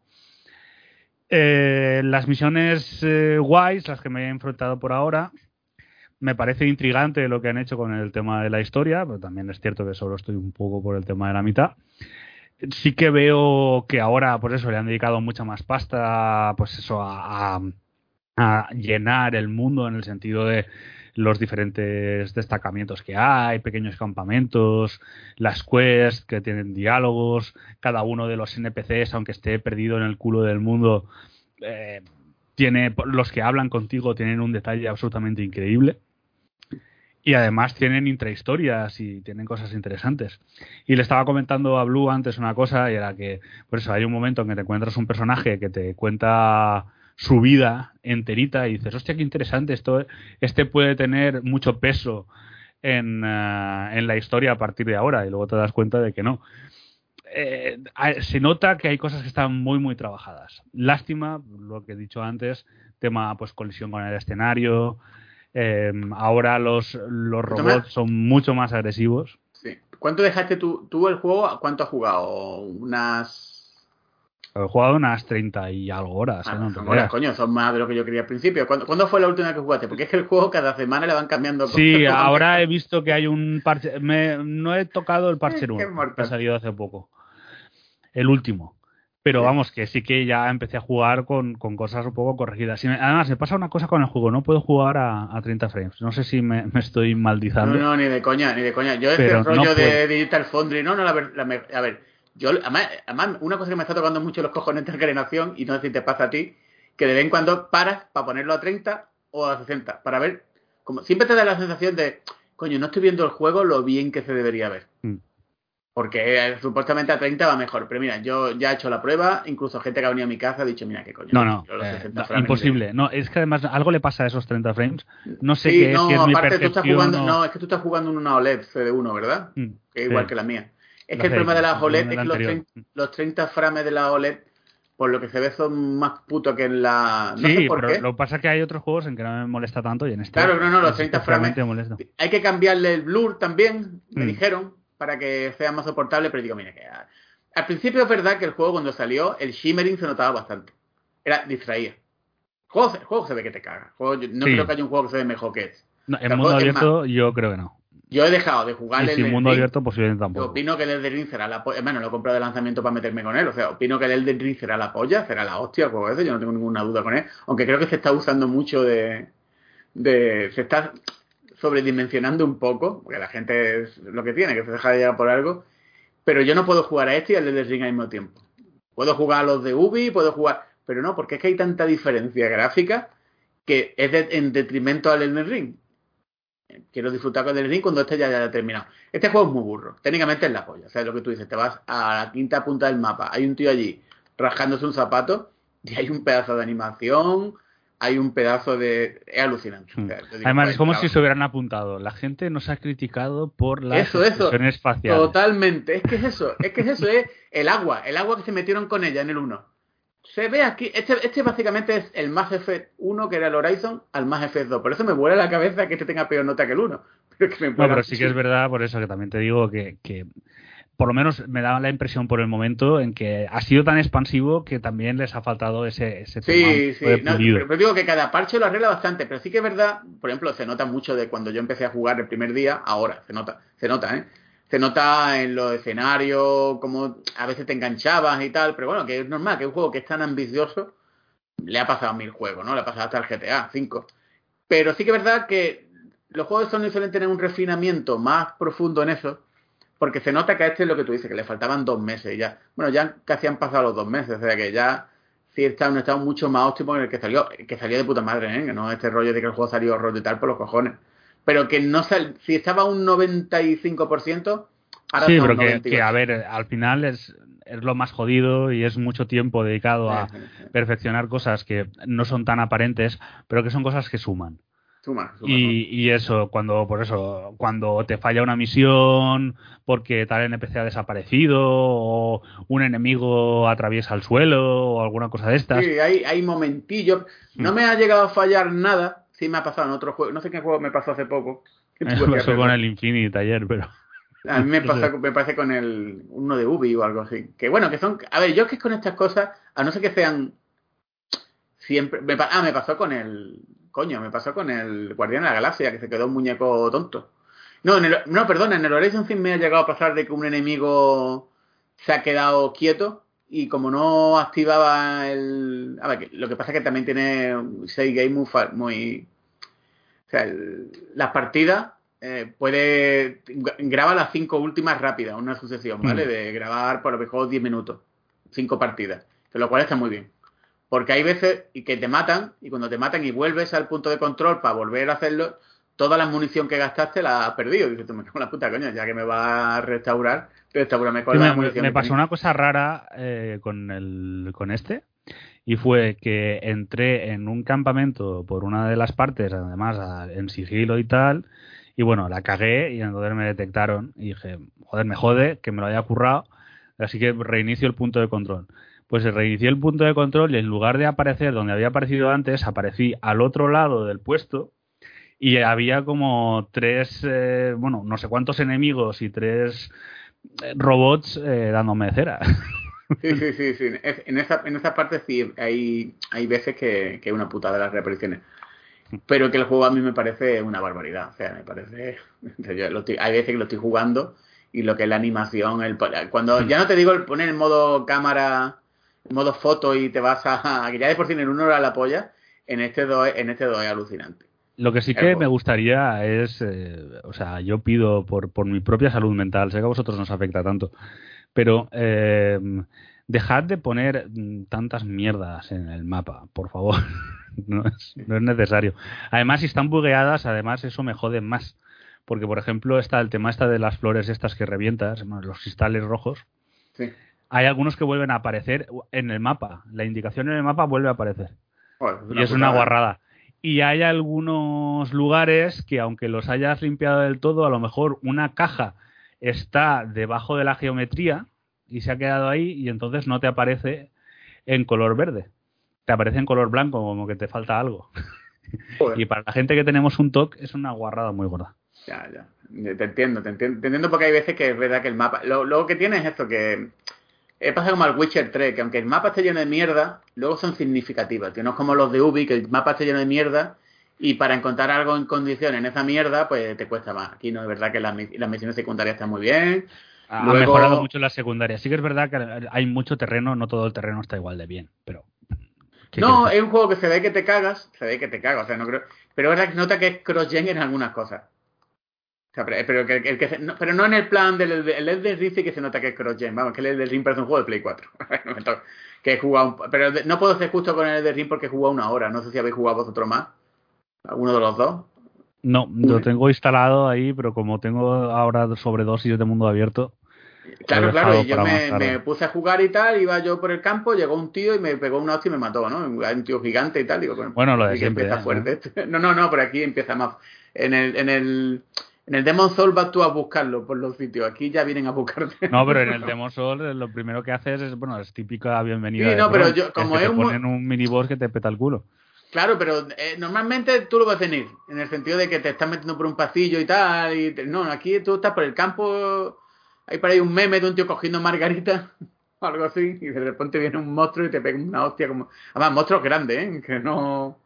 Las misiones guays, las que me he enfrentado por ahora, me parece intrigante lo que han hecho con el tema de la historia, pero también es cierto que solo estoy un poco por el tema de la mitad. Sí que veo que ahora, pues eso, le han dedicado mucha más pasta, pues eso, a llenar el mundo en el sentido de los diferentes destacamientos que hay, pequeños campamentos, las quests que tienen diálogos, cada uno de los NPCs, aunque esté perdido en el culo del mundo, tiene, los que hablan contigo tienen un detalle absolutamente increíble. Y además tienen intrahistorias y tienen cosas interesantes. Y le estaba comentando a Blue antes una cosa, y era que, por eso hay un momento en que te encuentras un personaje que te cuenta su vida enterita y dices, hostia, qué interesante esto, este puede tener mucho peso en la historia a partir de ahora, y luego te das cuenta de que no. Se nota que hay cosas que están muy, muy trabajadas. Lástima, lo que he dicho antes, tema pues colisión con el escenario. Ahora los robots son mucho más agresivos. Sí. ¿Cuánto dejaste tú el juego? ¿Cuánto has jugado? He jugado unas 30 y algo horas. No son horas, coño, son más de lo que yo quería al principio. ¿Cuándo fue la última que jugaste? Porque es que el juego cada semana le van cambiando cosas. Sí, ahora he visto que hay un parche. No he tocado el parche nuevo, que ha salido hace poco. El último. Pero vamos, que sí que ya empecé a jugar con cosas un poco corregidas. Además, me pasa una cosa con el juego. No puedo jugar a 30 frames. No sé si me estoy maldizando. No, ni de coña. Yo ese rollo de Digital Foundry, a ver, yo, además, una cosa que me está tocando mucho los cojones de generación, y no sé si te pasa a ti, que de vez en cuando paras para ponerlo a 30 o a 60, para ver, como siempre te da la sensación de, coño, no estoy viendo el juego lo bien que se debería ver. Porque supuestamente a 30 va mejor. Pero mira, yo ya he hecho la prueba, incluso gente que ha venido a mi casa ha dicho, mira, qué coño. No, imposible. No, es que además algo le pasa a esos 30 frames. No sé qué es, si es mi percepción. Es que tú estás jugando en una OLED CD1, ¿verdad? Que es igual que la mía. Es que el problema de las OLED es que los 30 frames de la OLED, por lo que se ve, son más putos que en la... No sé por qué. Lo que pasa es que hay otros juegos en que no me molesta tanto y en este... Claro, los 30 frames... Hay que cambiarle el blur también, me dijeron, para que sea más soportable, pero digo, mira, que al principio es verdad que el juego cuando salió, el shimmering se notaba bastante. Distraía. El juego se ve que te caga. No creo que haya un juego que se ve mejor que este. No, en mundo abierto yo creo que no. Yo he dejado de jugar el sin mundo abierto posiblemente tampoco. Opino que el Elden Ring será la polla. Bueno, lo he comprado de lanzamiento para meterme con él. O sea, opino que el Elden Ring será la polla, será la hostia el juego ese. Yo no tengo ninguna duda con él. Aunque creo que se está usando mucho se está sobredimensionando un poco, porque la gente es lo que tiene, que se deja de llevar por algo. Pero yo no puedo jugar a este y al Elden Ring al mismo tiempo. Puedo jugar a los de Ubi, pero no, porque es que hay tanta diferencia gráfica que es en detrimento al Elden Ring. Quiero disfrutar con el Elden Ring cuando este ya haya terminado. Este juego es muy burro, técnicamente es la polla. O sea, lo que tú dices, te vas a la quinta punta del mapa, hay un tío allí rasgándose un zapato y hay un pedazo de animación, hay un pedazo de... Es alucinante. O sea, además, es como si se hubieran apuntado. La gente nos ha criticado por las expresiones faciales. Totalmente. Es que es eso, es el agua que se metieron con ella en el 1. Se ve aquí, este básicamente es el Mass Effect 1, que era el Horizon, al Mass Effect 2. Por eso me vuela la cabeza que este tenga peor nota que el 1. Pero sí que es verdad, por eso que también te digo que por lo menos me da la impresión por el momento en que ha sido tan expansivo que también les ha faltado ese sí. Pero digo que cada parche lo arregla bastante. Pero sí que es verdad, por ejemplo, se nota mucho de cuando yo empecé a jugar el primer día, ahora, se nota, Se nota en los escenarios, como a veces te enganchabas y tal, pero bueno, que es normal, que un juego que es tan ambicioso, le ha pasado a 1000 juegos, ¿no? Le ha pasado hasta el GTA 5. Pero sí que es verdad que los juegos de Sony suelen tener un refinamiento más profundo en eso, porque se nota que a este es lo que tú dices, que le faltaban 2 meses y ya. Bueno, ya casi han pasado los 2 meses, o sea que ya sí está en un estado mucho más óptimo en el que salió de puta madre, ¿eh? Que no este rollo de que el juego salió horror y tal por los cojones. pero que no si estaba un 95%, ahora sí, está pero un 98%. que, a ver, al final es lo más jodido y es mucho tiempo dedicado a perfeccionar cosas que no son tan aparentes, pero que son cosas que suman. Suma. Y eso, cuando te falla una misión porque tal NPC ha desaparecido o un enemigo atraviesa el suelo o alguna cosa de estas. Sí, hay momentillos. No me ha llegado a fallar nada. Sí me ha pasado en otro juego. No sé qué juego me pasó hace poco. Me pasó con el Infinite ayer, pero... A mí me parece con uno de Ubi o algo así. Que bueno, que son... A ver, yo es que con estas cosas, a no ser que sean siempre... me pasó con el... Coño, me pasó con el Guardián de la Galaxia, que se quedó un muñeco tonto. Perdona, en el Horizon 5 me ha llegado a pasar de que un enemigo se ha quedado quieto y como no activaba el... A ver, lo que pasa es que también tiene un save game muy... O sea, las partidas graba las 5 últimas rápidas, una sucesión, ¿vale? De grabar por lo mejor 10 minutos, 5 partidas, que lo cual está muy bien. Porque hay veces que te matan, y cuando te matan y vuelves al punto de control para volver a hacerlo, toda la munición que gastaste la has perdido. Y dices, tú me cago en la puta, coño, ya que me va a restaurame con la munición. Me pasó una cosa rara con este, y fue que entré en un campamento por una de las partes, además en sigilo y tal, y bueno, la cagué y entonces me detectaron y dije, joder, me jode que me lo haya currado, así que reinicio el punto de control. Pues reinicié el punto de control y en lugar de aparecer donde había aparecido antes, aparecí al otro lado del puesto y había como 3, no sé cuántos enemigos y 3 robots dándome cera. Sí. En esa parte sí hay veces que es una putada las reapariciones. Pero que el juego a mí me parece una barbaridad. O sea, me parece... hay veces que lo estoy jugando y lo que es la animación, cuando ya no te digo el poner en modo cámara, en modo foto y te vas a... que ya de por sí en uno era la polla, en este 2 es alucinante. Lo que sí que me gustaría es, yo pido por mi propia salud mental, sé que a vosotros no os afecta tanto, pero dejad de poner tantas mierdas en el mapa, por favor. no es necesario. Además, si están bugueadas, eso me jode más. Porque, por ejemplo, está el tema de las flores estas que revientas, los cristales rojos. Sí. Hay algunos que vuelven a aparecer en el mapa. La indicación en el mapa vuelve a aparecer. Joder, y es una guarrada. Y hay algunos lugares que, aunque los hayas limpiado del todo, a lo mejor una caja está debajo de la geometría y se ha quedado ahí y entonces no te aparece en color verde. Te aparece en color blanco, como que te falta algo. Y para la gente que tenemos un TOC es una guarrada muy gorda. Ya. Te entiendo porque hay veces que es verdad que el mapa... Lo que tiene es esto, que... pasa como al Witcher 3, que aunque el mapa esté lleno de mierda, luego son significativas. Que no es como los de Ubi, que el mapa esté lleno de mierda y para encontrar algo en condiciones en esa mierda, pues te cuesta más. Aquí no, es verdad que las misiones secundarias están muy bien. Ha mejorado mucho las secundarias. Sí que es verdad que hay mucho terreno, no todo el terreno está igual de bien, pero... No, es un juego que se ve que te cagas, o sea, no creo... Pero es verdad que nota que es cross-gen en algunas cosas. O sea, pero no en el plan del Elden Ring, que se nota que es cross-gen. Vamos, que el Elden Ring parece un juego de Play 4. Que he jugado pero no puedo ser justo con el Elden Ring porque he jugado 1 hora. No sé si habéis jugado vosotros más. ¿Alguno de los dos? No, lo tengo instalado ahí, pero como tengo ahora sobredosis de mundo abierto... Claro, y yo me puse a jugar y tal, iba yo por el campo, llegó un tío y me pegó una hostia y me mató, ¿no? Un tío gigante y tal. Digo, bueno, lo de siempre. Empieza fuerte. No, por aquí empieza más. En el Demon Soul vas tú a buscarlo por los sitios. Aquí ya vienen a buscarte. No, pero en el Demon Soul lo primero que haces es típica bienvenida. Sí, no, pero yo, como te ponen un miniboss que te peta el culo. Claro, pero normalmente tú lo vas a tener, en el sentido de que te estás metiendo por un pasillo y tal. No, aquí tú estás por el campo, hay por ahí un meme de un tío cogiendo margarita o algo así, y de repente viene un monstruo y te pega una hostia como... Además, monstruos grandes, ¿eh? Que no...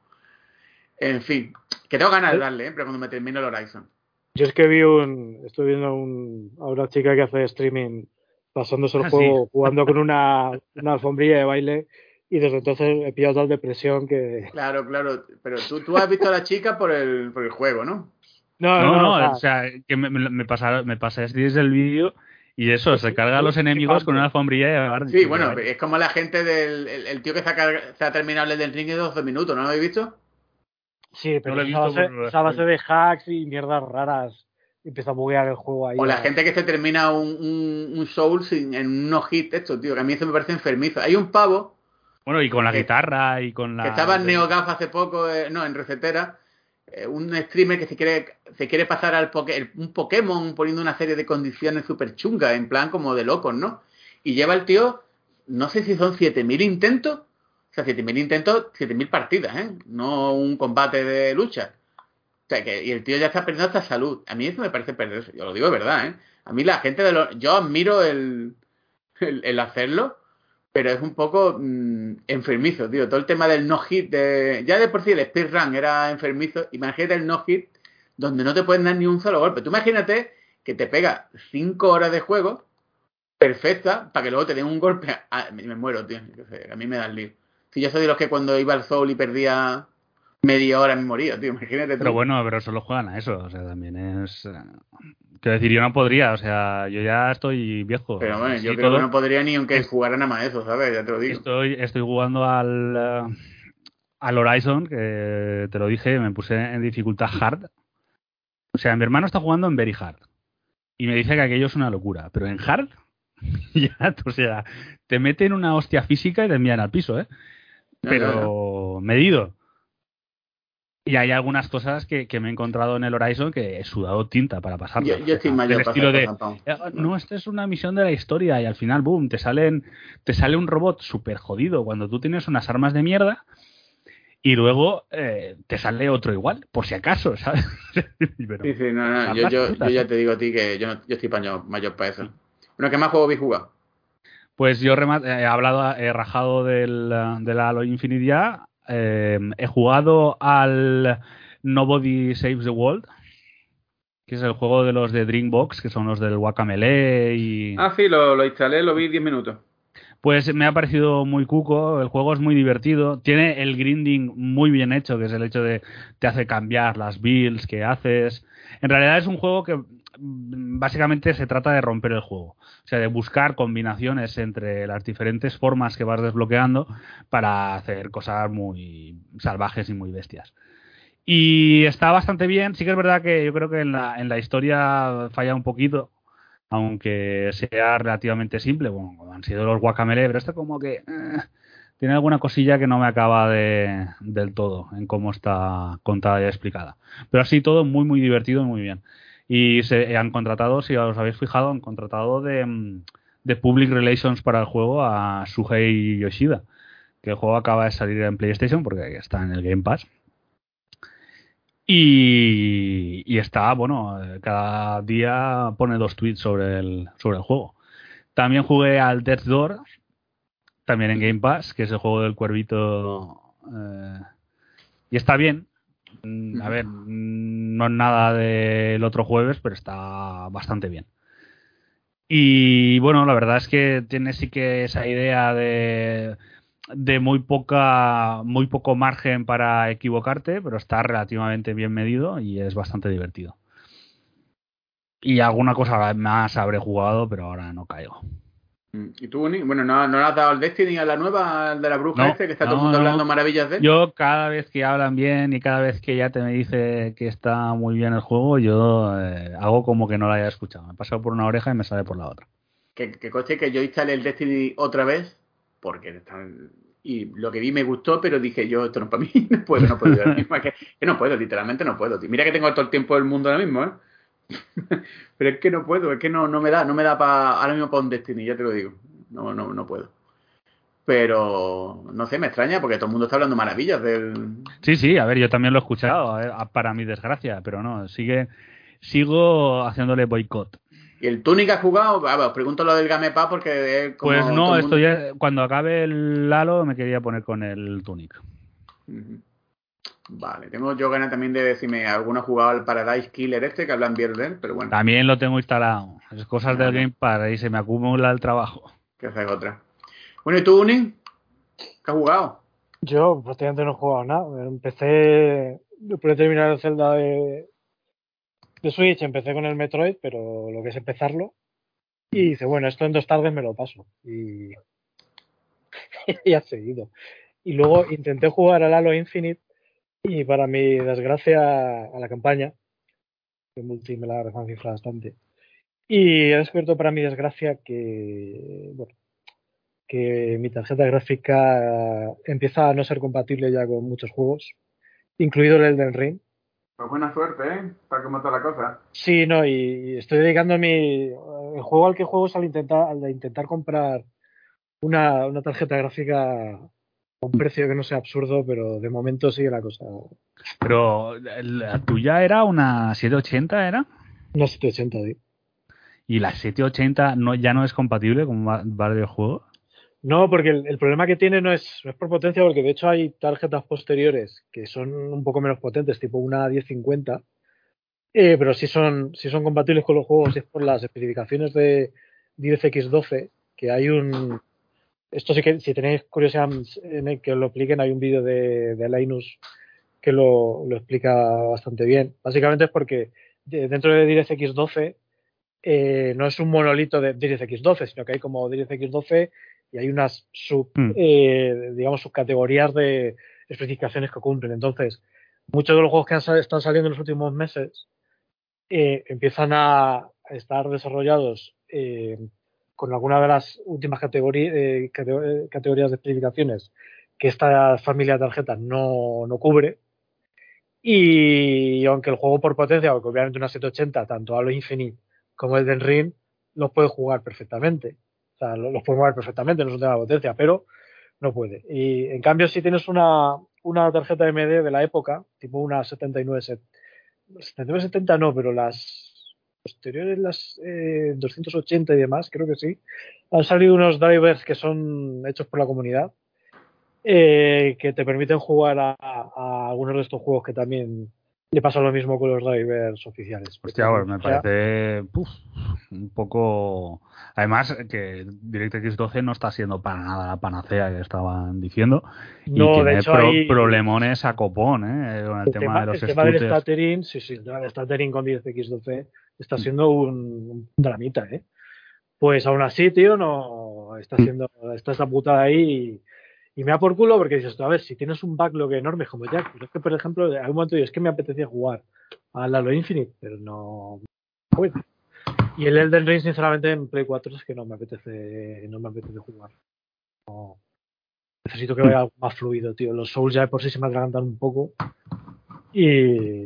En fin, que tengo ganas de darle, pero cuando me termine el Horizon. Yo es que estoy viendo a una chica que hace streaming pasándose el juego, jugando con una alfombrilla de baile, y desde entonces he pillado tal depresión que... Claro, pero tú has visto a la chica por el juego, ¿no? No, o sea, que me pasasteis el vídeo y eso, se carga a los enemigos con una alfombrilla de baile. Sí, bueno, es como la gente el tío que se ha terminado el del ring en 12 minutos, ¿no lo habéis visto? Sí, pero No lo he esa visto base, por... esa base de hacks y mierdas raras empieza a buguear el juego ahí. O la gente que se termina un Souls en un no-hit, esto, tío, que a mí eso me parece enfermizo. Hay un pavo Bueno, y con la que, guitarra y con que la... estaba en NeoGAF hace poco, no, en Recetera, un streamer que se quiere pasar un Pokémon poniendo una serie de condiciones súper chungas, en plan como de locos, ¿no? Y lleva el tío, no sé si son 7.000 intentos, o sea, 7.000 intentos, 7.000 partidas, ¿eh? No un combate de lucha. O sea, y el tío ya está perdiendo hasta salud. A mí eso me parece perder, yo lo digo de verdad, ¿eh? A mí la gente yo admiro el hacerlo, pero es un poco enfermizo, tío. Todo el tema del no-hit, ya de por sí el speedrun era enfermizo. Imagínate el no-hit donde no te pueden dar ni un solo golpe. Tú imagínate que te pega 5 horas de juego perfecta para que luego te den un golpe. Me muero, tío. A mí me da el lío. Si yo soy de los que cuando iba al Soul y perdía media hora me moría, tío. Imagínate Pero tú. bueno, pero solo juegan a eso, o sea, también es... Quiero decir, yo no podría, o sea, yo ya estoy viejo. Pero bueno, yo Así creo que todo, no podría ni aunque es- jugara nada más eso, ¿sabes? Ya te lo digo. estoy jugando al Horizon, que te lo dije, me puse en dificultad hard. O sea, mi hermano está jugando en very hard. Y me dice que aquello es una locura. Pero en hard, ya, o sea, te meten una hostia física y te envían al piso, ¿eh? Ya. Pero medido. Y hay algunas cosas que me he encontrado en el Horizon que he sudado tinta para Yo, pasarlas. O yo estoy sea, del mayor para estilo esas de, cosas, Pau. no, esta es una misión de la historia y al final, boom, te sale un robot súper jodido cuando tú tienes unas armas de mierda y luego te sale otro igual, por si acaso, ¿sabes? Sí, Pero sí, no. van Yo, las yo, yo putas, ya ¿eh? te digo a ti que yo estoy mayor para eso. Bueno, ¿qué más juegos habéis jugado? Pues yo he hablado, he rajado del Halo Infinite ya. He jugado al Nobody Saves the World, que es el juego de los de Dreambox, que son los del Guacamelee y... Ah, sí, lo instalé, lo vi 10 minutos. Pues me ha parecido muy cuco, el juego es muy divertido, tiene el grinding muy bien hecho, que es el hecho de te hace cambiar las builds que haces. En realidad es un juego que básicamente se trata de romper el juego, o sea, de buscar combinaciones entre las diferentes formas que vas desbloqueando para hacer cosas muy salvajes y muy bestias. Y está bastante bien, sí que es verdad que yo creo que en la historia falla un poquito, aunque sea relativamente simple, bueno, como han sido los Guacamele, pero esto como que tiene alguna cosilla que no me acaba del todo en cómo está contada y explicada. Pero así todo muy, muy divertido y muy bien. Y se han contratado, si os habéis fijado, han contratado de Public Relations para el juego a Shuhei Yoshida, que el juego acaba de salir en PlayStation porque está en el Game Pass. Y está, bueno, cada día pone 2 tweets sobre el juego. También jugué al Death's Door, también en Game Pass, que es el juego del cuervito. Y está bien. A ver, no es nada del otro jueves, pero está bastante bien. Y bueno, la verdad es que tiene sí que esa idea de muy poco margen para equivocarte, pero está relativamente bien medido y es bastante divertido. Y alguna cosa más habré jugado, pero ahora no caigo. ¿Y tú, Uni? Bueno, ¿no le has dado al Destiny, a la nueva, al de la bruja No, que está todo el no, mundo hablando no. maravillas de él? Yo cada vez que hablan bien y cada vez que ya te me dice que está muy bien el juego, yo hago como que no lo haya escuchado. Me pasa por una oreja y me sale por la otra. Que coche que yo instalé el Destiny otra vez, porque y lo que vi me gustó, pero dije yo, esto no es para mí, no puedo yo ahora mismo, que no puedo, literalmente no puedo, tío. Mira que tengo todo el tiempo del mundo ahora mismo, ¿eh? Pero es que no puedo, es que no me da ahora mismo para un Destiny, ya te lo digo. No puedo. Pero no sé, me extraña porque todo el mundo está hablando maravillas del. Sí, sí, a ver, yo también lo he escuchado, para mi desgracia, pero no, sigo haciéndole boicot. ¿Y el Tunic ha jugado? Os pregunto lo del Gamepa porque es Pues como todo no, el mundo. cuando acabe el Halo me quería poner con el Tunic. Ujú. Vale, tengo yo ganas también de decirme, alguno ha jugado al Paradise Killer que hablan bien de él, pero bueno, También lo tengo instalado. Es cosas ya, del ya, Game Pass y se me acumula el trabajo. que esa es otra. Bueno, ¿y tú, Uni? ¿Qué has jugado? Yo prácticamente no he jugado nada. Empecé, después de terminar el Zelda de Switch, empecé con el Metroid, pero lo que es empezarlo. Y dice, bueno, esto en 2 tardes me lo paso. Y, y ha seguido. Y luego intenté jugar al Halo Infinite, Y para mi desgracia, a la campaña, que Multi me la cifra bastante. Y he descubierto para mi desgracia que, bueno, que mi tarjeta gráfica empieza a no ser compatible ya con muchos juegos, incluido el Elden Ring. Pues buena suerte, ¿eh? Para cómo está la cosa. Sí, no, y estoy dedicando el juego al que juego es al de intentar comprar una tarjeta gráfica a un precio que no sea absurdo, pero de momento sigue la cosa. Pero la tuya era una 780, ¿era? Una 780, tío. Y la 780 ya no es compatible con varios juegos. No, porque el problema que tiene no es por potencia, porque de hecho hay tarjetas posteriores que son un poco menos potentes, tipo una 1050, pero sí son compatibles con los juegos, es por las especificaciones de DirectX 12, que hay un... Esto sí que, si tenéis curiosidad en el que os lo expliquen, hay un vídeo de Linus que lo explica bastante bien. Básicamente es porque dentro de DirectX 12 no es un monolito de DirectX 12, sino que hay como DirectX 12 y hay unas digamos, subcategorías de especificaciones que cumplen. Entonces, muchos de los juegos que están saliendo en los últimos meses empiezan a estar desarrollados con alguna de las últimas categorías de especificaciones que esta familia de tarjetas no cubre. Y aunque el juego por potencia, porque obviamente una 780, tanto Halo Infinite como el del Ring, los puede jugar perfectamente. O sea, los puede jugar perfectamente, no es un tema de potencia, pero no puede. Y en cambio, si tienes una tarjeta AMD de la época, tipo una 7970 no, pero las posteriores, las 280 y demás, creo que sí, han salido unos drivers que son hechos por la comunidad, que te permiten jugar a algunos de estos juegos que también le pasa lo mismo con los drivers oficiales. Hostia, bueno, me parece un poco... Además, que DirectX 12 no está siendo para nada la panacea que estaban diciendo. No, y tiene de hecho, problemones a copón, ¿eh? Con el tema de los tema del scooters. stuttering, sí, el tema del stuttering con DirectX 12 está siendo un dramita, ¿eh? Pues aún así, tío, no está esa putada ahí y me da por culo porque dices, a ver, si tienes un backlog enorme como Jack, pero es que, por ejemplo, en algún momento es que me apetecía jugar al Halo Infinite, pero no puedo. Y el Elden Ring, sinceramente, en Play 4 es que no me apetece jugar. No. Necesito que vaya algo más fluido, tío. Los Souls ya de por sí se me atragantan un poco. Y...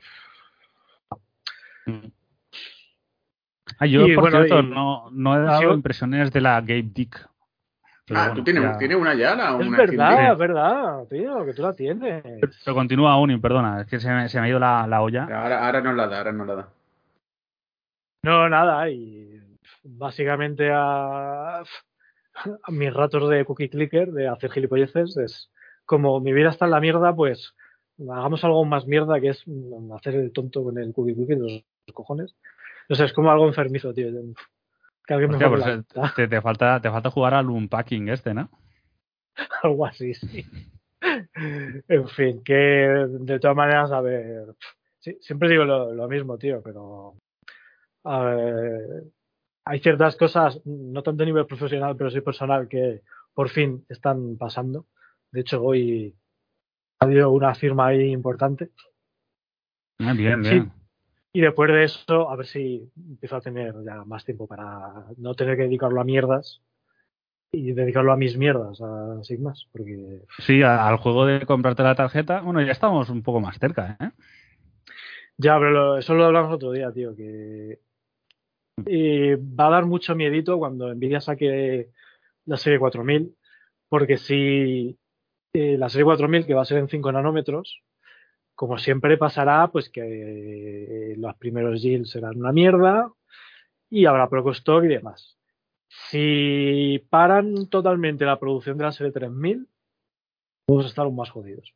Yo, por bueno, cierto, no he dado impresiones de la Gabe Dick. Bueno, tú tienes una ya, es verdad, tío, que tú la tienes. Pero continúa Uni, perdona, es que se me ha ido la olla. Ahora no la da. No, nada, y básicamente a mis ratos de cookie clicker, de hacer gilipolleces, es como mi vida está en la mierda, pues hagamos algo más mierda, que es hacer el tonto con el cookie clicker de los cojones. No sé, es como algo enfermizo, tío. Que alguien Hostia, me pues te falta jugar al unpacking ¿no? algo así, sí. En fin, que de todas maneras, a ver, sí, siempre digo lo mismo, tío, pero a ver, hay ciertas cosas, no tanto a nivel profesional, pero sí personal, que por fin están pasando. De hecho, hoy ha habido una firma ahí importante. Bien. Sí. Y después de eso, a ver si empiezo a tener ya más tiempo para no tener que dedicarlo a mierdas y dedicarlo a mis mierdas, sin más. Porque... Sí, al juego de comprarte la tarjeta, bueno, ya estamos un poco más cerca, ¿eh? Ya, pero eso lo hablamos otro día, tío, que va a dar mucho miedito cuando Nvidia saque la serie 4000, porque si la serie 4000, que va a ser en 5 nanómetros, como siempre pasará, pues que los primeros yields serán una mierda y habrá poco stock y demás. Si paran totalmente la producción de la serie 3000, vamos a estar aún más jodidos.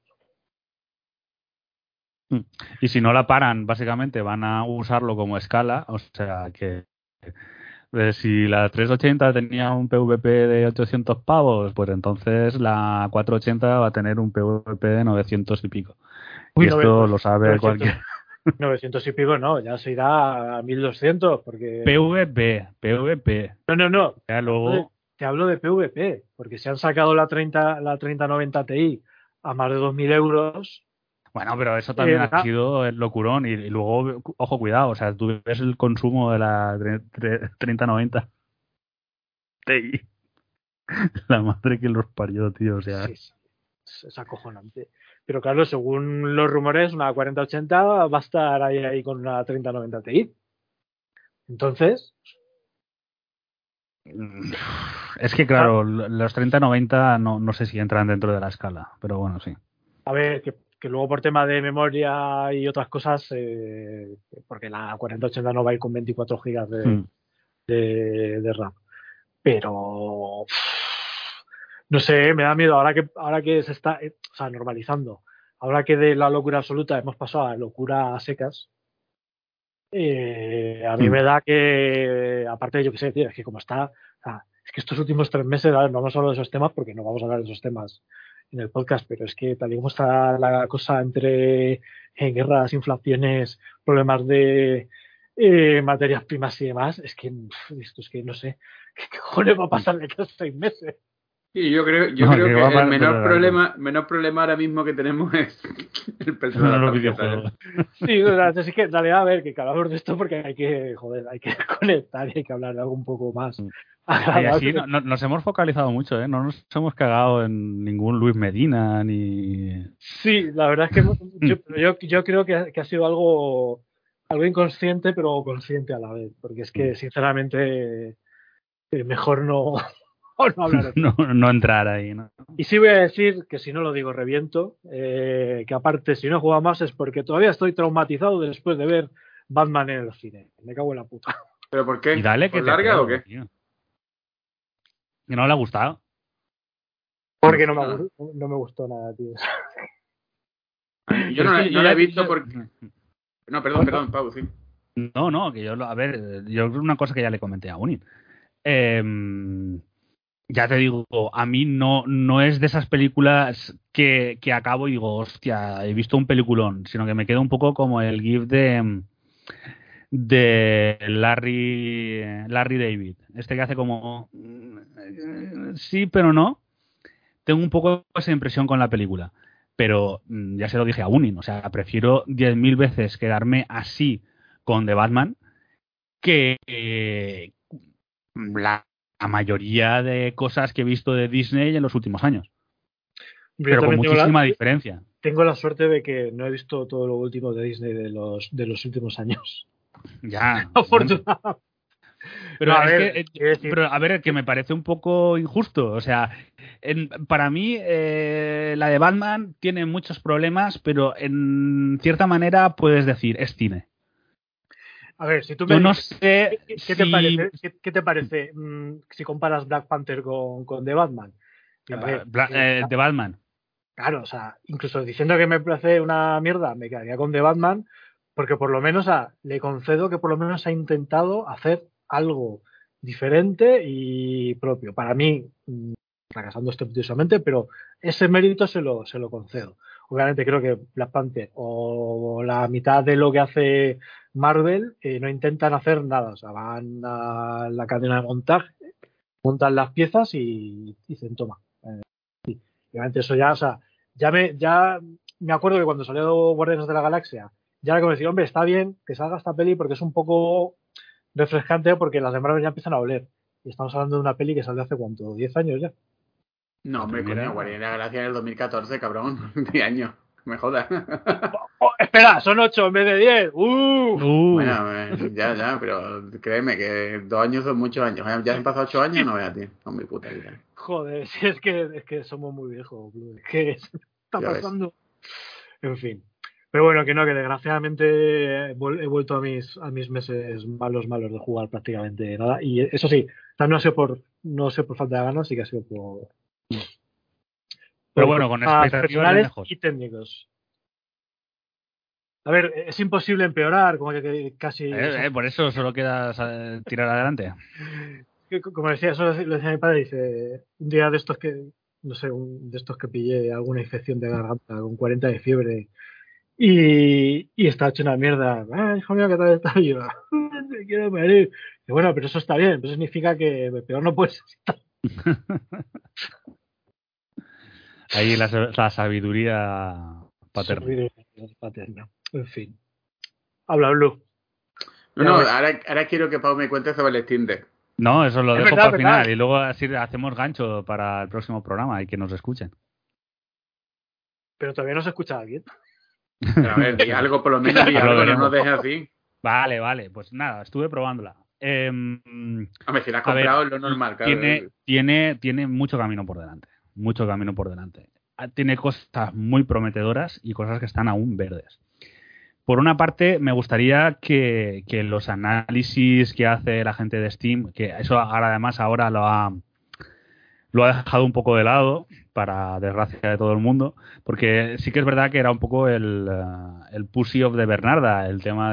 Y si no la paran, básicamente van a usarlo como escala, o sea que si la 380 tenía un PVP de 800 pavos, pues entonces la 480 va a tener un PVP de 900 y pico. Uy, y esto lo 900, sabe cualquier... 900 y pico no, ya se irá a 1200 porque... PVP. No. Ya luego... Te hablo de PVP, porque si han sacado la 3090 Ti a más de 2000 euros... Bueno, pero eso también ha sido el locurón. Y luego, ojo, cuidado, o sea, tú ves el consumo de la 3090 Ti. La madre que los parió, tío, o sea... Sí, es acojonante. Pero claro, según los rumores, una 4080 va a estar ahí con una 3090 Ti. Entonces... Es que claro, los 3090 no sé si entran dentro de la escala, pero bueno, sí. A ver, que luego por tema de memoria y otras cosas, porque la 4080 no va a ir con 24 gigas de RAM. Pero no sé, me da miedo ahora que se está normalizando. Ahora que de la locura absoluta hemos pasado a la locura a secas, a mí me da que, aparte yo que sé, tío, es que como está, o sea, es que estos últimos 3 meses, no vamos a hablar de esos temas porque no vamos a hablar de esos temas en el podcast, pero es que tal y como está la cosa entre guerras, inflaciones, problemas de materias primas y demás, es que esto es que no sé qué cojones va a pasar de aquí a 6 meses. Sí, yo creo que el menor problema ahora mismo que tenemos es el precio de los videojuegos. Sí, o sea, es que en realidad, a ver, que hablamos de esto porque hay que conectar y hay que hablar de algo un poco más. Y así nos hemos focalizado mucho, ¿eh? No nos hemos cagado en ningún Luis Medina ni... Sí, la verdad es que yo creo que ha sido algo inconsciente, pero consciente a la vez, porque es que sinceramente mejor no hablar de no entrar ahí, ¿no? Y sí voy a decir que si no lo digo reviento, que aparte si no he jugado más es porque todavía estoy traumatizado después de ver Batman en el cine. Me cago en la puta. ¿Pero por qué? Y dale, ¿Por larga o qué? Tío. ¿Que no le ha gustado? Porque no me gustó nada, tío. Yo no la he visto porque... No, perdón, Pau, sí. No, que yo, a ver, yo una cosa que ya le comenté a Unin. Ya te digo, a mí no es de esas películas que acabo y digo, hostia, he visto un peliculón, sino que me quedo un poco como el GIF de Larry David, este que hace como sí, pero no. Tengo un poco esa impresión con la película, pero ya se lo dije a Unin, o sea, prefiero 10.000 veces quedarme así con The Batman que la mayoría de cosas que he visto de Disney en los últimos años. Pero con muchísima diferencia. Tengo la suerte de que no he visto todo lo último de Disney de los últimos años. Ya. Afortunadamente. Pero pero a ver, que me parece un poco injusto. O sea, para mí la de Batman tiene muchos problemas, pero en cierta manera puedes decir, es cine. A ver, si tú me dices, no sé ¿qué te parece si comparas Black Panther con The Batman? The Batman. Claro, o sea, incluso diciendo que me parece una mierda, me quedaría con The Batman, porque por lo menos le concedo que por lo menos ha intentado hacer algo diferente y propio. Para mí, fracasando estrepitosamente, pero ese mérito se lo concedo. Obviamente creo que Black Panther o la mitad de lo que hace Marvel no intentan hacer nada. O sea, van a la cadena de montaje, montan las piezas y dicen, toma. Sí. Obviamente eso ya, o sea, ya me acuerdo que cuando salió Guardianes de la Galaxia, ya era como decir, hombre, está bien que salga esta peli porque es un poco refrescante porque las de Marvel ya empiezan a oler. Y estamos hablando de una peli que salió hace ¿cuánto? ¿10 años ya? No, hombre, coño, Guardianes de la Galaxia en el 2014, cabrón. 10 años. Me jodas. Espera, son 8 en vez de 10. Bueno, ya, pero créeme que 2 años son muchos años. Ya han pasado 8 años, no veas, tío. Son mi puta vida. Joder, si es que somos muy viejos, Blue. Es que está pasando. En fin. Pero bueno, que desgraciadamente he vuelto a mis meses malos de jugar prácticamente nada. Y eso sí, no ha sido por falta de ganas, sí que ha sido por pero bueno, con expectativas personales y técnicos. A ver, es imposible empeorar, como que casi... por eso solo queda tirar adelante. Como decía, eso lo decía mi padre, dice, un día de estos que, no sé, de estos que pillé alguna infección de garganta con 40 de fiebre y está hecho una mierda. Hijo mío, ¿qué tal está? Y yo, me quiero morir. Y bueno, pero eso está bien, eso significa que peor no puedes estar. Ahí la sabiduría paterna. paterna. En fin. Habla, Blue. No, ahora quiero que Pau me cuente sobre el Steam Deck. No, eso lo Es dejo verdad, para el final verdad. y luego así hacemos gancho para el próximo programa y que nos escuchen. Pero todavía no se escucha a alguien. Pero a ver, di algo, por lo menos di Lo algo, no veremos. nos dejes así. Vale, pues nada, estuve probándola. Hombre, si la has A ver, comprado es lo normal, claro. tiene mucho camino por delante. Mucho camino por delante. Tiene cosas muy prometedoras y cosas que están aún verdes. Por una parte, me gustaría que los análisis que hace la gente de Steam, que eso además ahora lo ha dejado un poco de lado, para desgracia de todo el mundo, porque sí que es verdad que era un poco el pussy of de Bernarda, el tema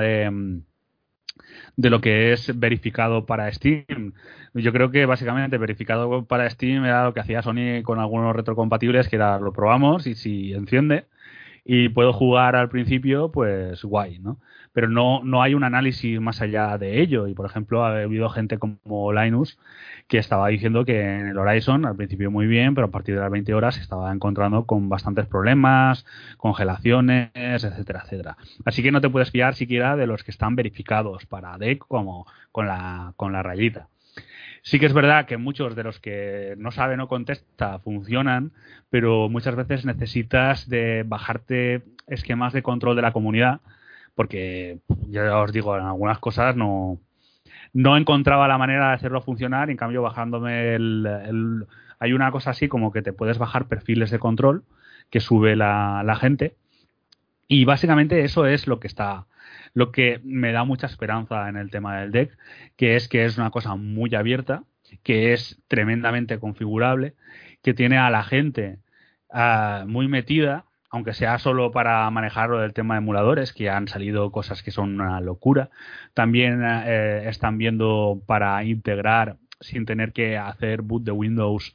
de lo que es verificado para Steam. Yo creo que básicamente verificado para Steam era lo que hacía Sony con algunos retrocompatibles, que era lo probamos y si enciende y puedo jugar al principio, pues guay, ¿no? Pero no hay un análisis más allá de ello. Y por ejemplo, ha habido gente como Linus que estaba diciendo que en el Horizon al principio muy bien, pero a partir de las 20 horas se estaba encontrando con bastantes problemas, congelaciones, etcétera, etcétera. Así que no te puedes fiar siquiera de los que están verificados para DEC como con la rayita. Sí que es verdad que muchos de los que no saben o contesta funcionan, pero muchas veces necesitas de bajarte esquemas de control de la comunidad, porque ya os digo, en algunas cosas no encontraba la manera de hacerlo funcionar, y en cambio bajándome hay una cosa así como que te puedes bajar perfiles de control que sube la gente, y básicamente eso es lo que me da mucha esperanza en el tema del deck, que es una cosa muy abierta, que es tremendamente configurable, que tiene a la gente muy metida, aunque sea solo para manejarlo del tema de emuladores, que han salido cosas que son una locura. También están viendo para integrar, sin tener que hacer boot de Windows,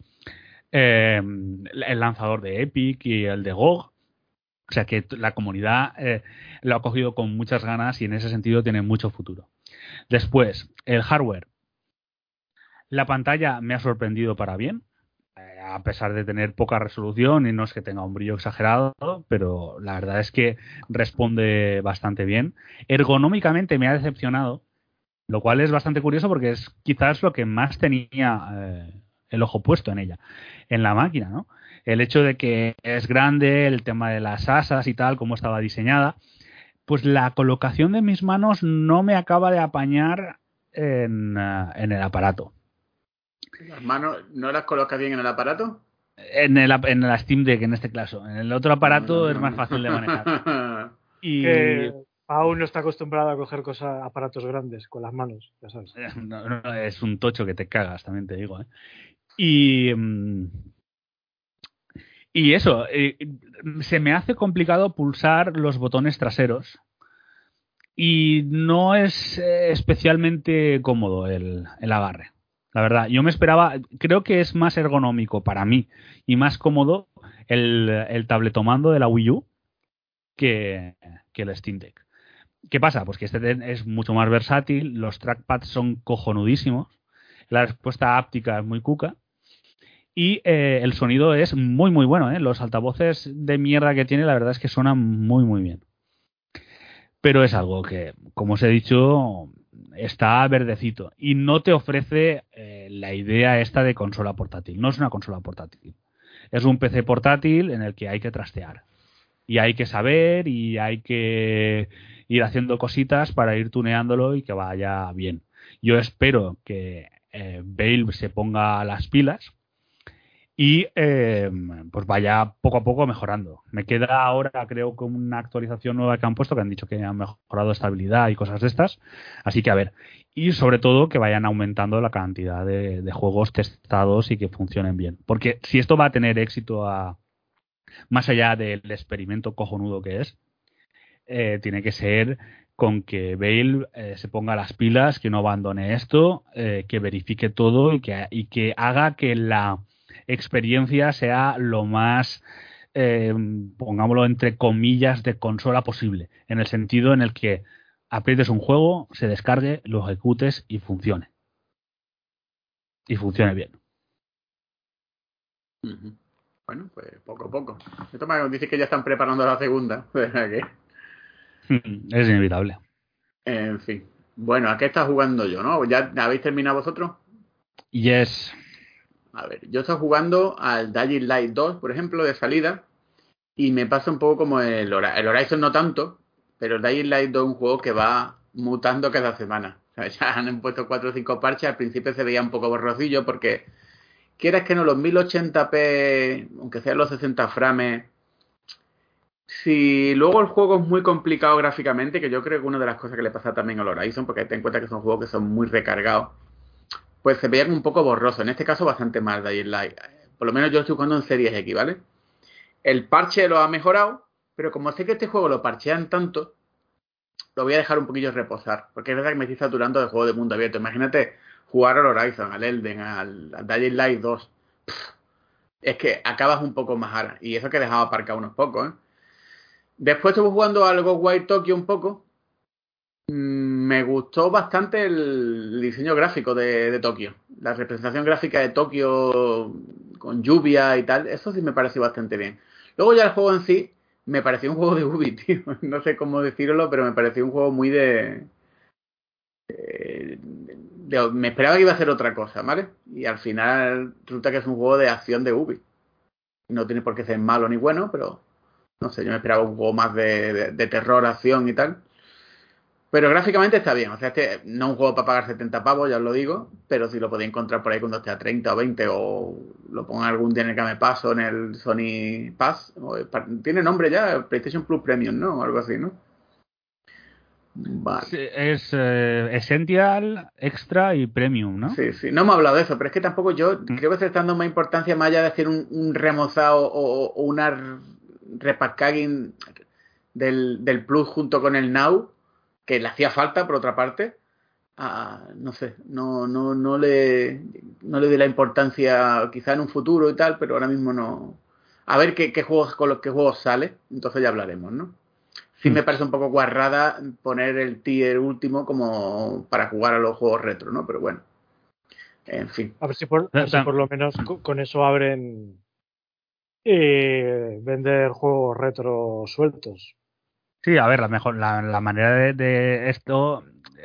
el lanzador de Epic y el de GOG. O sea que la comunidad lo ha cogido con muchas ganas y en ese sentido tiene mucho futuro. Después, el hardware. La pantalla me ha sorprendido para bien, a pesar de tener poca resolución y no es que tenga un brillo exagerado, pero la verdad es que responde bastante bien. Ergonómicamente me ha decepcionado, lo cual es bastante curioso porque es quizás lo que más tenía el ojo puesto en ella, en la máquina, ¿no? El hecho de que es grande, el tema de las asas y tal, cómo estaba diseñada, pues la colocación de mis manos no me acaba de apañar en el aparato. ¿Las manos no las colocas bien en el aparato? En la Steam Deck, en este caso. En el otro aparato es más fácil de manejar. Y Que aún no está acostumbrado a coger aparatos grandes con las manos, ya sabes. no, es un tocho que te cagas, también te digo, ¿eh? Y eso, se me hace complicado pulsar los botones traseros y no es especialmente cómodo el agarre. La verdad, yo me esperaba, creo que es más ergonómico para mí y más cómodo el tabletomando de la Wii U que el Steam Deck. ¿Qué pasa? Pues que este es mucho más versátil, los trackpads son cojonudísimos, la respuesta áptica es muy cuca y el sonido es muy muy bueno, ¿eh? Los altavoces de mierda que tiene, la verdad es que suenan muy muy bien. Pero es algo que, como os he dicho, está verdecito y no te ofrece la idea esta de consola portátil. No es una consola portátil. Es un PC portátil en el que hay que trastear. Y hay que saber y hay que ir haciendo cositas para ir tuneándolo y que vaya bien. Yo espero que Valve se ponga las pilas y pues vaya poco a poco mejorando. Me queda ahora, creo, con una actualización nueva que han puesto, que han dicho que han mejorado estabilidad y cosas de estas. Así que a ver. Y sobre todo que vayan aumentando la cantidad de juegos testados y que funcionen bien. Porque si esto va a tener éxito más allá del experimento cojonudo que es, tiene que ser con que Valve se ponga las pilas, que no abandone esto, que verifique todo y que haga que la experiencia sea lo más, pongámoslo entre comillas, de consola posible, en el sentido en el que aprietes un juego, se descargue, lo ejecutes y funcione. Y funcione bien. Bueno, pues poco a poco. Esto me dice que ya están preparando la segunda. O sea que, Es inevitable. en fin. Bueno, ¿a qué está jugando yo, no? ¿Ya habéis terminado vosotros? Yes. A ver, yo estoy jugando al Dying Light 2, por ejemplo, de salida. Y me pasa un poco como el Horizon no tanto, pero el Dying Light 2 es un juego que va mutando cada semana. O sea, ya han puesto 4 o 5 parches. Al principio se veía un poco borrosillo porque quieras que no, los 1080p, aunque sean los 60 frames, si luego el juego es muy complicado gráficamente, que yo creo que una de las cosas que le pasa también al Horizon, porque ten en cuenta que son juegos que son muy recargados, pues se veían un poco borrosos. En este caso bastante más Dying Light. Por lo menos yo estoy jugando en Series X, ¿vale? El parche lo ha mejorado, pero como sé que este juego lo parchean tanto, lo voy a dejar un poquillo reposar. Porque es verdad que me estoy saturando de juego de mundo abierto. Imagínate jugar al Horizon, al Elden, al Dying Light 2. Es que acabas un poco más ahora. Y eso que he dejado aparcado unos pocos, ¿eh? Después estuve jugando al Ghostwire Tokyo un poco. Me gustó bastante el diseño gráfico de Tokio. La representación gráfica de Tokio con lluvia y tal. Eso sí me pareció bastante bien. Luego ya el juego en sí me pareció un juego de Ubi, tío. No sé cómo decirlo, pero me pareció un juego muy me esperaba que iba a ser otra cosa, ¿vale? Y al final resulta que es un juego de acción de Ubi. No tiene por qué ser malo ni bueno, pero no sé, yo me esperaba un juego más de terror, acción y tal. Pero gráficamente está bien, o sea, este no es un juego para pagar 70 pavos, ya os lo digo, pero si lo podéis encontrar por ahí cuando esté a 30 o 20 o lo pongan algún día en el Game Pass o en el Sony Pass. Tiene nombre ya, PlayStation Plus Premium, ¿no? O algo así, ¿no? Vale. Sí, es Essential, Extra y Premium, ¿no? Sí, sí, no hemos hablado de eso, pero es que tampoco yo creo que se está dando más importancia más allá de hacer un remozado o una repackaging del Plus junto con el Now, que le hacía falta por otra parte. No sé, no le doy la importancia quizá en un futuro y tal, pero ahora mismo no. A ver qué juegos con los que juegos sale, entonces ya hablaremos, ¿no? Sí me parece un poco guarrada poner el tier último como para jugar a los juegos retro, ¿no? Pero bueno, en fin. A ver si por lo menos con eso abren vender juegos retro sueltos. Sí, a ver, la manera de esto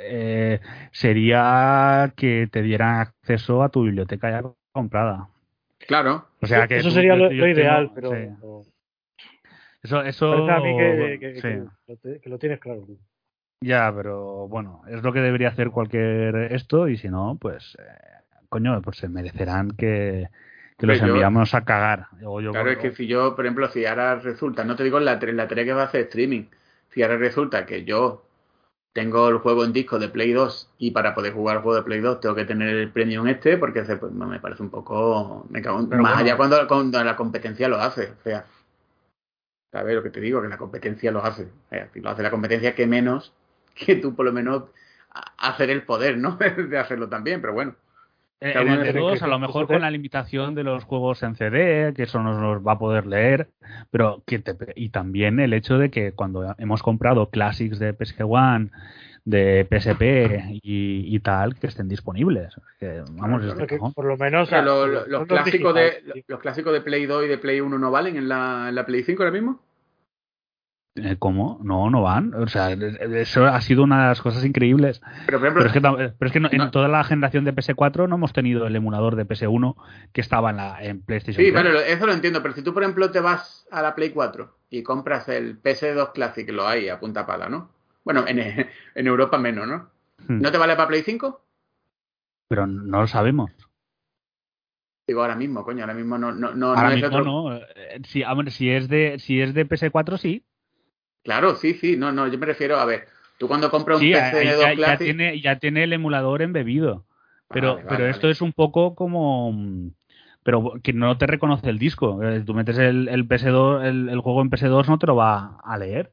sería que te dieran acceso a tu biblioteca ya comprada. Claro. O sea que eso sería lo ideal, tengo, pero sí. parece a mí Sí. que lo tienes claro. Ya, pero bueno, es lo que debería hacer cualquier esto y si no, pues coño, pues se merecerán que los enviamos a cagar. Claro, es que si yo, por ejemplo, si ahora resulta, no te digo en la tarea que va a hacer streaming, si ahora resulta que yo tengo el juego en disco de Play 2 y para poder jugar el juego de Play 2 tengo que tener el premium pues, me parece un poco... Me cago pero más bueno, allá cuando la competencia lo hace. O sea, ¿sabes lo que te digo? Que la competencia lo hace. O sea, si lo hace la competencia, que menos que tú por lo menos hacer el poder, ¿no? de hacerlo también, pero bueno. en el de 2, a lo mejor con la limitación de los juegos en CD, que eso nos los va a poder leer, pero y también el hecho de que cuando hemos comprado Classics de PS1, de PSP y tal, que estén disponibles. Que, vamos, claro, que por lo menos los clásicos de Play 2 y de Play 1 no valen en la Play 5 ahora mismo. ¿Cómo? No van. O sea, eso ha sido una de las cosas increíbles. Pero, por ejemplo, pero es que en toda la generación de PS4 no hemos tenido el emulador de PS1 que estaba en PlayStation 3. Sí, vale, eso lo entiendo. Pero si tú, por ejemplo, te vas a la Play 4 y compras el PS2 Classic, lo hay a punta pala, ¿no? Bueno, en Europa menos, ¿no? ¿No te vale para Play 5? Pero no lo sabemos. Digo, ahora mismo, coño, ahora mismo no ahora es mismo otro... no. Si es de PS4, sí. Claro, sí, no, yo me refiero, a ver, tú cuando compras un Sí, PS2 Classic... ya tiene el emulador embebido. Pero Vale. esto es un poco como... Pero que no te reconoce el disco. Tú metes el PS2, el juego en PS2 no te lo va a leer.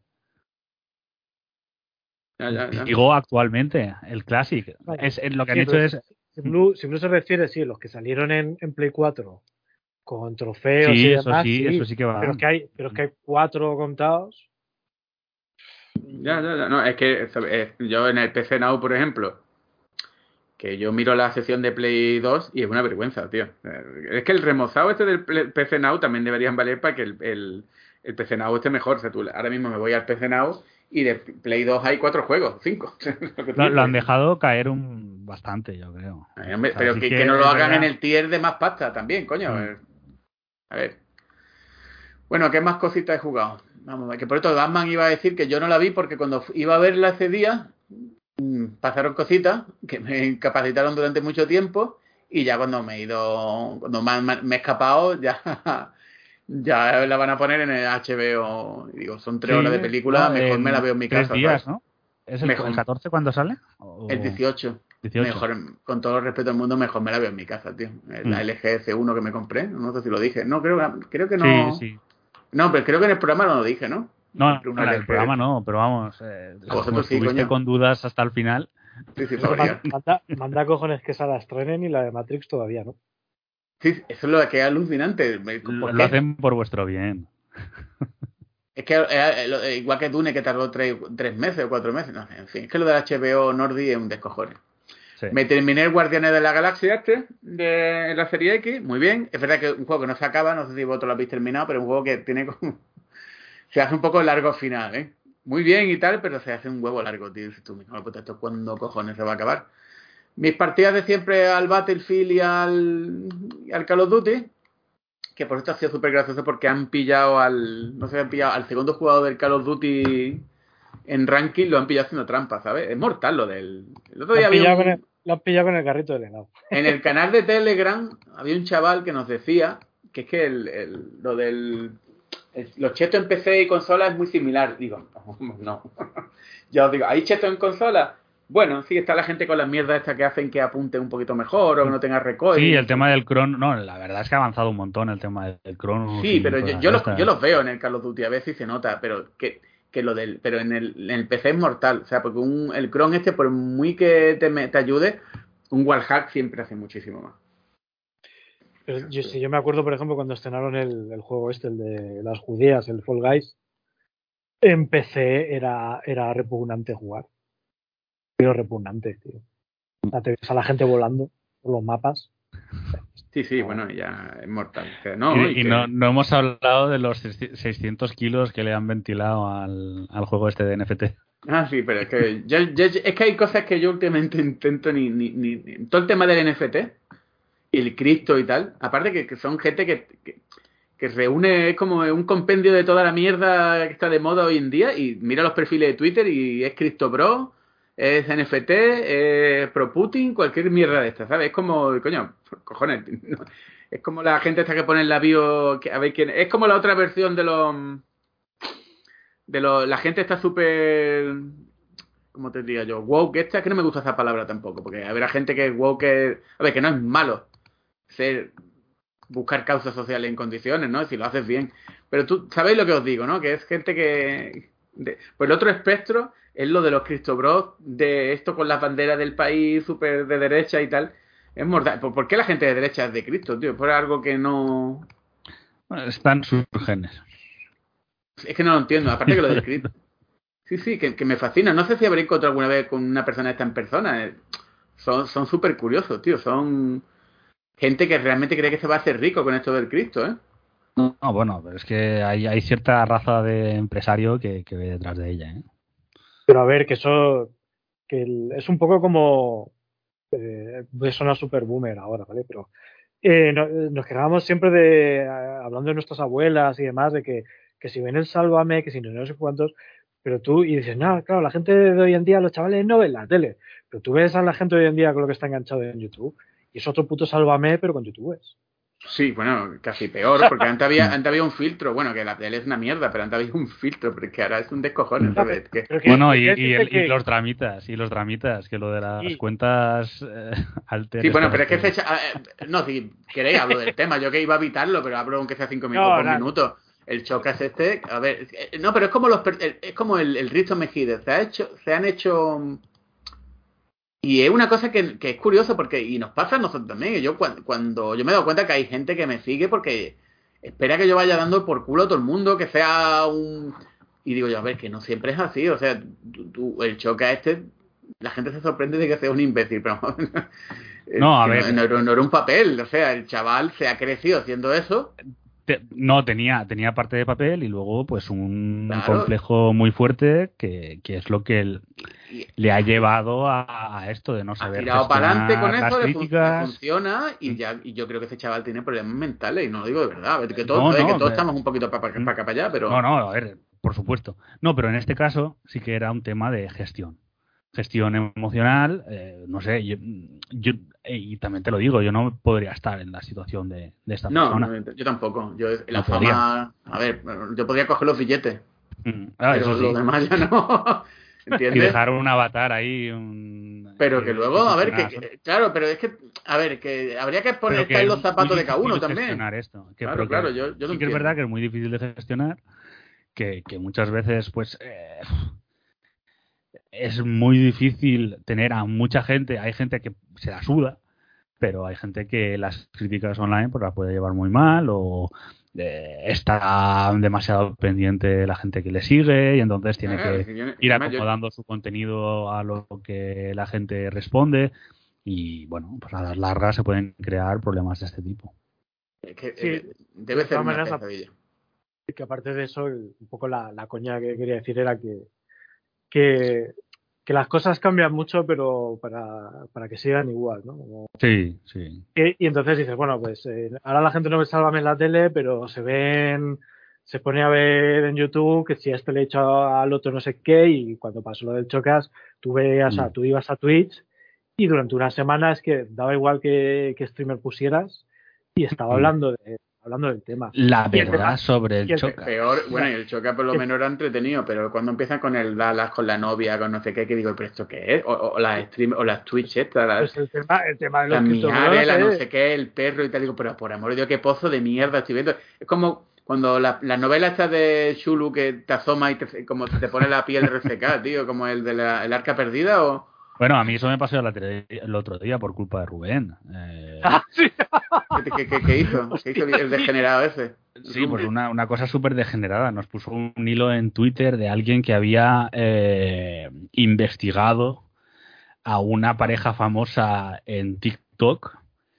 Ya. Digo actualmente, el Classic. Lo que han hecho es... Si Blue se refiere, sí, los que salieron en Play 4 con trofeos y demás, eso sí que va. Pero es que hay 4 contados. Ya. No, es que yo en el PC Now, por ejemplo, que yo miro la sesión de Play 2 y es una vergüenza, tío. Es que el remozado este del PC Now también deberían valer para que el PC Now esté mejor. O sea, tú, ahora mismo me voy al PC Now y de Play 2 hay 4 juegos, 5. Lo han dejado caer bastante, yo creo. Hombre, pero que no lo hagan en el tier de más pasta también, coño. A ver. Bueno, ¿qué más cositas he jugado? Vamos a ver, que por esto Batman iba a decir que yo no la vi porque cuando iba a verla ese día pasaron cositas que me incapacitaron durante mucho tiempo y ya cuando me he escapado ya la van a poner en el HBO. Digo, son 3 horas de película, mejor me la veo en mi casa. 3 días, ¿no? ¿Es el 14 cuando sale? El 18. Mejor, con todo el respeto del mundo, mejor me la veo en mi casa, tío. La LG S1 que me compré, no sé si lo dije. No, creo que no. Sí. No, pero creo que en el programa no lo dije, ¿no? No, en el programa no, pero vamos. Vosotros sí, coño. Con dudas hasta el final. Sí, manda cojones que se la estrenen y la de Matrix todavía, ¿no? Sí, eso es lo que es alucinante. Lo hacen por vuestro bien. Es que igual que Dune, que tardó 3 meses o 4 meses. No, en fin, es que lo del HBO Nordi es un descojone. Sí. Me terminé el Guardianes de la Galaxia de la serie X, muy bien. Es verdad que es un juego que no se acaba, no sé si vosotros lo habéis terminado, pero es un juego que tiene como... Se hace un poco largo al final, ¿eh? Muy bien y tal, pero se hace un huevo largo, tío. Dices tú, no, pues esto cuándo cojones se va a acabar. Mis partidas de siempre al Battlefield y al Call of Duty, que por esto ha sido súper gracioso porque han pillado al segundo jugador del Call of Duty en ranking, lo han pillado haciendo trampa, ¿sabes? Es mortal lo del... El otro día lo han pillado con el carrito del helado. En el canal de Telegram había un chaval que nos decía que es que lo del... los chetos en PC y consola es muy similar. Digo, no. Ya os digo, ¿hay chetos en consola? Bueno, sí, está la gente con las mierdas estas que hacen que apunte un poquito mejor o que no tenga recoil. Sí, el tema del cron, no, la verdad es que ha avanzado un montón el tema del cron. Sí, pero yo los veo en el Call of Duty a veces y se nota, pero pero en el PC es mortal. O sea, porque el cron por muy que te ayude, un wallhack siempre hace muchísimo más. Pero yo me acuerdo, por ejemplo, cuando estrenaron el juego el de las judías, el Fall Guys, en PC era repugnante jugar. Pero repugnante, tío. Te ves a la gente volando por los mapas. Sí, bueno, ya es mortal. No hemos hablado de los 600 kilos que le han ventilado al juego de NFT. Ah, sí, pero es que es que hay cosas que yo últimamente intento ni todo el tema del NFT y el cripto y tal, aparte que son gente que reúne, es como un compendio de toda la mierda que está de moda hoy en día y mira los perfiles de Twitter y es CryptoBro, es NFT, es pro Putin, cualquier mierda de esta, ¿sabes? Es como, coño, cojones, ¿no? Es como la gente esta que pone en la bio, a ver quién, es como la otra versión de la gente está súper, ¿cómo te diría yo? Woke, que no me gusta esa palabra tampoco, porque habrá gente que es woke, a ver, que no es malo buscar causas sociales en condiciones, ¿no? Si lo haces bien. Pero tú sabéis lo que os digo, ¿no? Que es gente pues el otro espectro es lo de los CryptoBros, de esto con las banderas del país súper de derecha y tal. Es mortal. ¿Por qué la gente de derecha es de Cristo, tío? Por algo que no... Bueno, están sus genes. Es que no lo entiendo. Aparte que lo del Cristo. Sí, que me fascina. No sé si habré encontrado alguna vez con una persona esta en persona. Son súper curiosos, tío. Son gente que realmente cree que se va a hacer rico con esto del Cristo, ¿eh? No, bueno, pero es que hay cierta raza de empresario que ve detrás de ella, ¿eh? Pero a ver, que eso es un poco como voy a sonar super boomer ahora, ¿vale? Pero nos quejábamos siempre hablando de nuestras abuelas y demás, de que si ven el Sálvame, que si no sé cuántos, pero tú, y dices, no, claro, la gente de hoy en día, los chavales no ven la tele, pero tú ves a la gente de hoy en día con lo que está enganchado en YouTube, y es otro puto Sálvame, pero con youtubers. Sí, bueno, casi peor, porque antes había un filtro, bueno, que la tele es una mierda, pero antes había un filtro, porque ahora es un descojón, ¿sabes? Bueno, y los dramitas, que lo de las cuentas alternas. Sí, bueno, pero es que no, si queréis hablo del tema, yo que iba a evitarlo, pero hablo aunque sea 5 minutos por minuto. El Chocas a ver, no, pero es como el Risto Mejide, se han hecho... Y es una cosa que es curioso porque, y nos pasa a nosotros también, yo cuando yo me he dado cuenta que hay gente que me sigue porque espera que yo vaya dando por culo a todo el mundo, que sea y digo yo, a ver, que no siempre es así, o sea, el Choca la gente se sorprende de que sea un imbécil, pero No, a ver. No era un papel, o sea, el chaval se ha crecido haciendo eso. No, tenía parte de papel y luego pues un Claro. complejo muy fuerte que es lo que Y le ha llevado a esto de no saber ha tirado para adelante con gestionar eso, las le críticas. funciona y yo creo que ese chaval tiene problemas mentales, y no lo digo de verdad, que No, todos, no, que todos estamos un poquito para acá para allá, pero... No, a ver, por supuesto. No, pero en este caso sí que era un tema de gestión. Gestión emocional, no sé, y también te lo digo, yo no podría estar en la situación de esta persona. No, yo tampoco. La No fama, a ver, yo podría coger los billetes, Ah, pero eso sí. los demás ya no. ¿Entiendes? Y dejar un avatar ahí. Pero que luego, a ver, funciona, claro, pero es que, a ver, que habría que pero estar en los zapatos de cada uno difícil también. gestionar esto. Claro, yo lo sí que entiendo. es verdad que es muy difícil de gestionar, que muchas veces, pues, es muy difícil tener a mucha gente. Hay gente que se la suda, pero hay gente que las críticas online pues las puede llevar muy mal o está demasiado pendiente de la gente que le sigue y entonces tiene que ir acomodando su contenido a lo que la gente responde y bueno, pues a las largas se pueden crear problemas de este tipo. Es que Sí, debe de ser todas una maneras, pesadilla. que aparte de eso, un poco la coña que quería decir era que las cosas cambian mucho, pero para que sigan igual, ¿no? Sí. Y entonces dices, bueno, pues ahora la gente no ve Sálvame en la tele, pero se pone a ver en YouTube que si a este le he hecho al otro no sé qué, y cuando pasó lo del Chocas, tú ibas a Twitch y durante unas semanas que daba igual que streamer pusieras y estaba hablando del tema. La verdad sobre el Chocas. Peor, bueno, y el Chocas por lo menos era entretenido, pero cuando empiezan con el Dallas, con la novia, con no sé qué, que digo, ¿pero esto qué es? O las stream, o las Twitch estas, pues el tema de los miares, la no sé qué, el perro y tal, digo, pero por amor de Dios, qué pozo de mierda estoy viendo. Es como cuando la novela esta de Shulu que te asoma y como te pone la piel reseca, tío, como el de el arca perdida o... Bueno, a mí eso me pasó el otro día por culpa de Rubén. ¿Sí? ¿Qué hizo? ¿Qué hizo el degenerado ese? Sí, pues una cosa súper degenerada. Nos puso un hilo en Twitter de alguien que había investigado a una pareja famosa en TikTok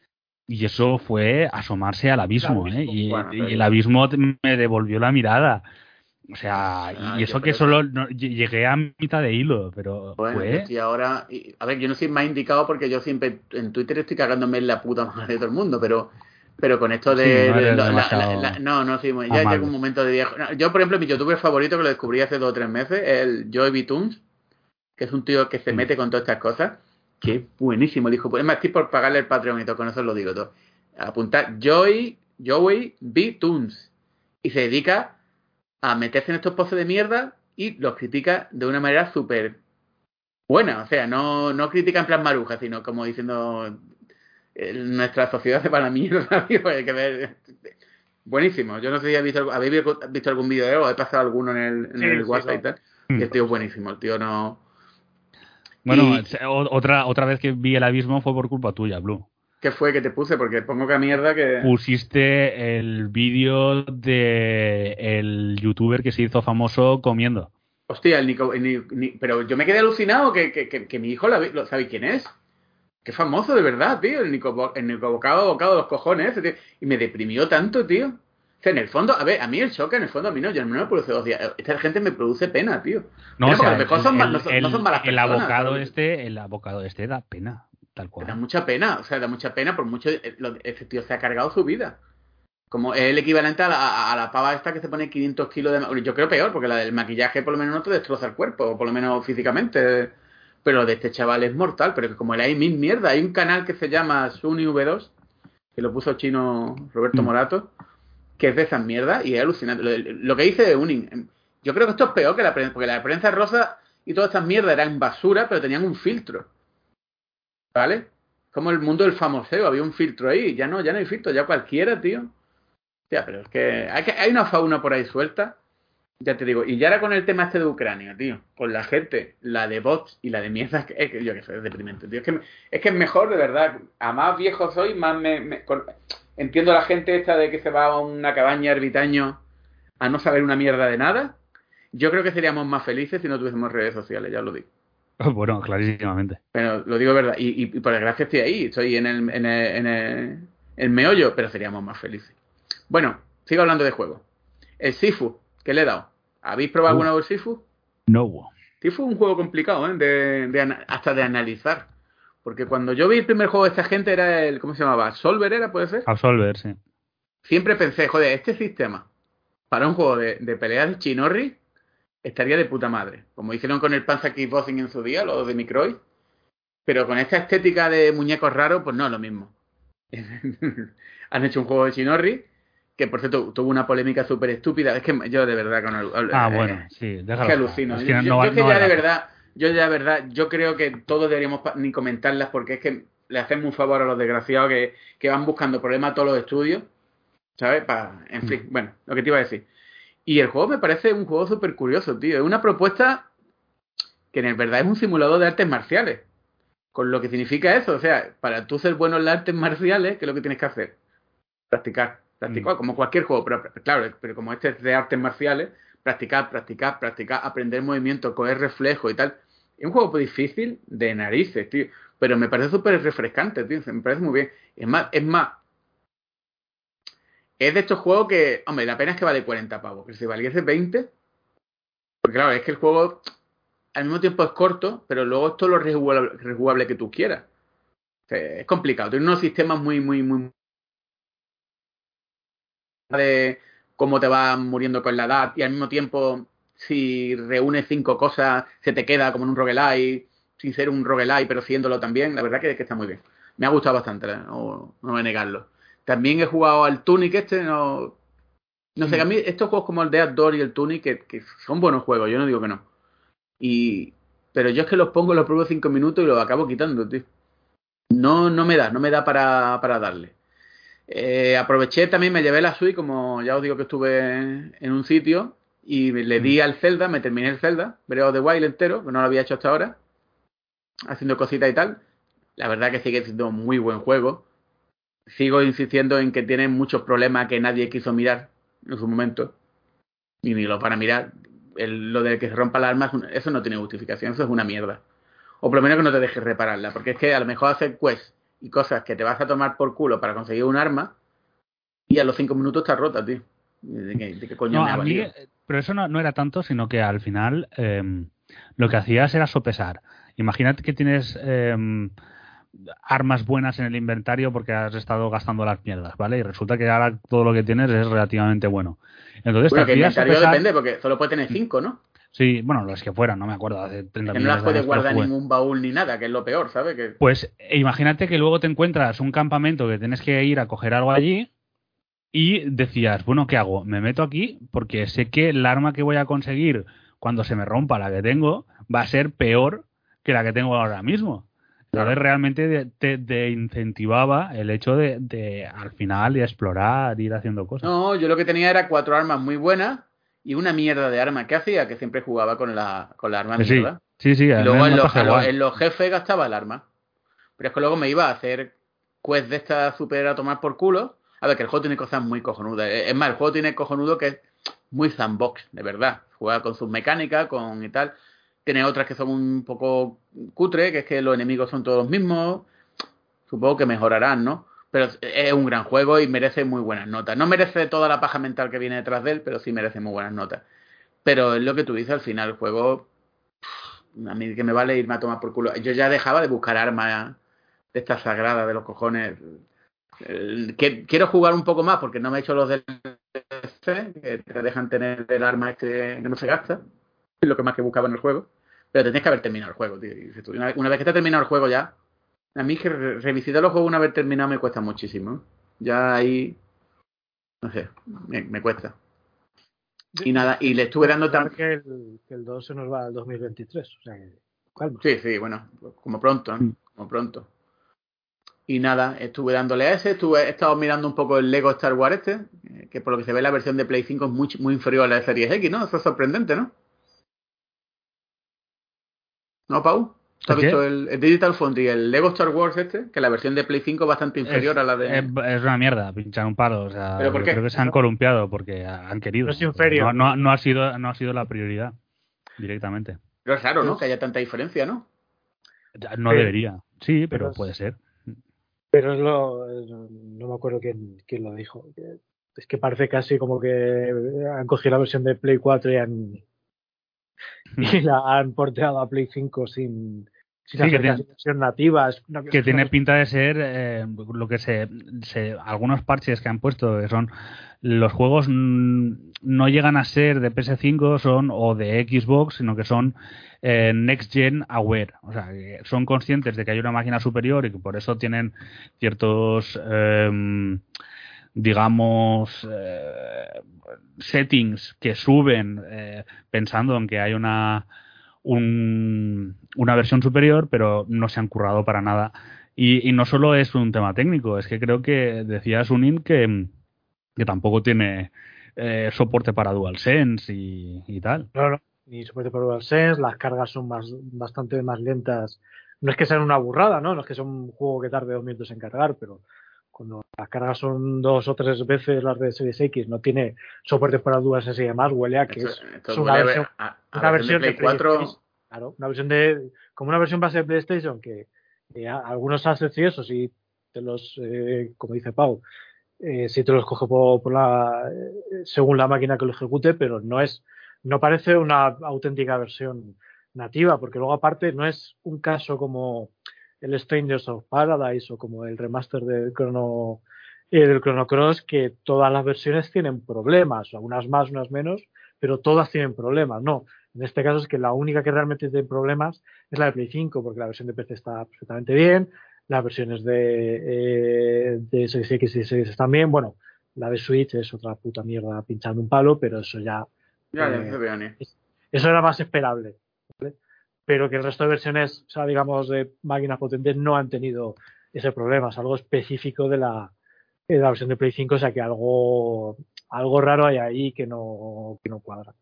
y eso fue asomarse al abismo, ¿eh? Y el abismo me devolvió la mirada. O sea, y eso que solo llegué a mitad de hilo, pero bueno, fue... yo estoy ahora... a ver, yo no soy más indicado porque yo siempre en Twitter estoy cagándome en la puta madre de todo el mundo, pero con esto de... No, sí, ya llega un momento de viejo. No, yo, por ejemplo, mi youtuber favorito, que lo descubrí hace 2 o 3 meses, es el Joey Toons, que es un tío que se mete con todas estas cosas, que es buenísimo, dijo. Es más, estoy por pagarle el Patreon y todo, con eso os lo digo todo. Apuntar Joey B. Toons. Y se dedica a meterse en estos pozos de mierda y los critica de una manera súper buena. O sea, no critica en plan maruja, sino como diciendo nuestra sociedad se va a la mierda, tío, hay que ver. Buenísimo. Yo no sé si habéis visto algún vídeo de él o he pasado alguno en el WhatsApp y tal. Y el tío es buenísimo, el tío no... Bueno, otra vez que vi el abismo fue por culpa tuya, Blue. ¿Qué fue que te puse? Porque pongo que mierda que... Pusiste el vídeo de el youtuber que se hizo famoso comiendo. Hostia, pero yo me quedé alucinado que mi hijo ¿sabéis quién es? Qué famoso, de verdad, tío. El Nico Bocado de los cojones ese, tío. Y me deprimió tanto, tío. O sea, en el fondo, a ver, a mí el Shock en el fondo, a mí no, yo no me produce 2 días. Esta gente me produce pena, tío. No, o sea, a lo mejor no son malas personas. El abocado este da pena, tal cual. Da mucha pena, o sea, da mucha pena por mucho... Ese tío se ha cargado su vida. Como es el equivalente a la pava esta que se pone 500 kilos de... Yo creo peor, porque la del maquillaje por lo menos no te destroza el cuerpo, o por lo menos físicamente. Pero lo de este chaval es mortal, pero que como hay mil mierda. Hay un canal que se llama Suni V2, que lo puso chino Roberto Morato, que es de esas mierdas y es alucinante. Lo que dice de Unin, yo creo que esto es peor que la prensa, porque la prensa rosa y todas estas mierdas eran basura, pero tenían un filtro. ¿Vale? Como el mundo del famoseo, había un filtro ahí, ya no hay filtro, ya cualquiera, tío. Tía, pero es que hay una fauna por ahí suelta, ya te digo, y ya era con el tema este de Ucrania, tío, con la gente, la de bots y la de mierda, yo que sé, es deprimente, tío, es que es mejor, de verdad, a más viejo soy, más entiendo a la gente esta de que se va a una cabaña ermitaño a no saber una mierda de nada. Yo creo que seríamos más felices si no tuviésemos redes sociales, ya os lo digo. Bueno, clarísimamente. Pero lo digo verdad. Y por desgracia estoy ahí. Estoy en el meollo, pero seríamos más felices. Bueno, sigo hablando de juegos. El Sifu, ¿qué le he dado? ¿Habéis probado alguna vez el Sifu? No. Sifu es un juego complicado, ¿eh? Hasta de analizar. Porque cuando yo vi el primer juego de esta gente era el... ¿Cómo se llamaba? ¿Absolver era? ¿Puede ser? Absolver, sí. Siempre pensé, joder, este sistema para un juego de peleas de Chinorri estaría de puta madre. Como hicieron con el Panzer Kickboxing en su día, los de Microid. Pero con esta estética de muñecos raros, pues no es lo mismo. Han hecho un juego de Chinorri que, por cierto, tuvo una polémica súper estúpida. Es que yo de verdad bueno, sí, déjalo. Es que alucino. Es que yo de verdad, yo creo que todos deberíamos ni comentarlas porque es que le hacemos un favor a los desgraciados que van buscando problemas a todos los estudios, ¿sabes? En fin, bueno, lo que te iba a decir. Y el juego me parece un juego súper curioso, tío. Es una propuesta que en verdad es un simulador de artes marciales. Con lo que significa eso, o sea, para tú ser bueno en las artes marciales, ¿qué es lo que tienes que hacer? Practicar, como cualquier juego, pero claro, pero como este es de artes marciales, practicar, aprender movimiento, coger reflejo y tal. Es un juego muy difícil de narices, tío, pero me parece súper refrescante, tío, me parece muy bien. Es más, es de estos juegos que, hombre, la pena es que vale 40 pavos, que si valiese 20, porque claro, es que el juego al mismo tiempo es corto, pero luego es todo lo rejugable que tú quieras. O sea, es complicado. Tiene unos sistemas muy de cómo te vas muriendo con la edad y al mismo tiempo si reúnes 5 cosas se te queda como en un roguelike, sin ser un roguelike pero siéndolo también. La verdad que está muy bien. Me ha gustado bastante, no voy a negarlo. También he jugado al Tunic no sé, a mí estos juegos como el Dead Door y el Tunic que son buenos juegos, yo no digo que no. Pero yo es que los pruebo 5 minutos y los acabo quitando, tío. No me da para darle. Aproveché también, me llevé la Switch, como ya os digo que estuve en un sitio, y le di al Zelda, me terminé el Zelda, Breath of the Wild entero, que no lo había hecho hasta ahora, haciendo cositas y tal. La verdad que sigue siendo un muy buen juego. Sigo insistiendo en que tiene muchos problemas que nadie quiso mirar en su momento, ni lo para mirar. Lo de que se rompa la arma, eso no tiene justificación, eso es una mierda. O por lo menos que no te dejes repararla, porque es que a lo mejor hacer quests y cosas que te vas a tomar por culo para conseguir un arma y a los 5 minutos está rota, tío. ¿De qué coño no, me ha valido? Pero eso no era tanto, sino que al final lo que hacías era sopesar. Imagínate que tienes armas buenas en el inventario porque has estado gastando las mierdas, ¿vale? Y resulta que ahora todo lo que tienes es relativamente bueno. Entonces, bueno, que el inventario depende, porque solo puede tener 5, ¿no? Sí, bueno, los que fueran, no me acuerdo. Hace 30 que no las puedes guardar en ningún baúl ni nada, que es lo peor, ¿sabes? Pues imagínate que luego te encuentras un campamento que tienes que ir a coger algo allí y decías, bueno, ¿qué hago? Me meto aquí porque sé que el arma que voy a conseguir cuando se me rompa la que tengo va a ser peor que la que tengo ahora mismo. Entonces realmente te incentivaba el hecho de al final de explorar, ir haciendo cosas. No, yo lo que tenía era 4 armas muy buenas y una mierda de arma. ¿Qué hacía? Que siempre jugaba con la arma mierda. Sí. Y luego en los jefes gastaba el arma. Pero es que luego me iba a hacer quest de esta super a tomar por culo. A ver, que el juego tiene cosas muy cojonudas. Es más, el juego tiene cojonudo que es muy sandbox, de verdad. Juega con sus mecánicas, con y tal. Tiene otras que son un poco cutre, que es que los enemigos son todos los mismos. Supongo que mejorarán, ¿no? Pero es un gran juego y merece muy buenas notas. No merece toda la paja mental que viene detrás de él, pero sí merece muy buenas notas. Pero es lo que tú dices, al final el juego... A mí que me vale irme a tomar por culo. Yo ya dejaba de buscar armas de estas sagradas de los cojones. Quiero jugar un poco más porque no me he hecho los DLC, que te dejan tener el arma que no se gasta. Es lo que más que buscaba en el juego. Pero tenías que haber terminado el juego, tío. Una vez que te ha terminado el juego ya... A mí que revisitar los juegos una vez terminado me cuesta muchísimo. Ya ahí... No sé, me cuesta. Y nada, y le estuve dando también... Que el 2 se nos va al 2023, o sea que... Calma. Sí, bueno, como pronto, ¿no? Como pronto. Y nada, estuve dándole a ese, he estado mirando un poco el Lego Star Wars que por lo que se ve la versión de Play 5 es muy inferior a la de Series X, ¿no? Eso es sorprendente, ¿no? ¿No, Pau? ¿Has visto el Digital Foundry, el Lego Star Wars que la versión de Play 5 es bastante inferior a la de... Es una mierda, pinchar un palo. O sea, ¿pero por qué? Creo que se han columpiado porque han querido. No es inferior. No ha sido la prioridad directamente. Pero es raro, ¿no? Que haya tanta diferencia, ¿no? No debería. Sí, pero puede ser. Pero no me acuerdo quién lo dijo. Es que parece casi como que han cogido la versión de Play 4 y la han porteado a Play 5 sin hacer casi versión nativa. Que tiene pinta de ser lo que algunos parches que han puesto, que son los juegos no llegan a ser de PS5 o de Xbox, sino que son Next Gen Aware. O sea, que son conscientes de que hay una máquina superior y que por eso tienen ciertos digamos settings que suben pensando en que hay una versión superior, pero no se han currado para nada. Y no solo es un tema técnico, es que creo que decía Sunin que tampoco tiene soporte para DualSense y tal. No, ni soporte para DualSense, las cargas son bastante más lentas. No es que sean una burrada, ¿no? No es que sea un juego que tarde 2 minutos en cargar, pero cuando las cargas son 2 o 3 veces las de Series X, no tiene soporte para DualSense y demás, huele a que es una versión de Play 4. Claro, como una versión base de PlayStation que algunos assets y eso, si te los, como dice Pau, si te los coge según la máquina que lo ejecute, pero no parece una auténtica versión nativa, porque luego aparte no es un caso como el Strangers of Paradise o como el remaster del Chrono Cross, que todas las versiones tienen problemas, unas más, unas menos, pero todas tienen problemas. No, en este caso es que la única que realmente tiene problemas es la de Play 5, porque la versión de PC está perfectamente bien, las versiones de Series X y Series están bien. Bueno, la de Switch es otra puta mierda pinchando un palo, pero eso ya eso era más esperable, ¿vale? Pero que el resto de versiones, o sea, digamos, de máquinas potentes no han tenido ese problema. Es algo específico de la versión de Play 5, o sea que algo raro hay ahí que no cuadra.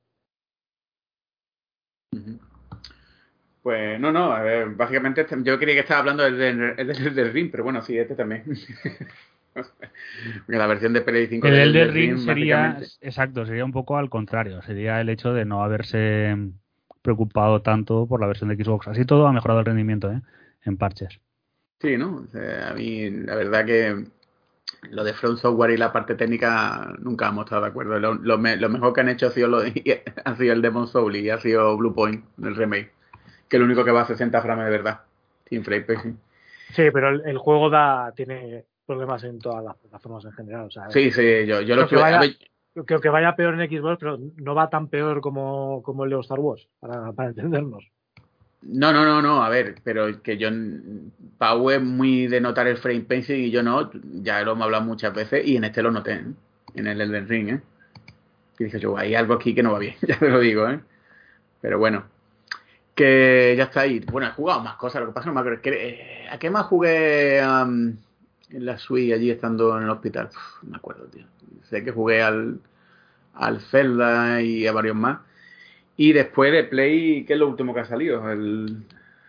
Pues no, a ver, básicamente yo creía que estaba hablando del Ring, pero bueno, sí, este también. Porque la versión de Play 5 el del Ring sería, exacto, sería un poco al contrario, sería el hecho de no haberse preocupado tanto por la versión de Xbox. Así todo ha mejorado el rendimiento en parches. Sí, ¿no? O sea, a mí la verdad que lo de From Software y la parte técnica nunca hemos estado de acuerdo. Lo mejor que han hecho ha sido el Demon's Souls y ha sido Bluepoint, el remake, que es el único que va a 60 frames de verdad, sin frame pacing. Sí, pero el juego tiene problemas en todas las plataformas en general. O sea, sí, yo lo creo que vaya peor en Xbox, pero no va tan peor como el de Star Wars, para entendernos. No, a ver, pero que yo, Pau es muy de notar el frame pacing y yo no, ya lo hemos hablado muchas veces y en este lo noté, en el Elden Ring, y dije yo, hay algo aquí que no va bien, ya te lo digo, pero bueno, que ya está ahí. Bueno, he jugado más cosas, lo que pasa no me acuerdo, ¿a qué más jugué en la Switch allí estando en el hospital? No me acuerdo, tío, sé que jugué al Zelda y a varios más. Y después de Play, ¿qué es lo último que ha salido? El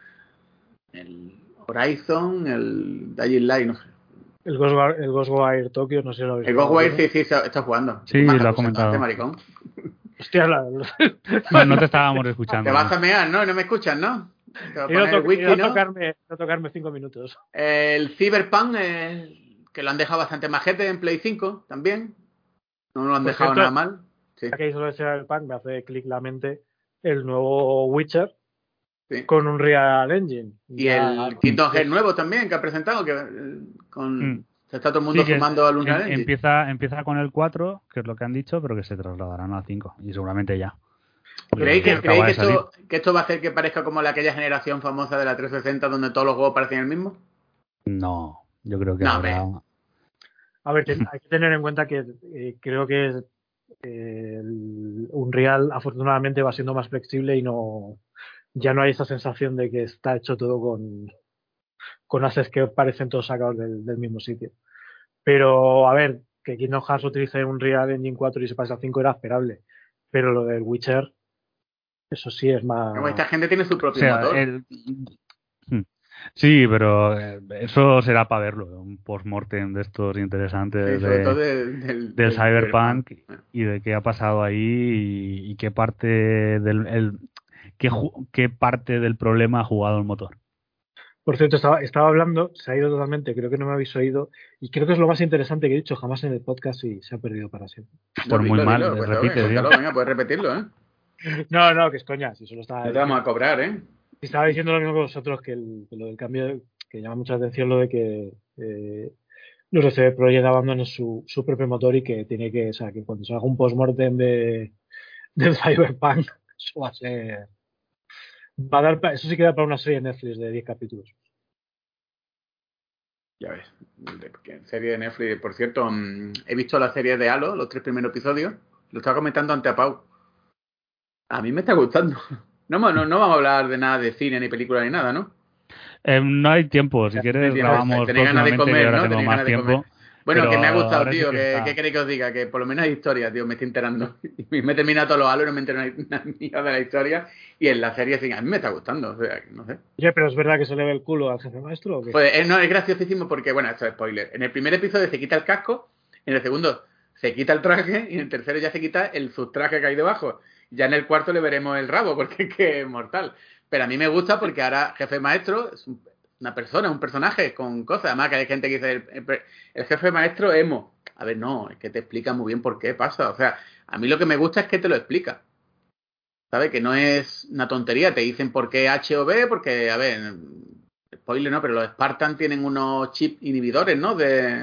Horizon, el Dying Light, no sé. El Ghostwire Tokyo, no sé si lo habéis El Ghostwire sí, está jugando. Sí, lo ha comentado. Maricón. Hostia, no te estábamos escuchando. Te vas a mear, ¿no? No me escuchas, ¿no? No tocarme 5 minutos. El Cyberpunk, que lo han dejado bastante majete en Play 5 también. No lo han dejado nada mal. Sí. Aquí hay sobre Cyberpunk, me hace clic la mente el nuevo Witcher, sí, con un Real Engine. Y el Kingdom Hearts nuevo también que ha presentado, que se está todo el mundo sumando al Unreal Engine. Empieza con el 4, que es lo que han dicho, pero que se trasladarán al 5 y seguramente ya. ¿Creéis que esto va a hacer que parezca como aquella generación famosa de la 360 donde todos los juegos parecen el mismo? No, yo creo que habrá... A ver, hay que tener en cuenta que creo que el Unreal afortunadamente va siendo más flexible y ya no hay esa sensación de que está hecho todo con assets que parecen todos sacados del mismo sitio. Pero, a ver, que Kingdom Hearts utilice Unreal Engine 4 y se pase a 5 era esperable. Pero lo del Witcher, eso sí es más... Como esta gente tiene su propio motor. Sí, pero eso será para verlo, un post-mortem de estos interesantes del Cyberpunk y de qué ha pasado ahí y qué parte qué parte del problema ha jugado el motor. Por cierto, estaba hablando, se ha ido totalmente, creo que no me habéis oído, y creo que es lo más interesante que he dicho jamás en el podcast y se ha perdido para siempre. Pues muy mal, cuéntalo, repite, tío. venga, puedes repetirlo, ¿eh? No, que es coña, si solo estaba No te vamos diciendo, a cobrar, ¿eh? si estaba diciendo lo mismo que vosotros, que lo del cambio, que llama mucha atención lo de que los de CD Projekt abandonen su propio motor y que tiene que, o sea, que cuando se haga un postmortem del Cyberpunk, eso va a ser, va a dar, eso sí queda para una serie de Netflix de 10 capítulos. Ya ves, serie de Netflix. Por cierto, he visto la serie de Halo, los 3 primeros episodios. Lo estaba comentando ante a Pau. A mí me está gustando. No vamos a hablar de nada de cine, ni película, ni nada, ¿no? No hay tiempo, si quieres grabamos Tenéis ganas de próximamente, comer, que ahora ¿no? tengo Tenéis más ganas de comer. tiempo. Bueno, Pero que me ha gustado, ahora sí tío. que ¿Qué está... queréis que os diga? Que por lo menos hay historia, tío. Me estoy enterando. Y me he terminado todos los Halo y no me entero ni de la historia. Y en la serie, sí, a mí me está gustando. O sea, no sé. Oye, pero es verdad que se le ve el culo al jefe maestro, ¿o qué? Pues no, es graciosísimo porque, bueno, esto es spoiler. En el primer episodio se quita el casco, en el segundo se quita el traje y en el tercero ya se quita el subtraje que hay debajo. Ya en el cuarto le veremos el rabo porque es que es mortal. Pero a mí me gusta porque ahora jefe maestro es una persona, un personaje con cosas. Además que hay gente que dice el jefe maestro emo. A ver, no, es que te explica muy bien por qué pasa. O sea, a mí lo que me gusta es que te lo explica. ¿Sabes? Que no es una tontería. Te dicen por qué H o B, porque, a ver, spoiler, ¿no? Pero los Spartans tienen unos chips inhibidores, ¿no?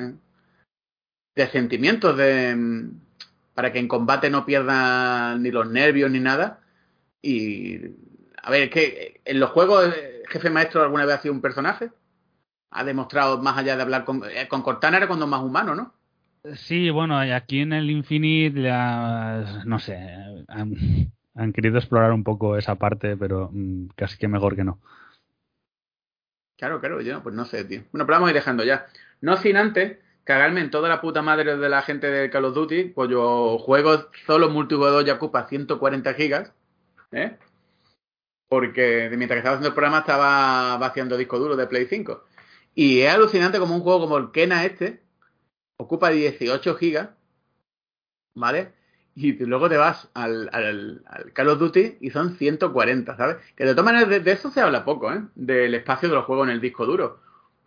De sentimientos, para que en combate no pierdan ni los nervios ni nada. Y, a ver, es que en los juegos, jefe maestro alguna vez ha sido un personaje. Ha demostrado, más allá de hablar con Cortana, era cuando más humano, ¿no? Sí, bueno, y aquí en el Infinite, no sé, han querido explorar un poco esa parte, pero casi que mejor que no. Claro, yo pues no sé, tío. Bueno, pero vamos a ir dejando ya. No sin antes cagarme en toda la puta madre de la gente de Call of Duty, pues yo juego solo multijugador ya ocupa 140 gigas, ¿eh? Porque mientras que estaba haciendo el programa estaba vaciando disco duro de Play 5. Y es alucinante como un juego como el Kena ocupa 18 gigas, ¿vale? Y luego te vas al Call of Duty y son 140, ¿sabes? Que de todas maneras de eso se habla poco, ¿eh? Del espacio de los juegos en el disco duro.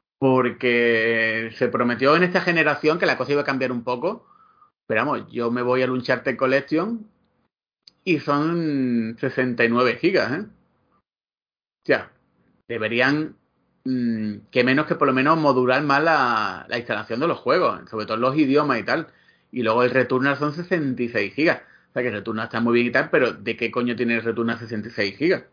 Porque se prometió en esta generación que la cosa iba a cambiar un poco. Pero vamos, yo me voy al Uncharted Collection y son 69 gigas, ¿eh? O sea, deberían, que menos que por lo menos modular más la instalación de los juegos, sobre todo los idiomas y tal. Y luego el Returnal son 66 gigas. O sea que el Returnal está muy bien y tal, pero ¿de qué coño tiene el Returnal 66 gigas?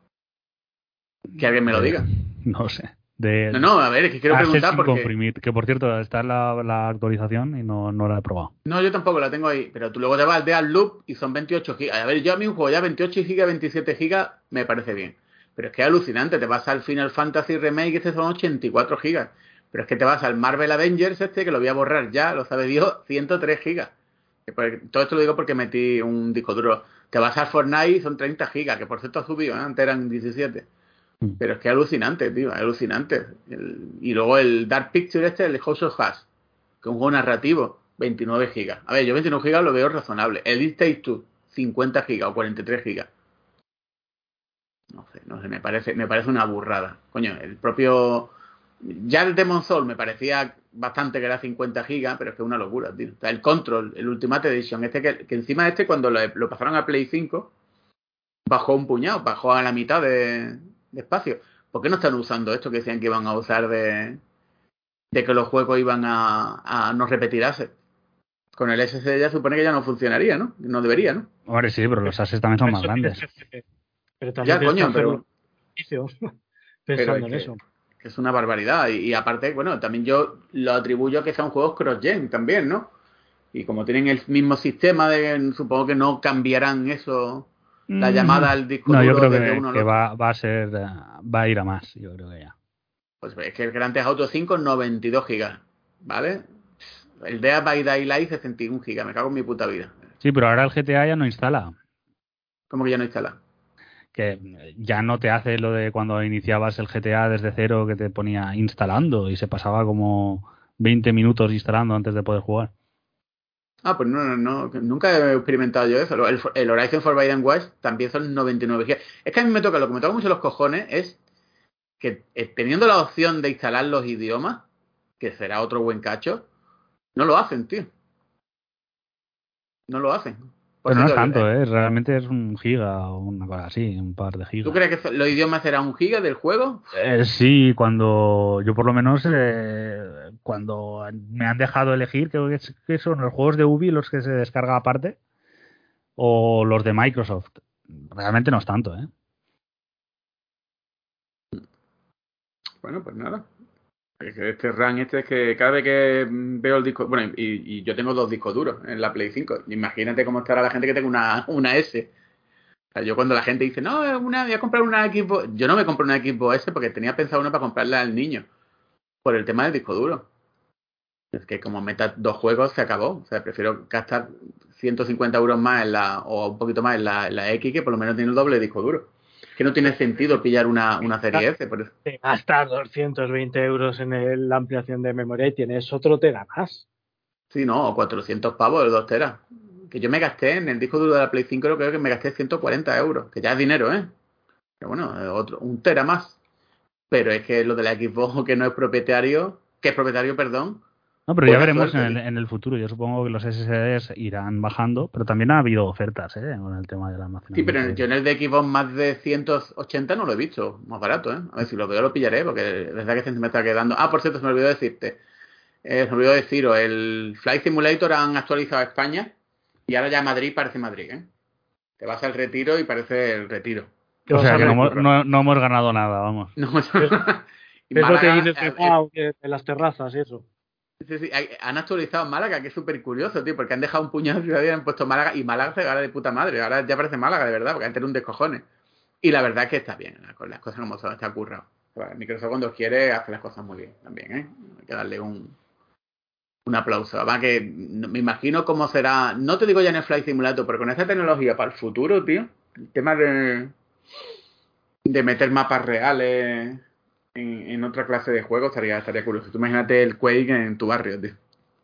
Que alguien me lo diga. No sé. No, a ver, es que quiero preguntar porque... comprimir, que por cierto, está en la actualización y no la he probado. No, yo tampoco la tengo ahí, pero tú luego te vas al Deathloop y son 28 gigas. A ver, yo a mí un juego ya 28 gigas, 27 gigas me parece bien. Pero es que es alucinante, te vas al Final Fantasy Remake, este son 84 gigas. Pero es que te vas al Marvel Avengers que lo voy a borrar ya, lo sabe Dios, 103 gigas. Todo esto lo digo porque metí un disco duro. Te vas al Fortnite y son 30 gigas, que por cierto ha subido, ¿eh? Antes eran 17. Pero es que es alucinante, tío, es alucinante. Y luego el Dark Picture el House of Hash, que es un juego narrativo, 29 gigas. A ver, yo 29 gigas lo veo razonable. El It Takes Two, 50 gigas o 43 gigas. No sé, me parece una burrada. Coño, el propio... Ya el Demon's Souls me parecía bastante que era 50 gigas, pero es que es una locura, tío. O sea, el Control, el Ultimate Edition, que encima cuando lo pasaron a Play 5, bajó un puñado, bajó a la mitad de espacio. ¿Por qué no están usando esto que decían que iban a usar de que los juegos iban a no repetirse? Con el SSD ya supone que ya no funcionaría, ¿no? No debería, ¿no? Ahora sí, pero los assets también son más grandes. Pero también Ya, coño, pero pensando en eso. Que es una barbaridad. Y aparte, bueno, también yo lo atribuyo a que son juegos cross-gen también, ¿no? Y como tienen el mismo sistema, supongo que no cambiarán eso, la llamada al disco duro. No, yo creo desde que, uno al que otro. va a ir a más, yo creo que ya. Pues es que el Grand Theft Auto 5 92 gigas, ¿vale? El Dead by Daylight 61 gigas, me cago en mi puta vida. Sí, pero ahora el GTA ya no instala. ¿Cómo que ya no instala? Que ya no te hace lo de cuando iniciabas el GTA desde cero, que te ponía instalando y se pasaba como 20 minutos instalando antes de poder jugar. Ah, pues no, nunca he experimentado yo eso. El Horizon Forbidden West también son 99 gigas. Es que a mí lo que me toca mucho los cojones es que teniendo la opción de instalar los idiomas, que será otro buen cacho, no lo hacen, tío. No lo hacen. Pero no es tanto, realmente es 1 giga o una cosa así, un par de gigas. ¿Tú crees que los idiomas serán 1 giga del juego? Sí, cuando yo por lo menos, cuando me han dejado elegir, creo que son los juegos de Ubi los que se descarga aparte, o los de Microsoft. Realmente no es tanto, ¿eh? Bueno, pues nada. Este RAM es que cada vez que veo el disco... Bueno, y yo tengo 2 discos duros en la Play 5. Imagínate cómo estará la gente que tenga una S. O sea, yo cuando la gente dice, no, voy a comprar una Xbox... Yo no me compro una Xbox S porque tenía pensado una para comprarla al niño. Por el tema del disco duro. Es que como meta 2 juegos se acabó. O sea, prefiero gastar 150 euros más o un poquito más en la X, que por lo menos tiene el doble de disco duro. Que no tiene sentido pillar una serie S, por eso. Te gastas 220 euros en la ampliación de memoria y tienes otro tera más. Sí, no, o 400 pavos de 2 teras. Que yo me gasté en el disco duro de la Play 5, creo que me gasté 140 euros, que ya es dinero, ¿eh? Pero bueno, 1 tera más. Pero es que lo de la Xbox que no es propietario, perdón. No, pero ya veremos en el futuro. Yo supongo que los SSDs irán bajando, pero también ha habido ofertas, con el tema del almacenamiento. Sí, pero yo en el de Xbox más de 180 no lo he visto, más barato, ¿eh? A ver si lo veo lo pillaré, porque desde que se me está quedando... Ah, por cierto, se me olvidó decirte. Se me olvidó deciros, el Flight Simulator han actualizado a España y ahora ya Madrid parece Madrid, ¿eh? Te vas al Retiro y parece el Retiro. O sea que no hemos ganado nada, vamos. No, y es lo que dices en las terrazas y eso. Sí, han actualizado Málaga, que es súper curioso, tío, porque han dejado un puñado de ciudades y han puesto Málaga, y Málaga se gana de puta madre. Ahora ya parece Málaga, de verdad, porque antes era un descojones. Y la verdad es que está bien, las cosas como son, está currado. Microsoft cuando quiere hace las cosas muy bien también, ¿eh? Hay que darle un aplauso. Además que me imagino cómo será, no te digo ya en el Flight Simulator, pero con esta tecnología para el futuro, tío, el tema de meter mapas reales en otra clase de juego estaría curioso. Tú imagínate el Quake en tu barrio, tío.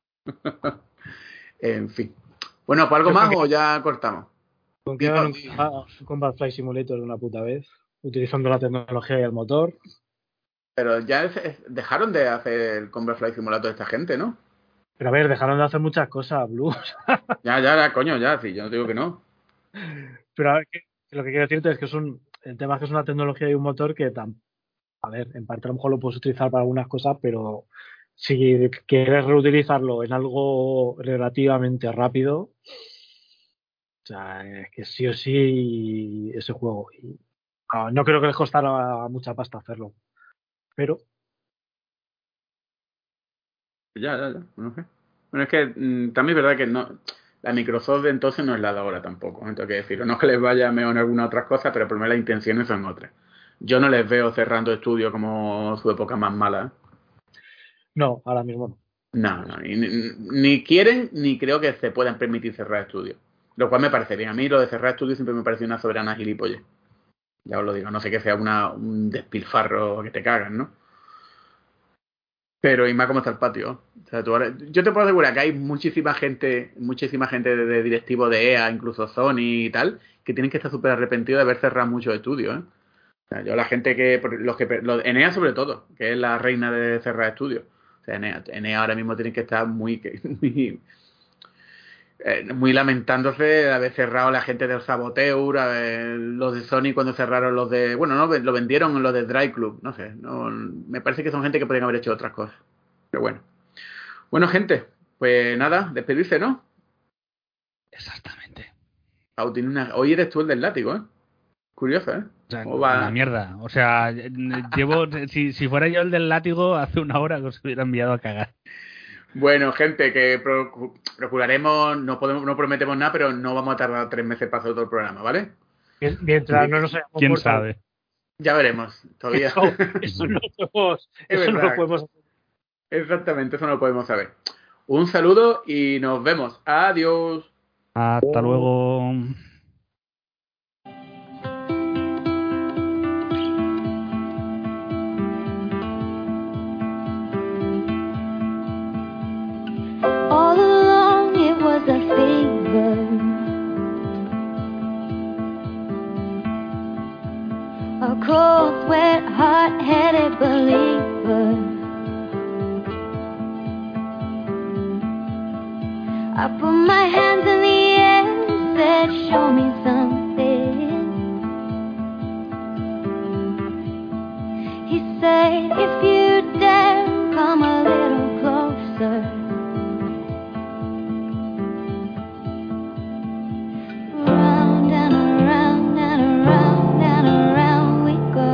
En fin. Bueno, ¿pues algo más o ya cortamos? ¿Con qué hagan un Combat Flight Simulator una puta vez? Utilizando la tecnología y el motor. Pero ya dejaron de hacer el Combat Flight Simulator esta gente, ¿no? Pero a ver, dejaron de hacer muchas cosas, Blue. ya, coño, ya, sí, yo no digo que no. Pero a ver, lo que quiero decirte es que el tema es que es una tecnología y un motor que a ver, en parte a lo mejor lo puedes utilizar para algunas cosas, pero si quieres reutilizarlo en algo relativamente rápido, o sea, es que sí o sí ese juego. No creo que les costara mucha pasta hacerlo, pero... Ya. No sé. Bueno, es que también es verdad que no... La Microsoft de entonces no es la de ahora tampoco, tengo que decirlo. No es que les vaya mejor en alguna otra cosa, pero por lo menos las intenciones son otras. Yo no les veo cerrando estudios como su época más mala. No, ahora mismo no. No, ni quieren ni creo que se puedan permitir cerrar estudios. Lo cual me parece bien. A mí lo de cerrar estudios siempre me parece una soberana gilipollez. Ya os lo digo, no sé que sea un despilfarro que te cagan, ¿no? Pero y más como está el patio. O sea, yo te puedo asegurar que hay muchísima gente de directivo de EA, incluso Sony y tal, que tienen que estar súper arrepentidos de haber cerrado muchos estudios, ¿eh? O sea, yo la gente EA sobre todo, que es la reina de cerrar estudios. O sea, EA ahora mismo tienen que estar muy lamentándose de haber cerrado la gente del Saboteur, los de Sony cuando cerraron los de... Bueno, no, lo vendieron los de Drive Club, no sé. Me parece que son gente que podrían haber hecho otras cosas. Pero bueno. Bueno, gente, pues nada, despedirse, ¿no? Exactamente. Hoy eres tú el del látigo, ¿eh? Curioso, ¿eh? O sea, una mierda. O sea, si fuera yo el del látigo, hace 1 hora que os hubiera enviado a cagar. Bueno, gente, que procuraremos, no prometemos nada, pero no vamos a tardar 3 meses para hacer todo el programa, ¿vale? Mientras no nos hayamos ¿Quién sabe? Ya veremos, todavía. Eso no lo podemos hacer. Exactamente, eso no lo podemos saber. Un saludo y nos vemos. Adiós. Hasta luego. A cold, wet, hot hard-headed believer. I put my hands in the air and said, show me something. He said, if you dare, come a little closer. Round and around and around and around we go.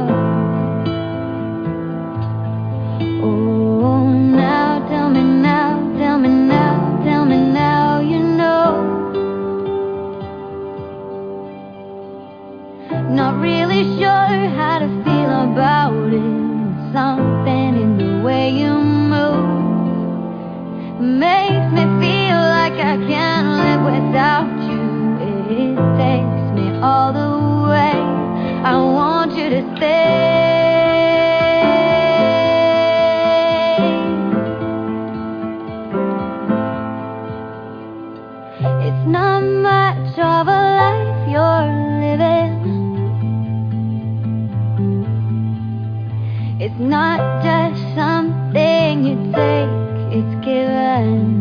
Oh, now tell me now, tell me now, tell me now you know. Not really sure how to feel about it. Something in the way you move makes me feel like I can't live without you. It takes me all the way. I want you to stay. It's not much of a life you're living. It's not just something you take, it's given.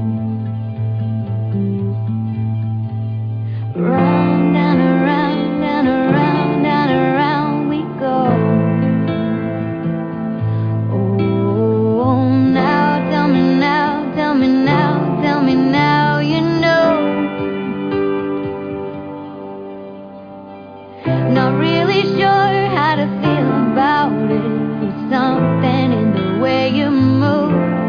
Round and around and around and around we go. Oh, now tell me now, tell me now, tell me now you know. Not really sure how to feel about it. Something in the way you move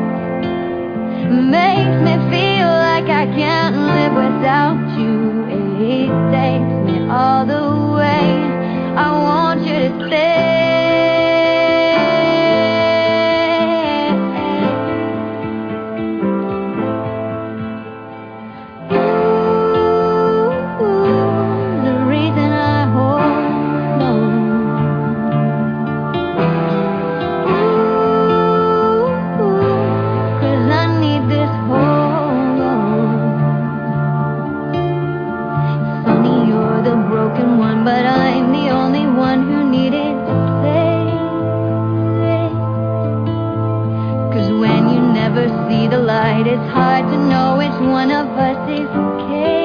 makes me feel like I can't live without you. It takes me all the way. I want you to stay. Ooh, the reason I hold on. But I'm the only one who needed to say it. 'Cause when you never see the light, it's hard to know which one of us is okay.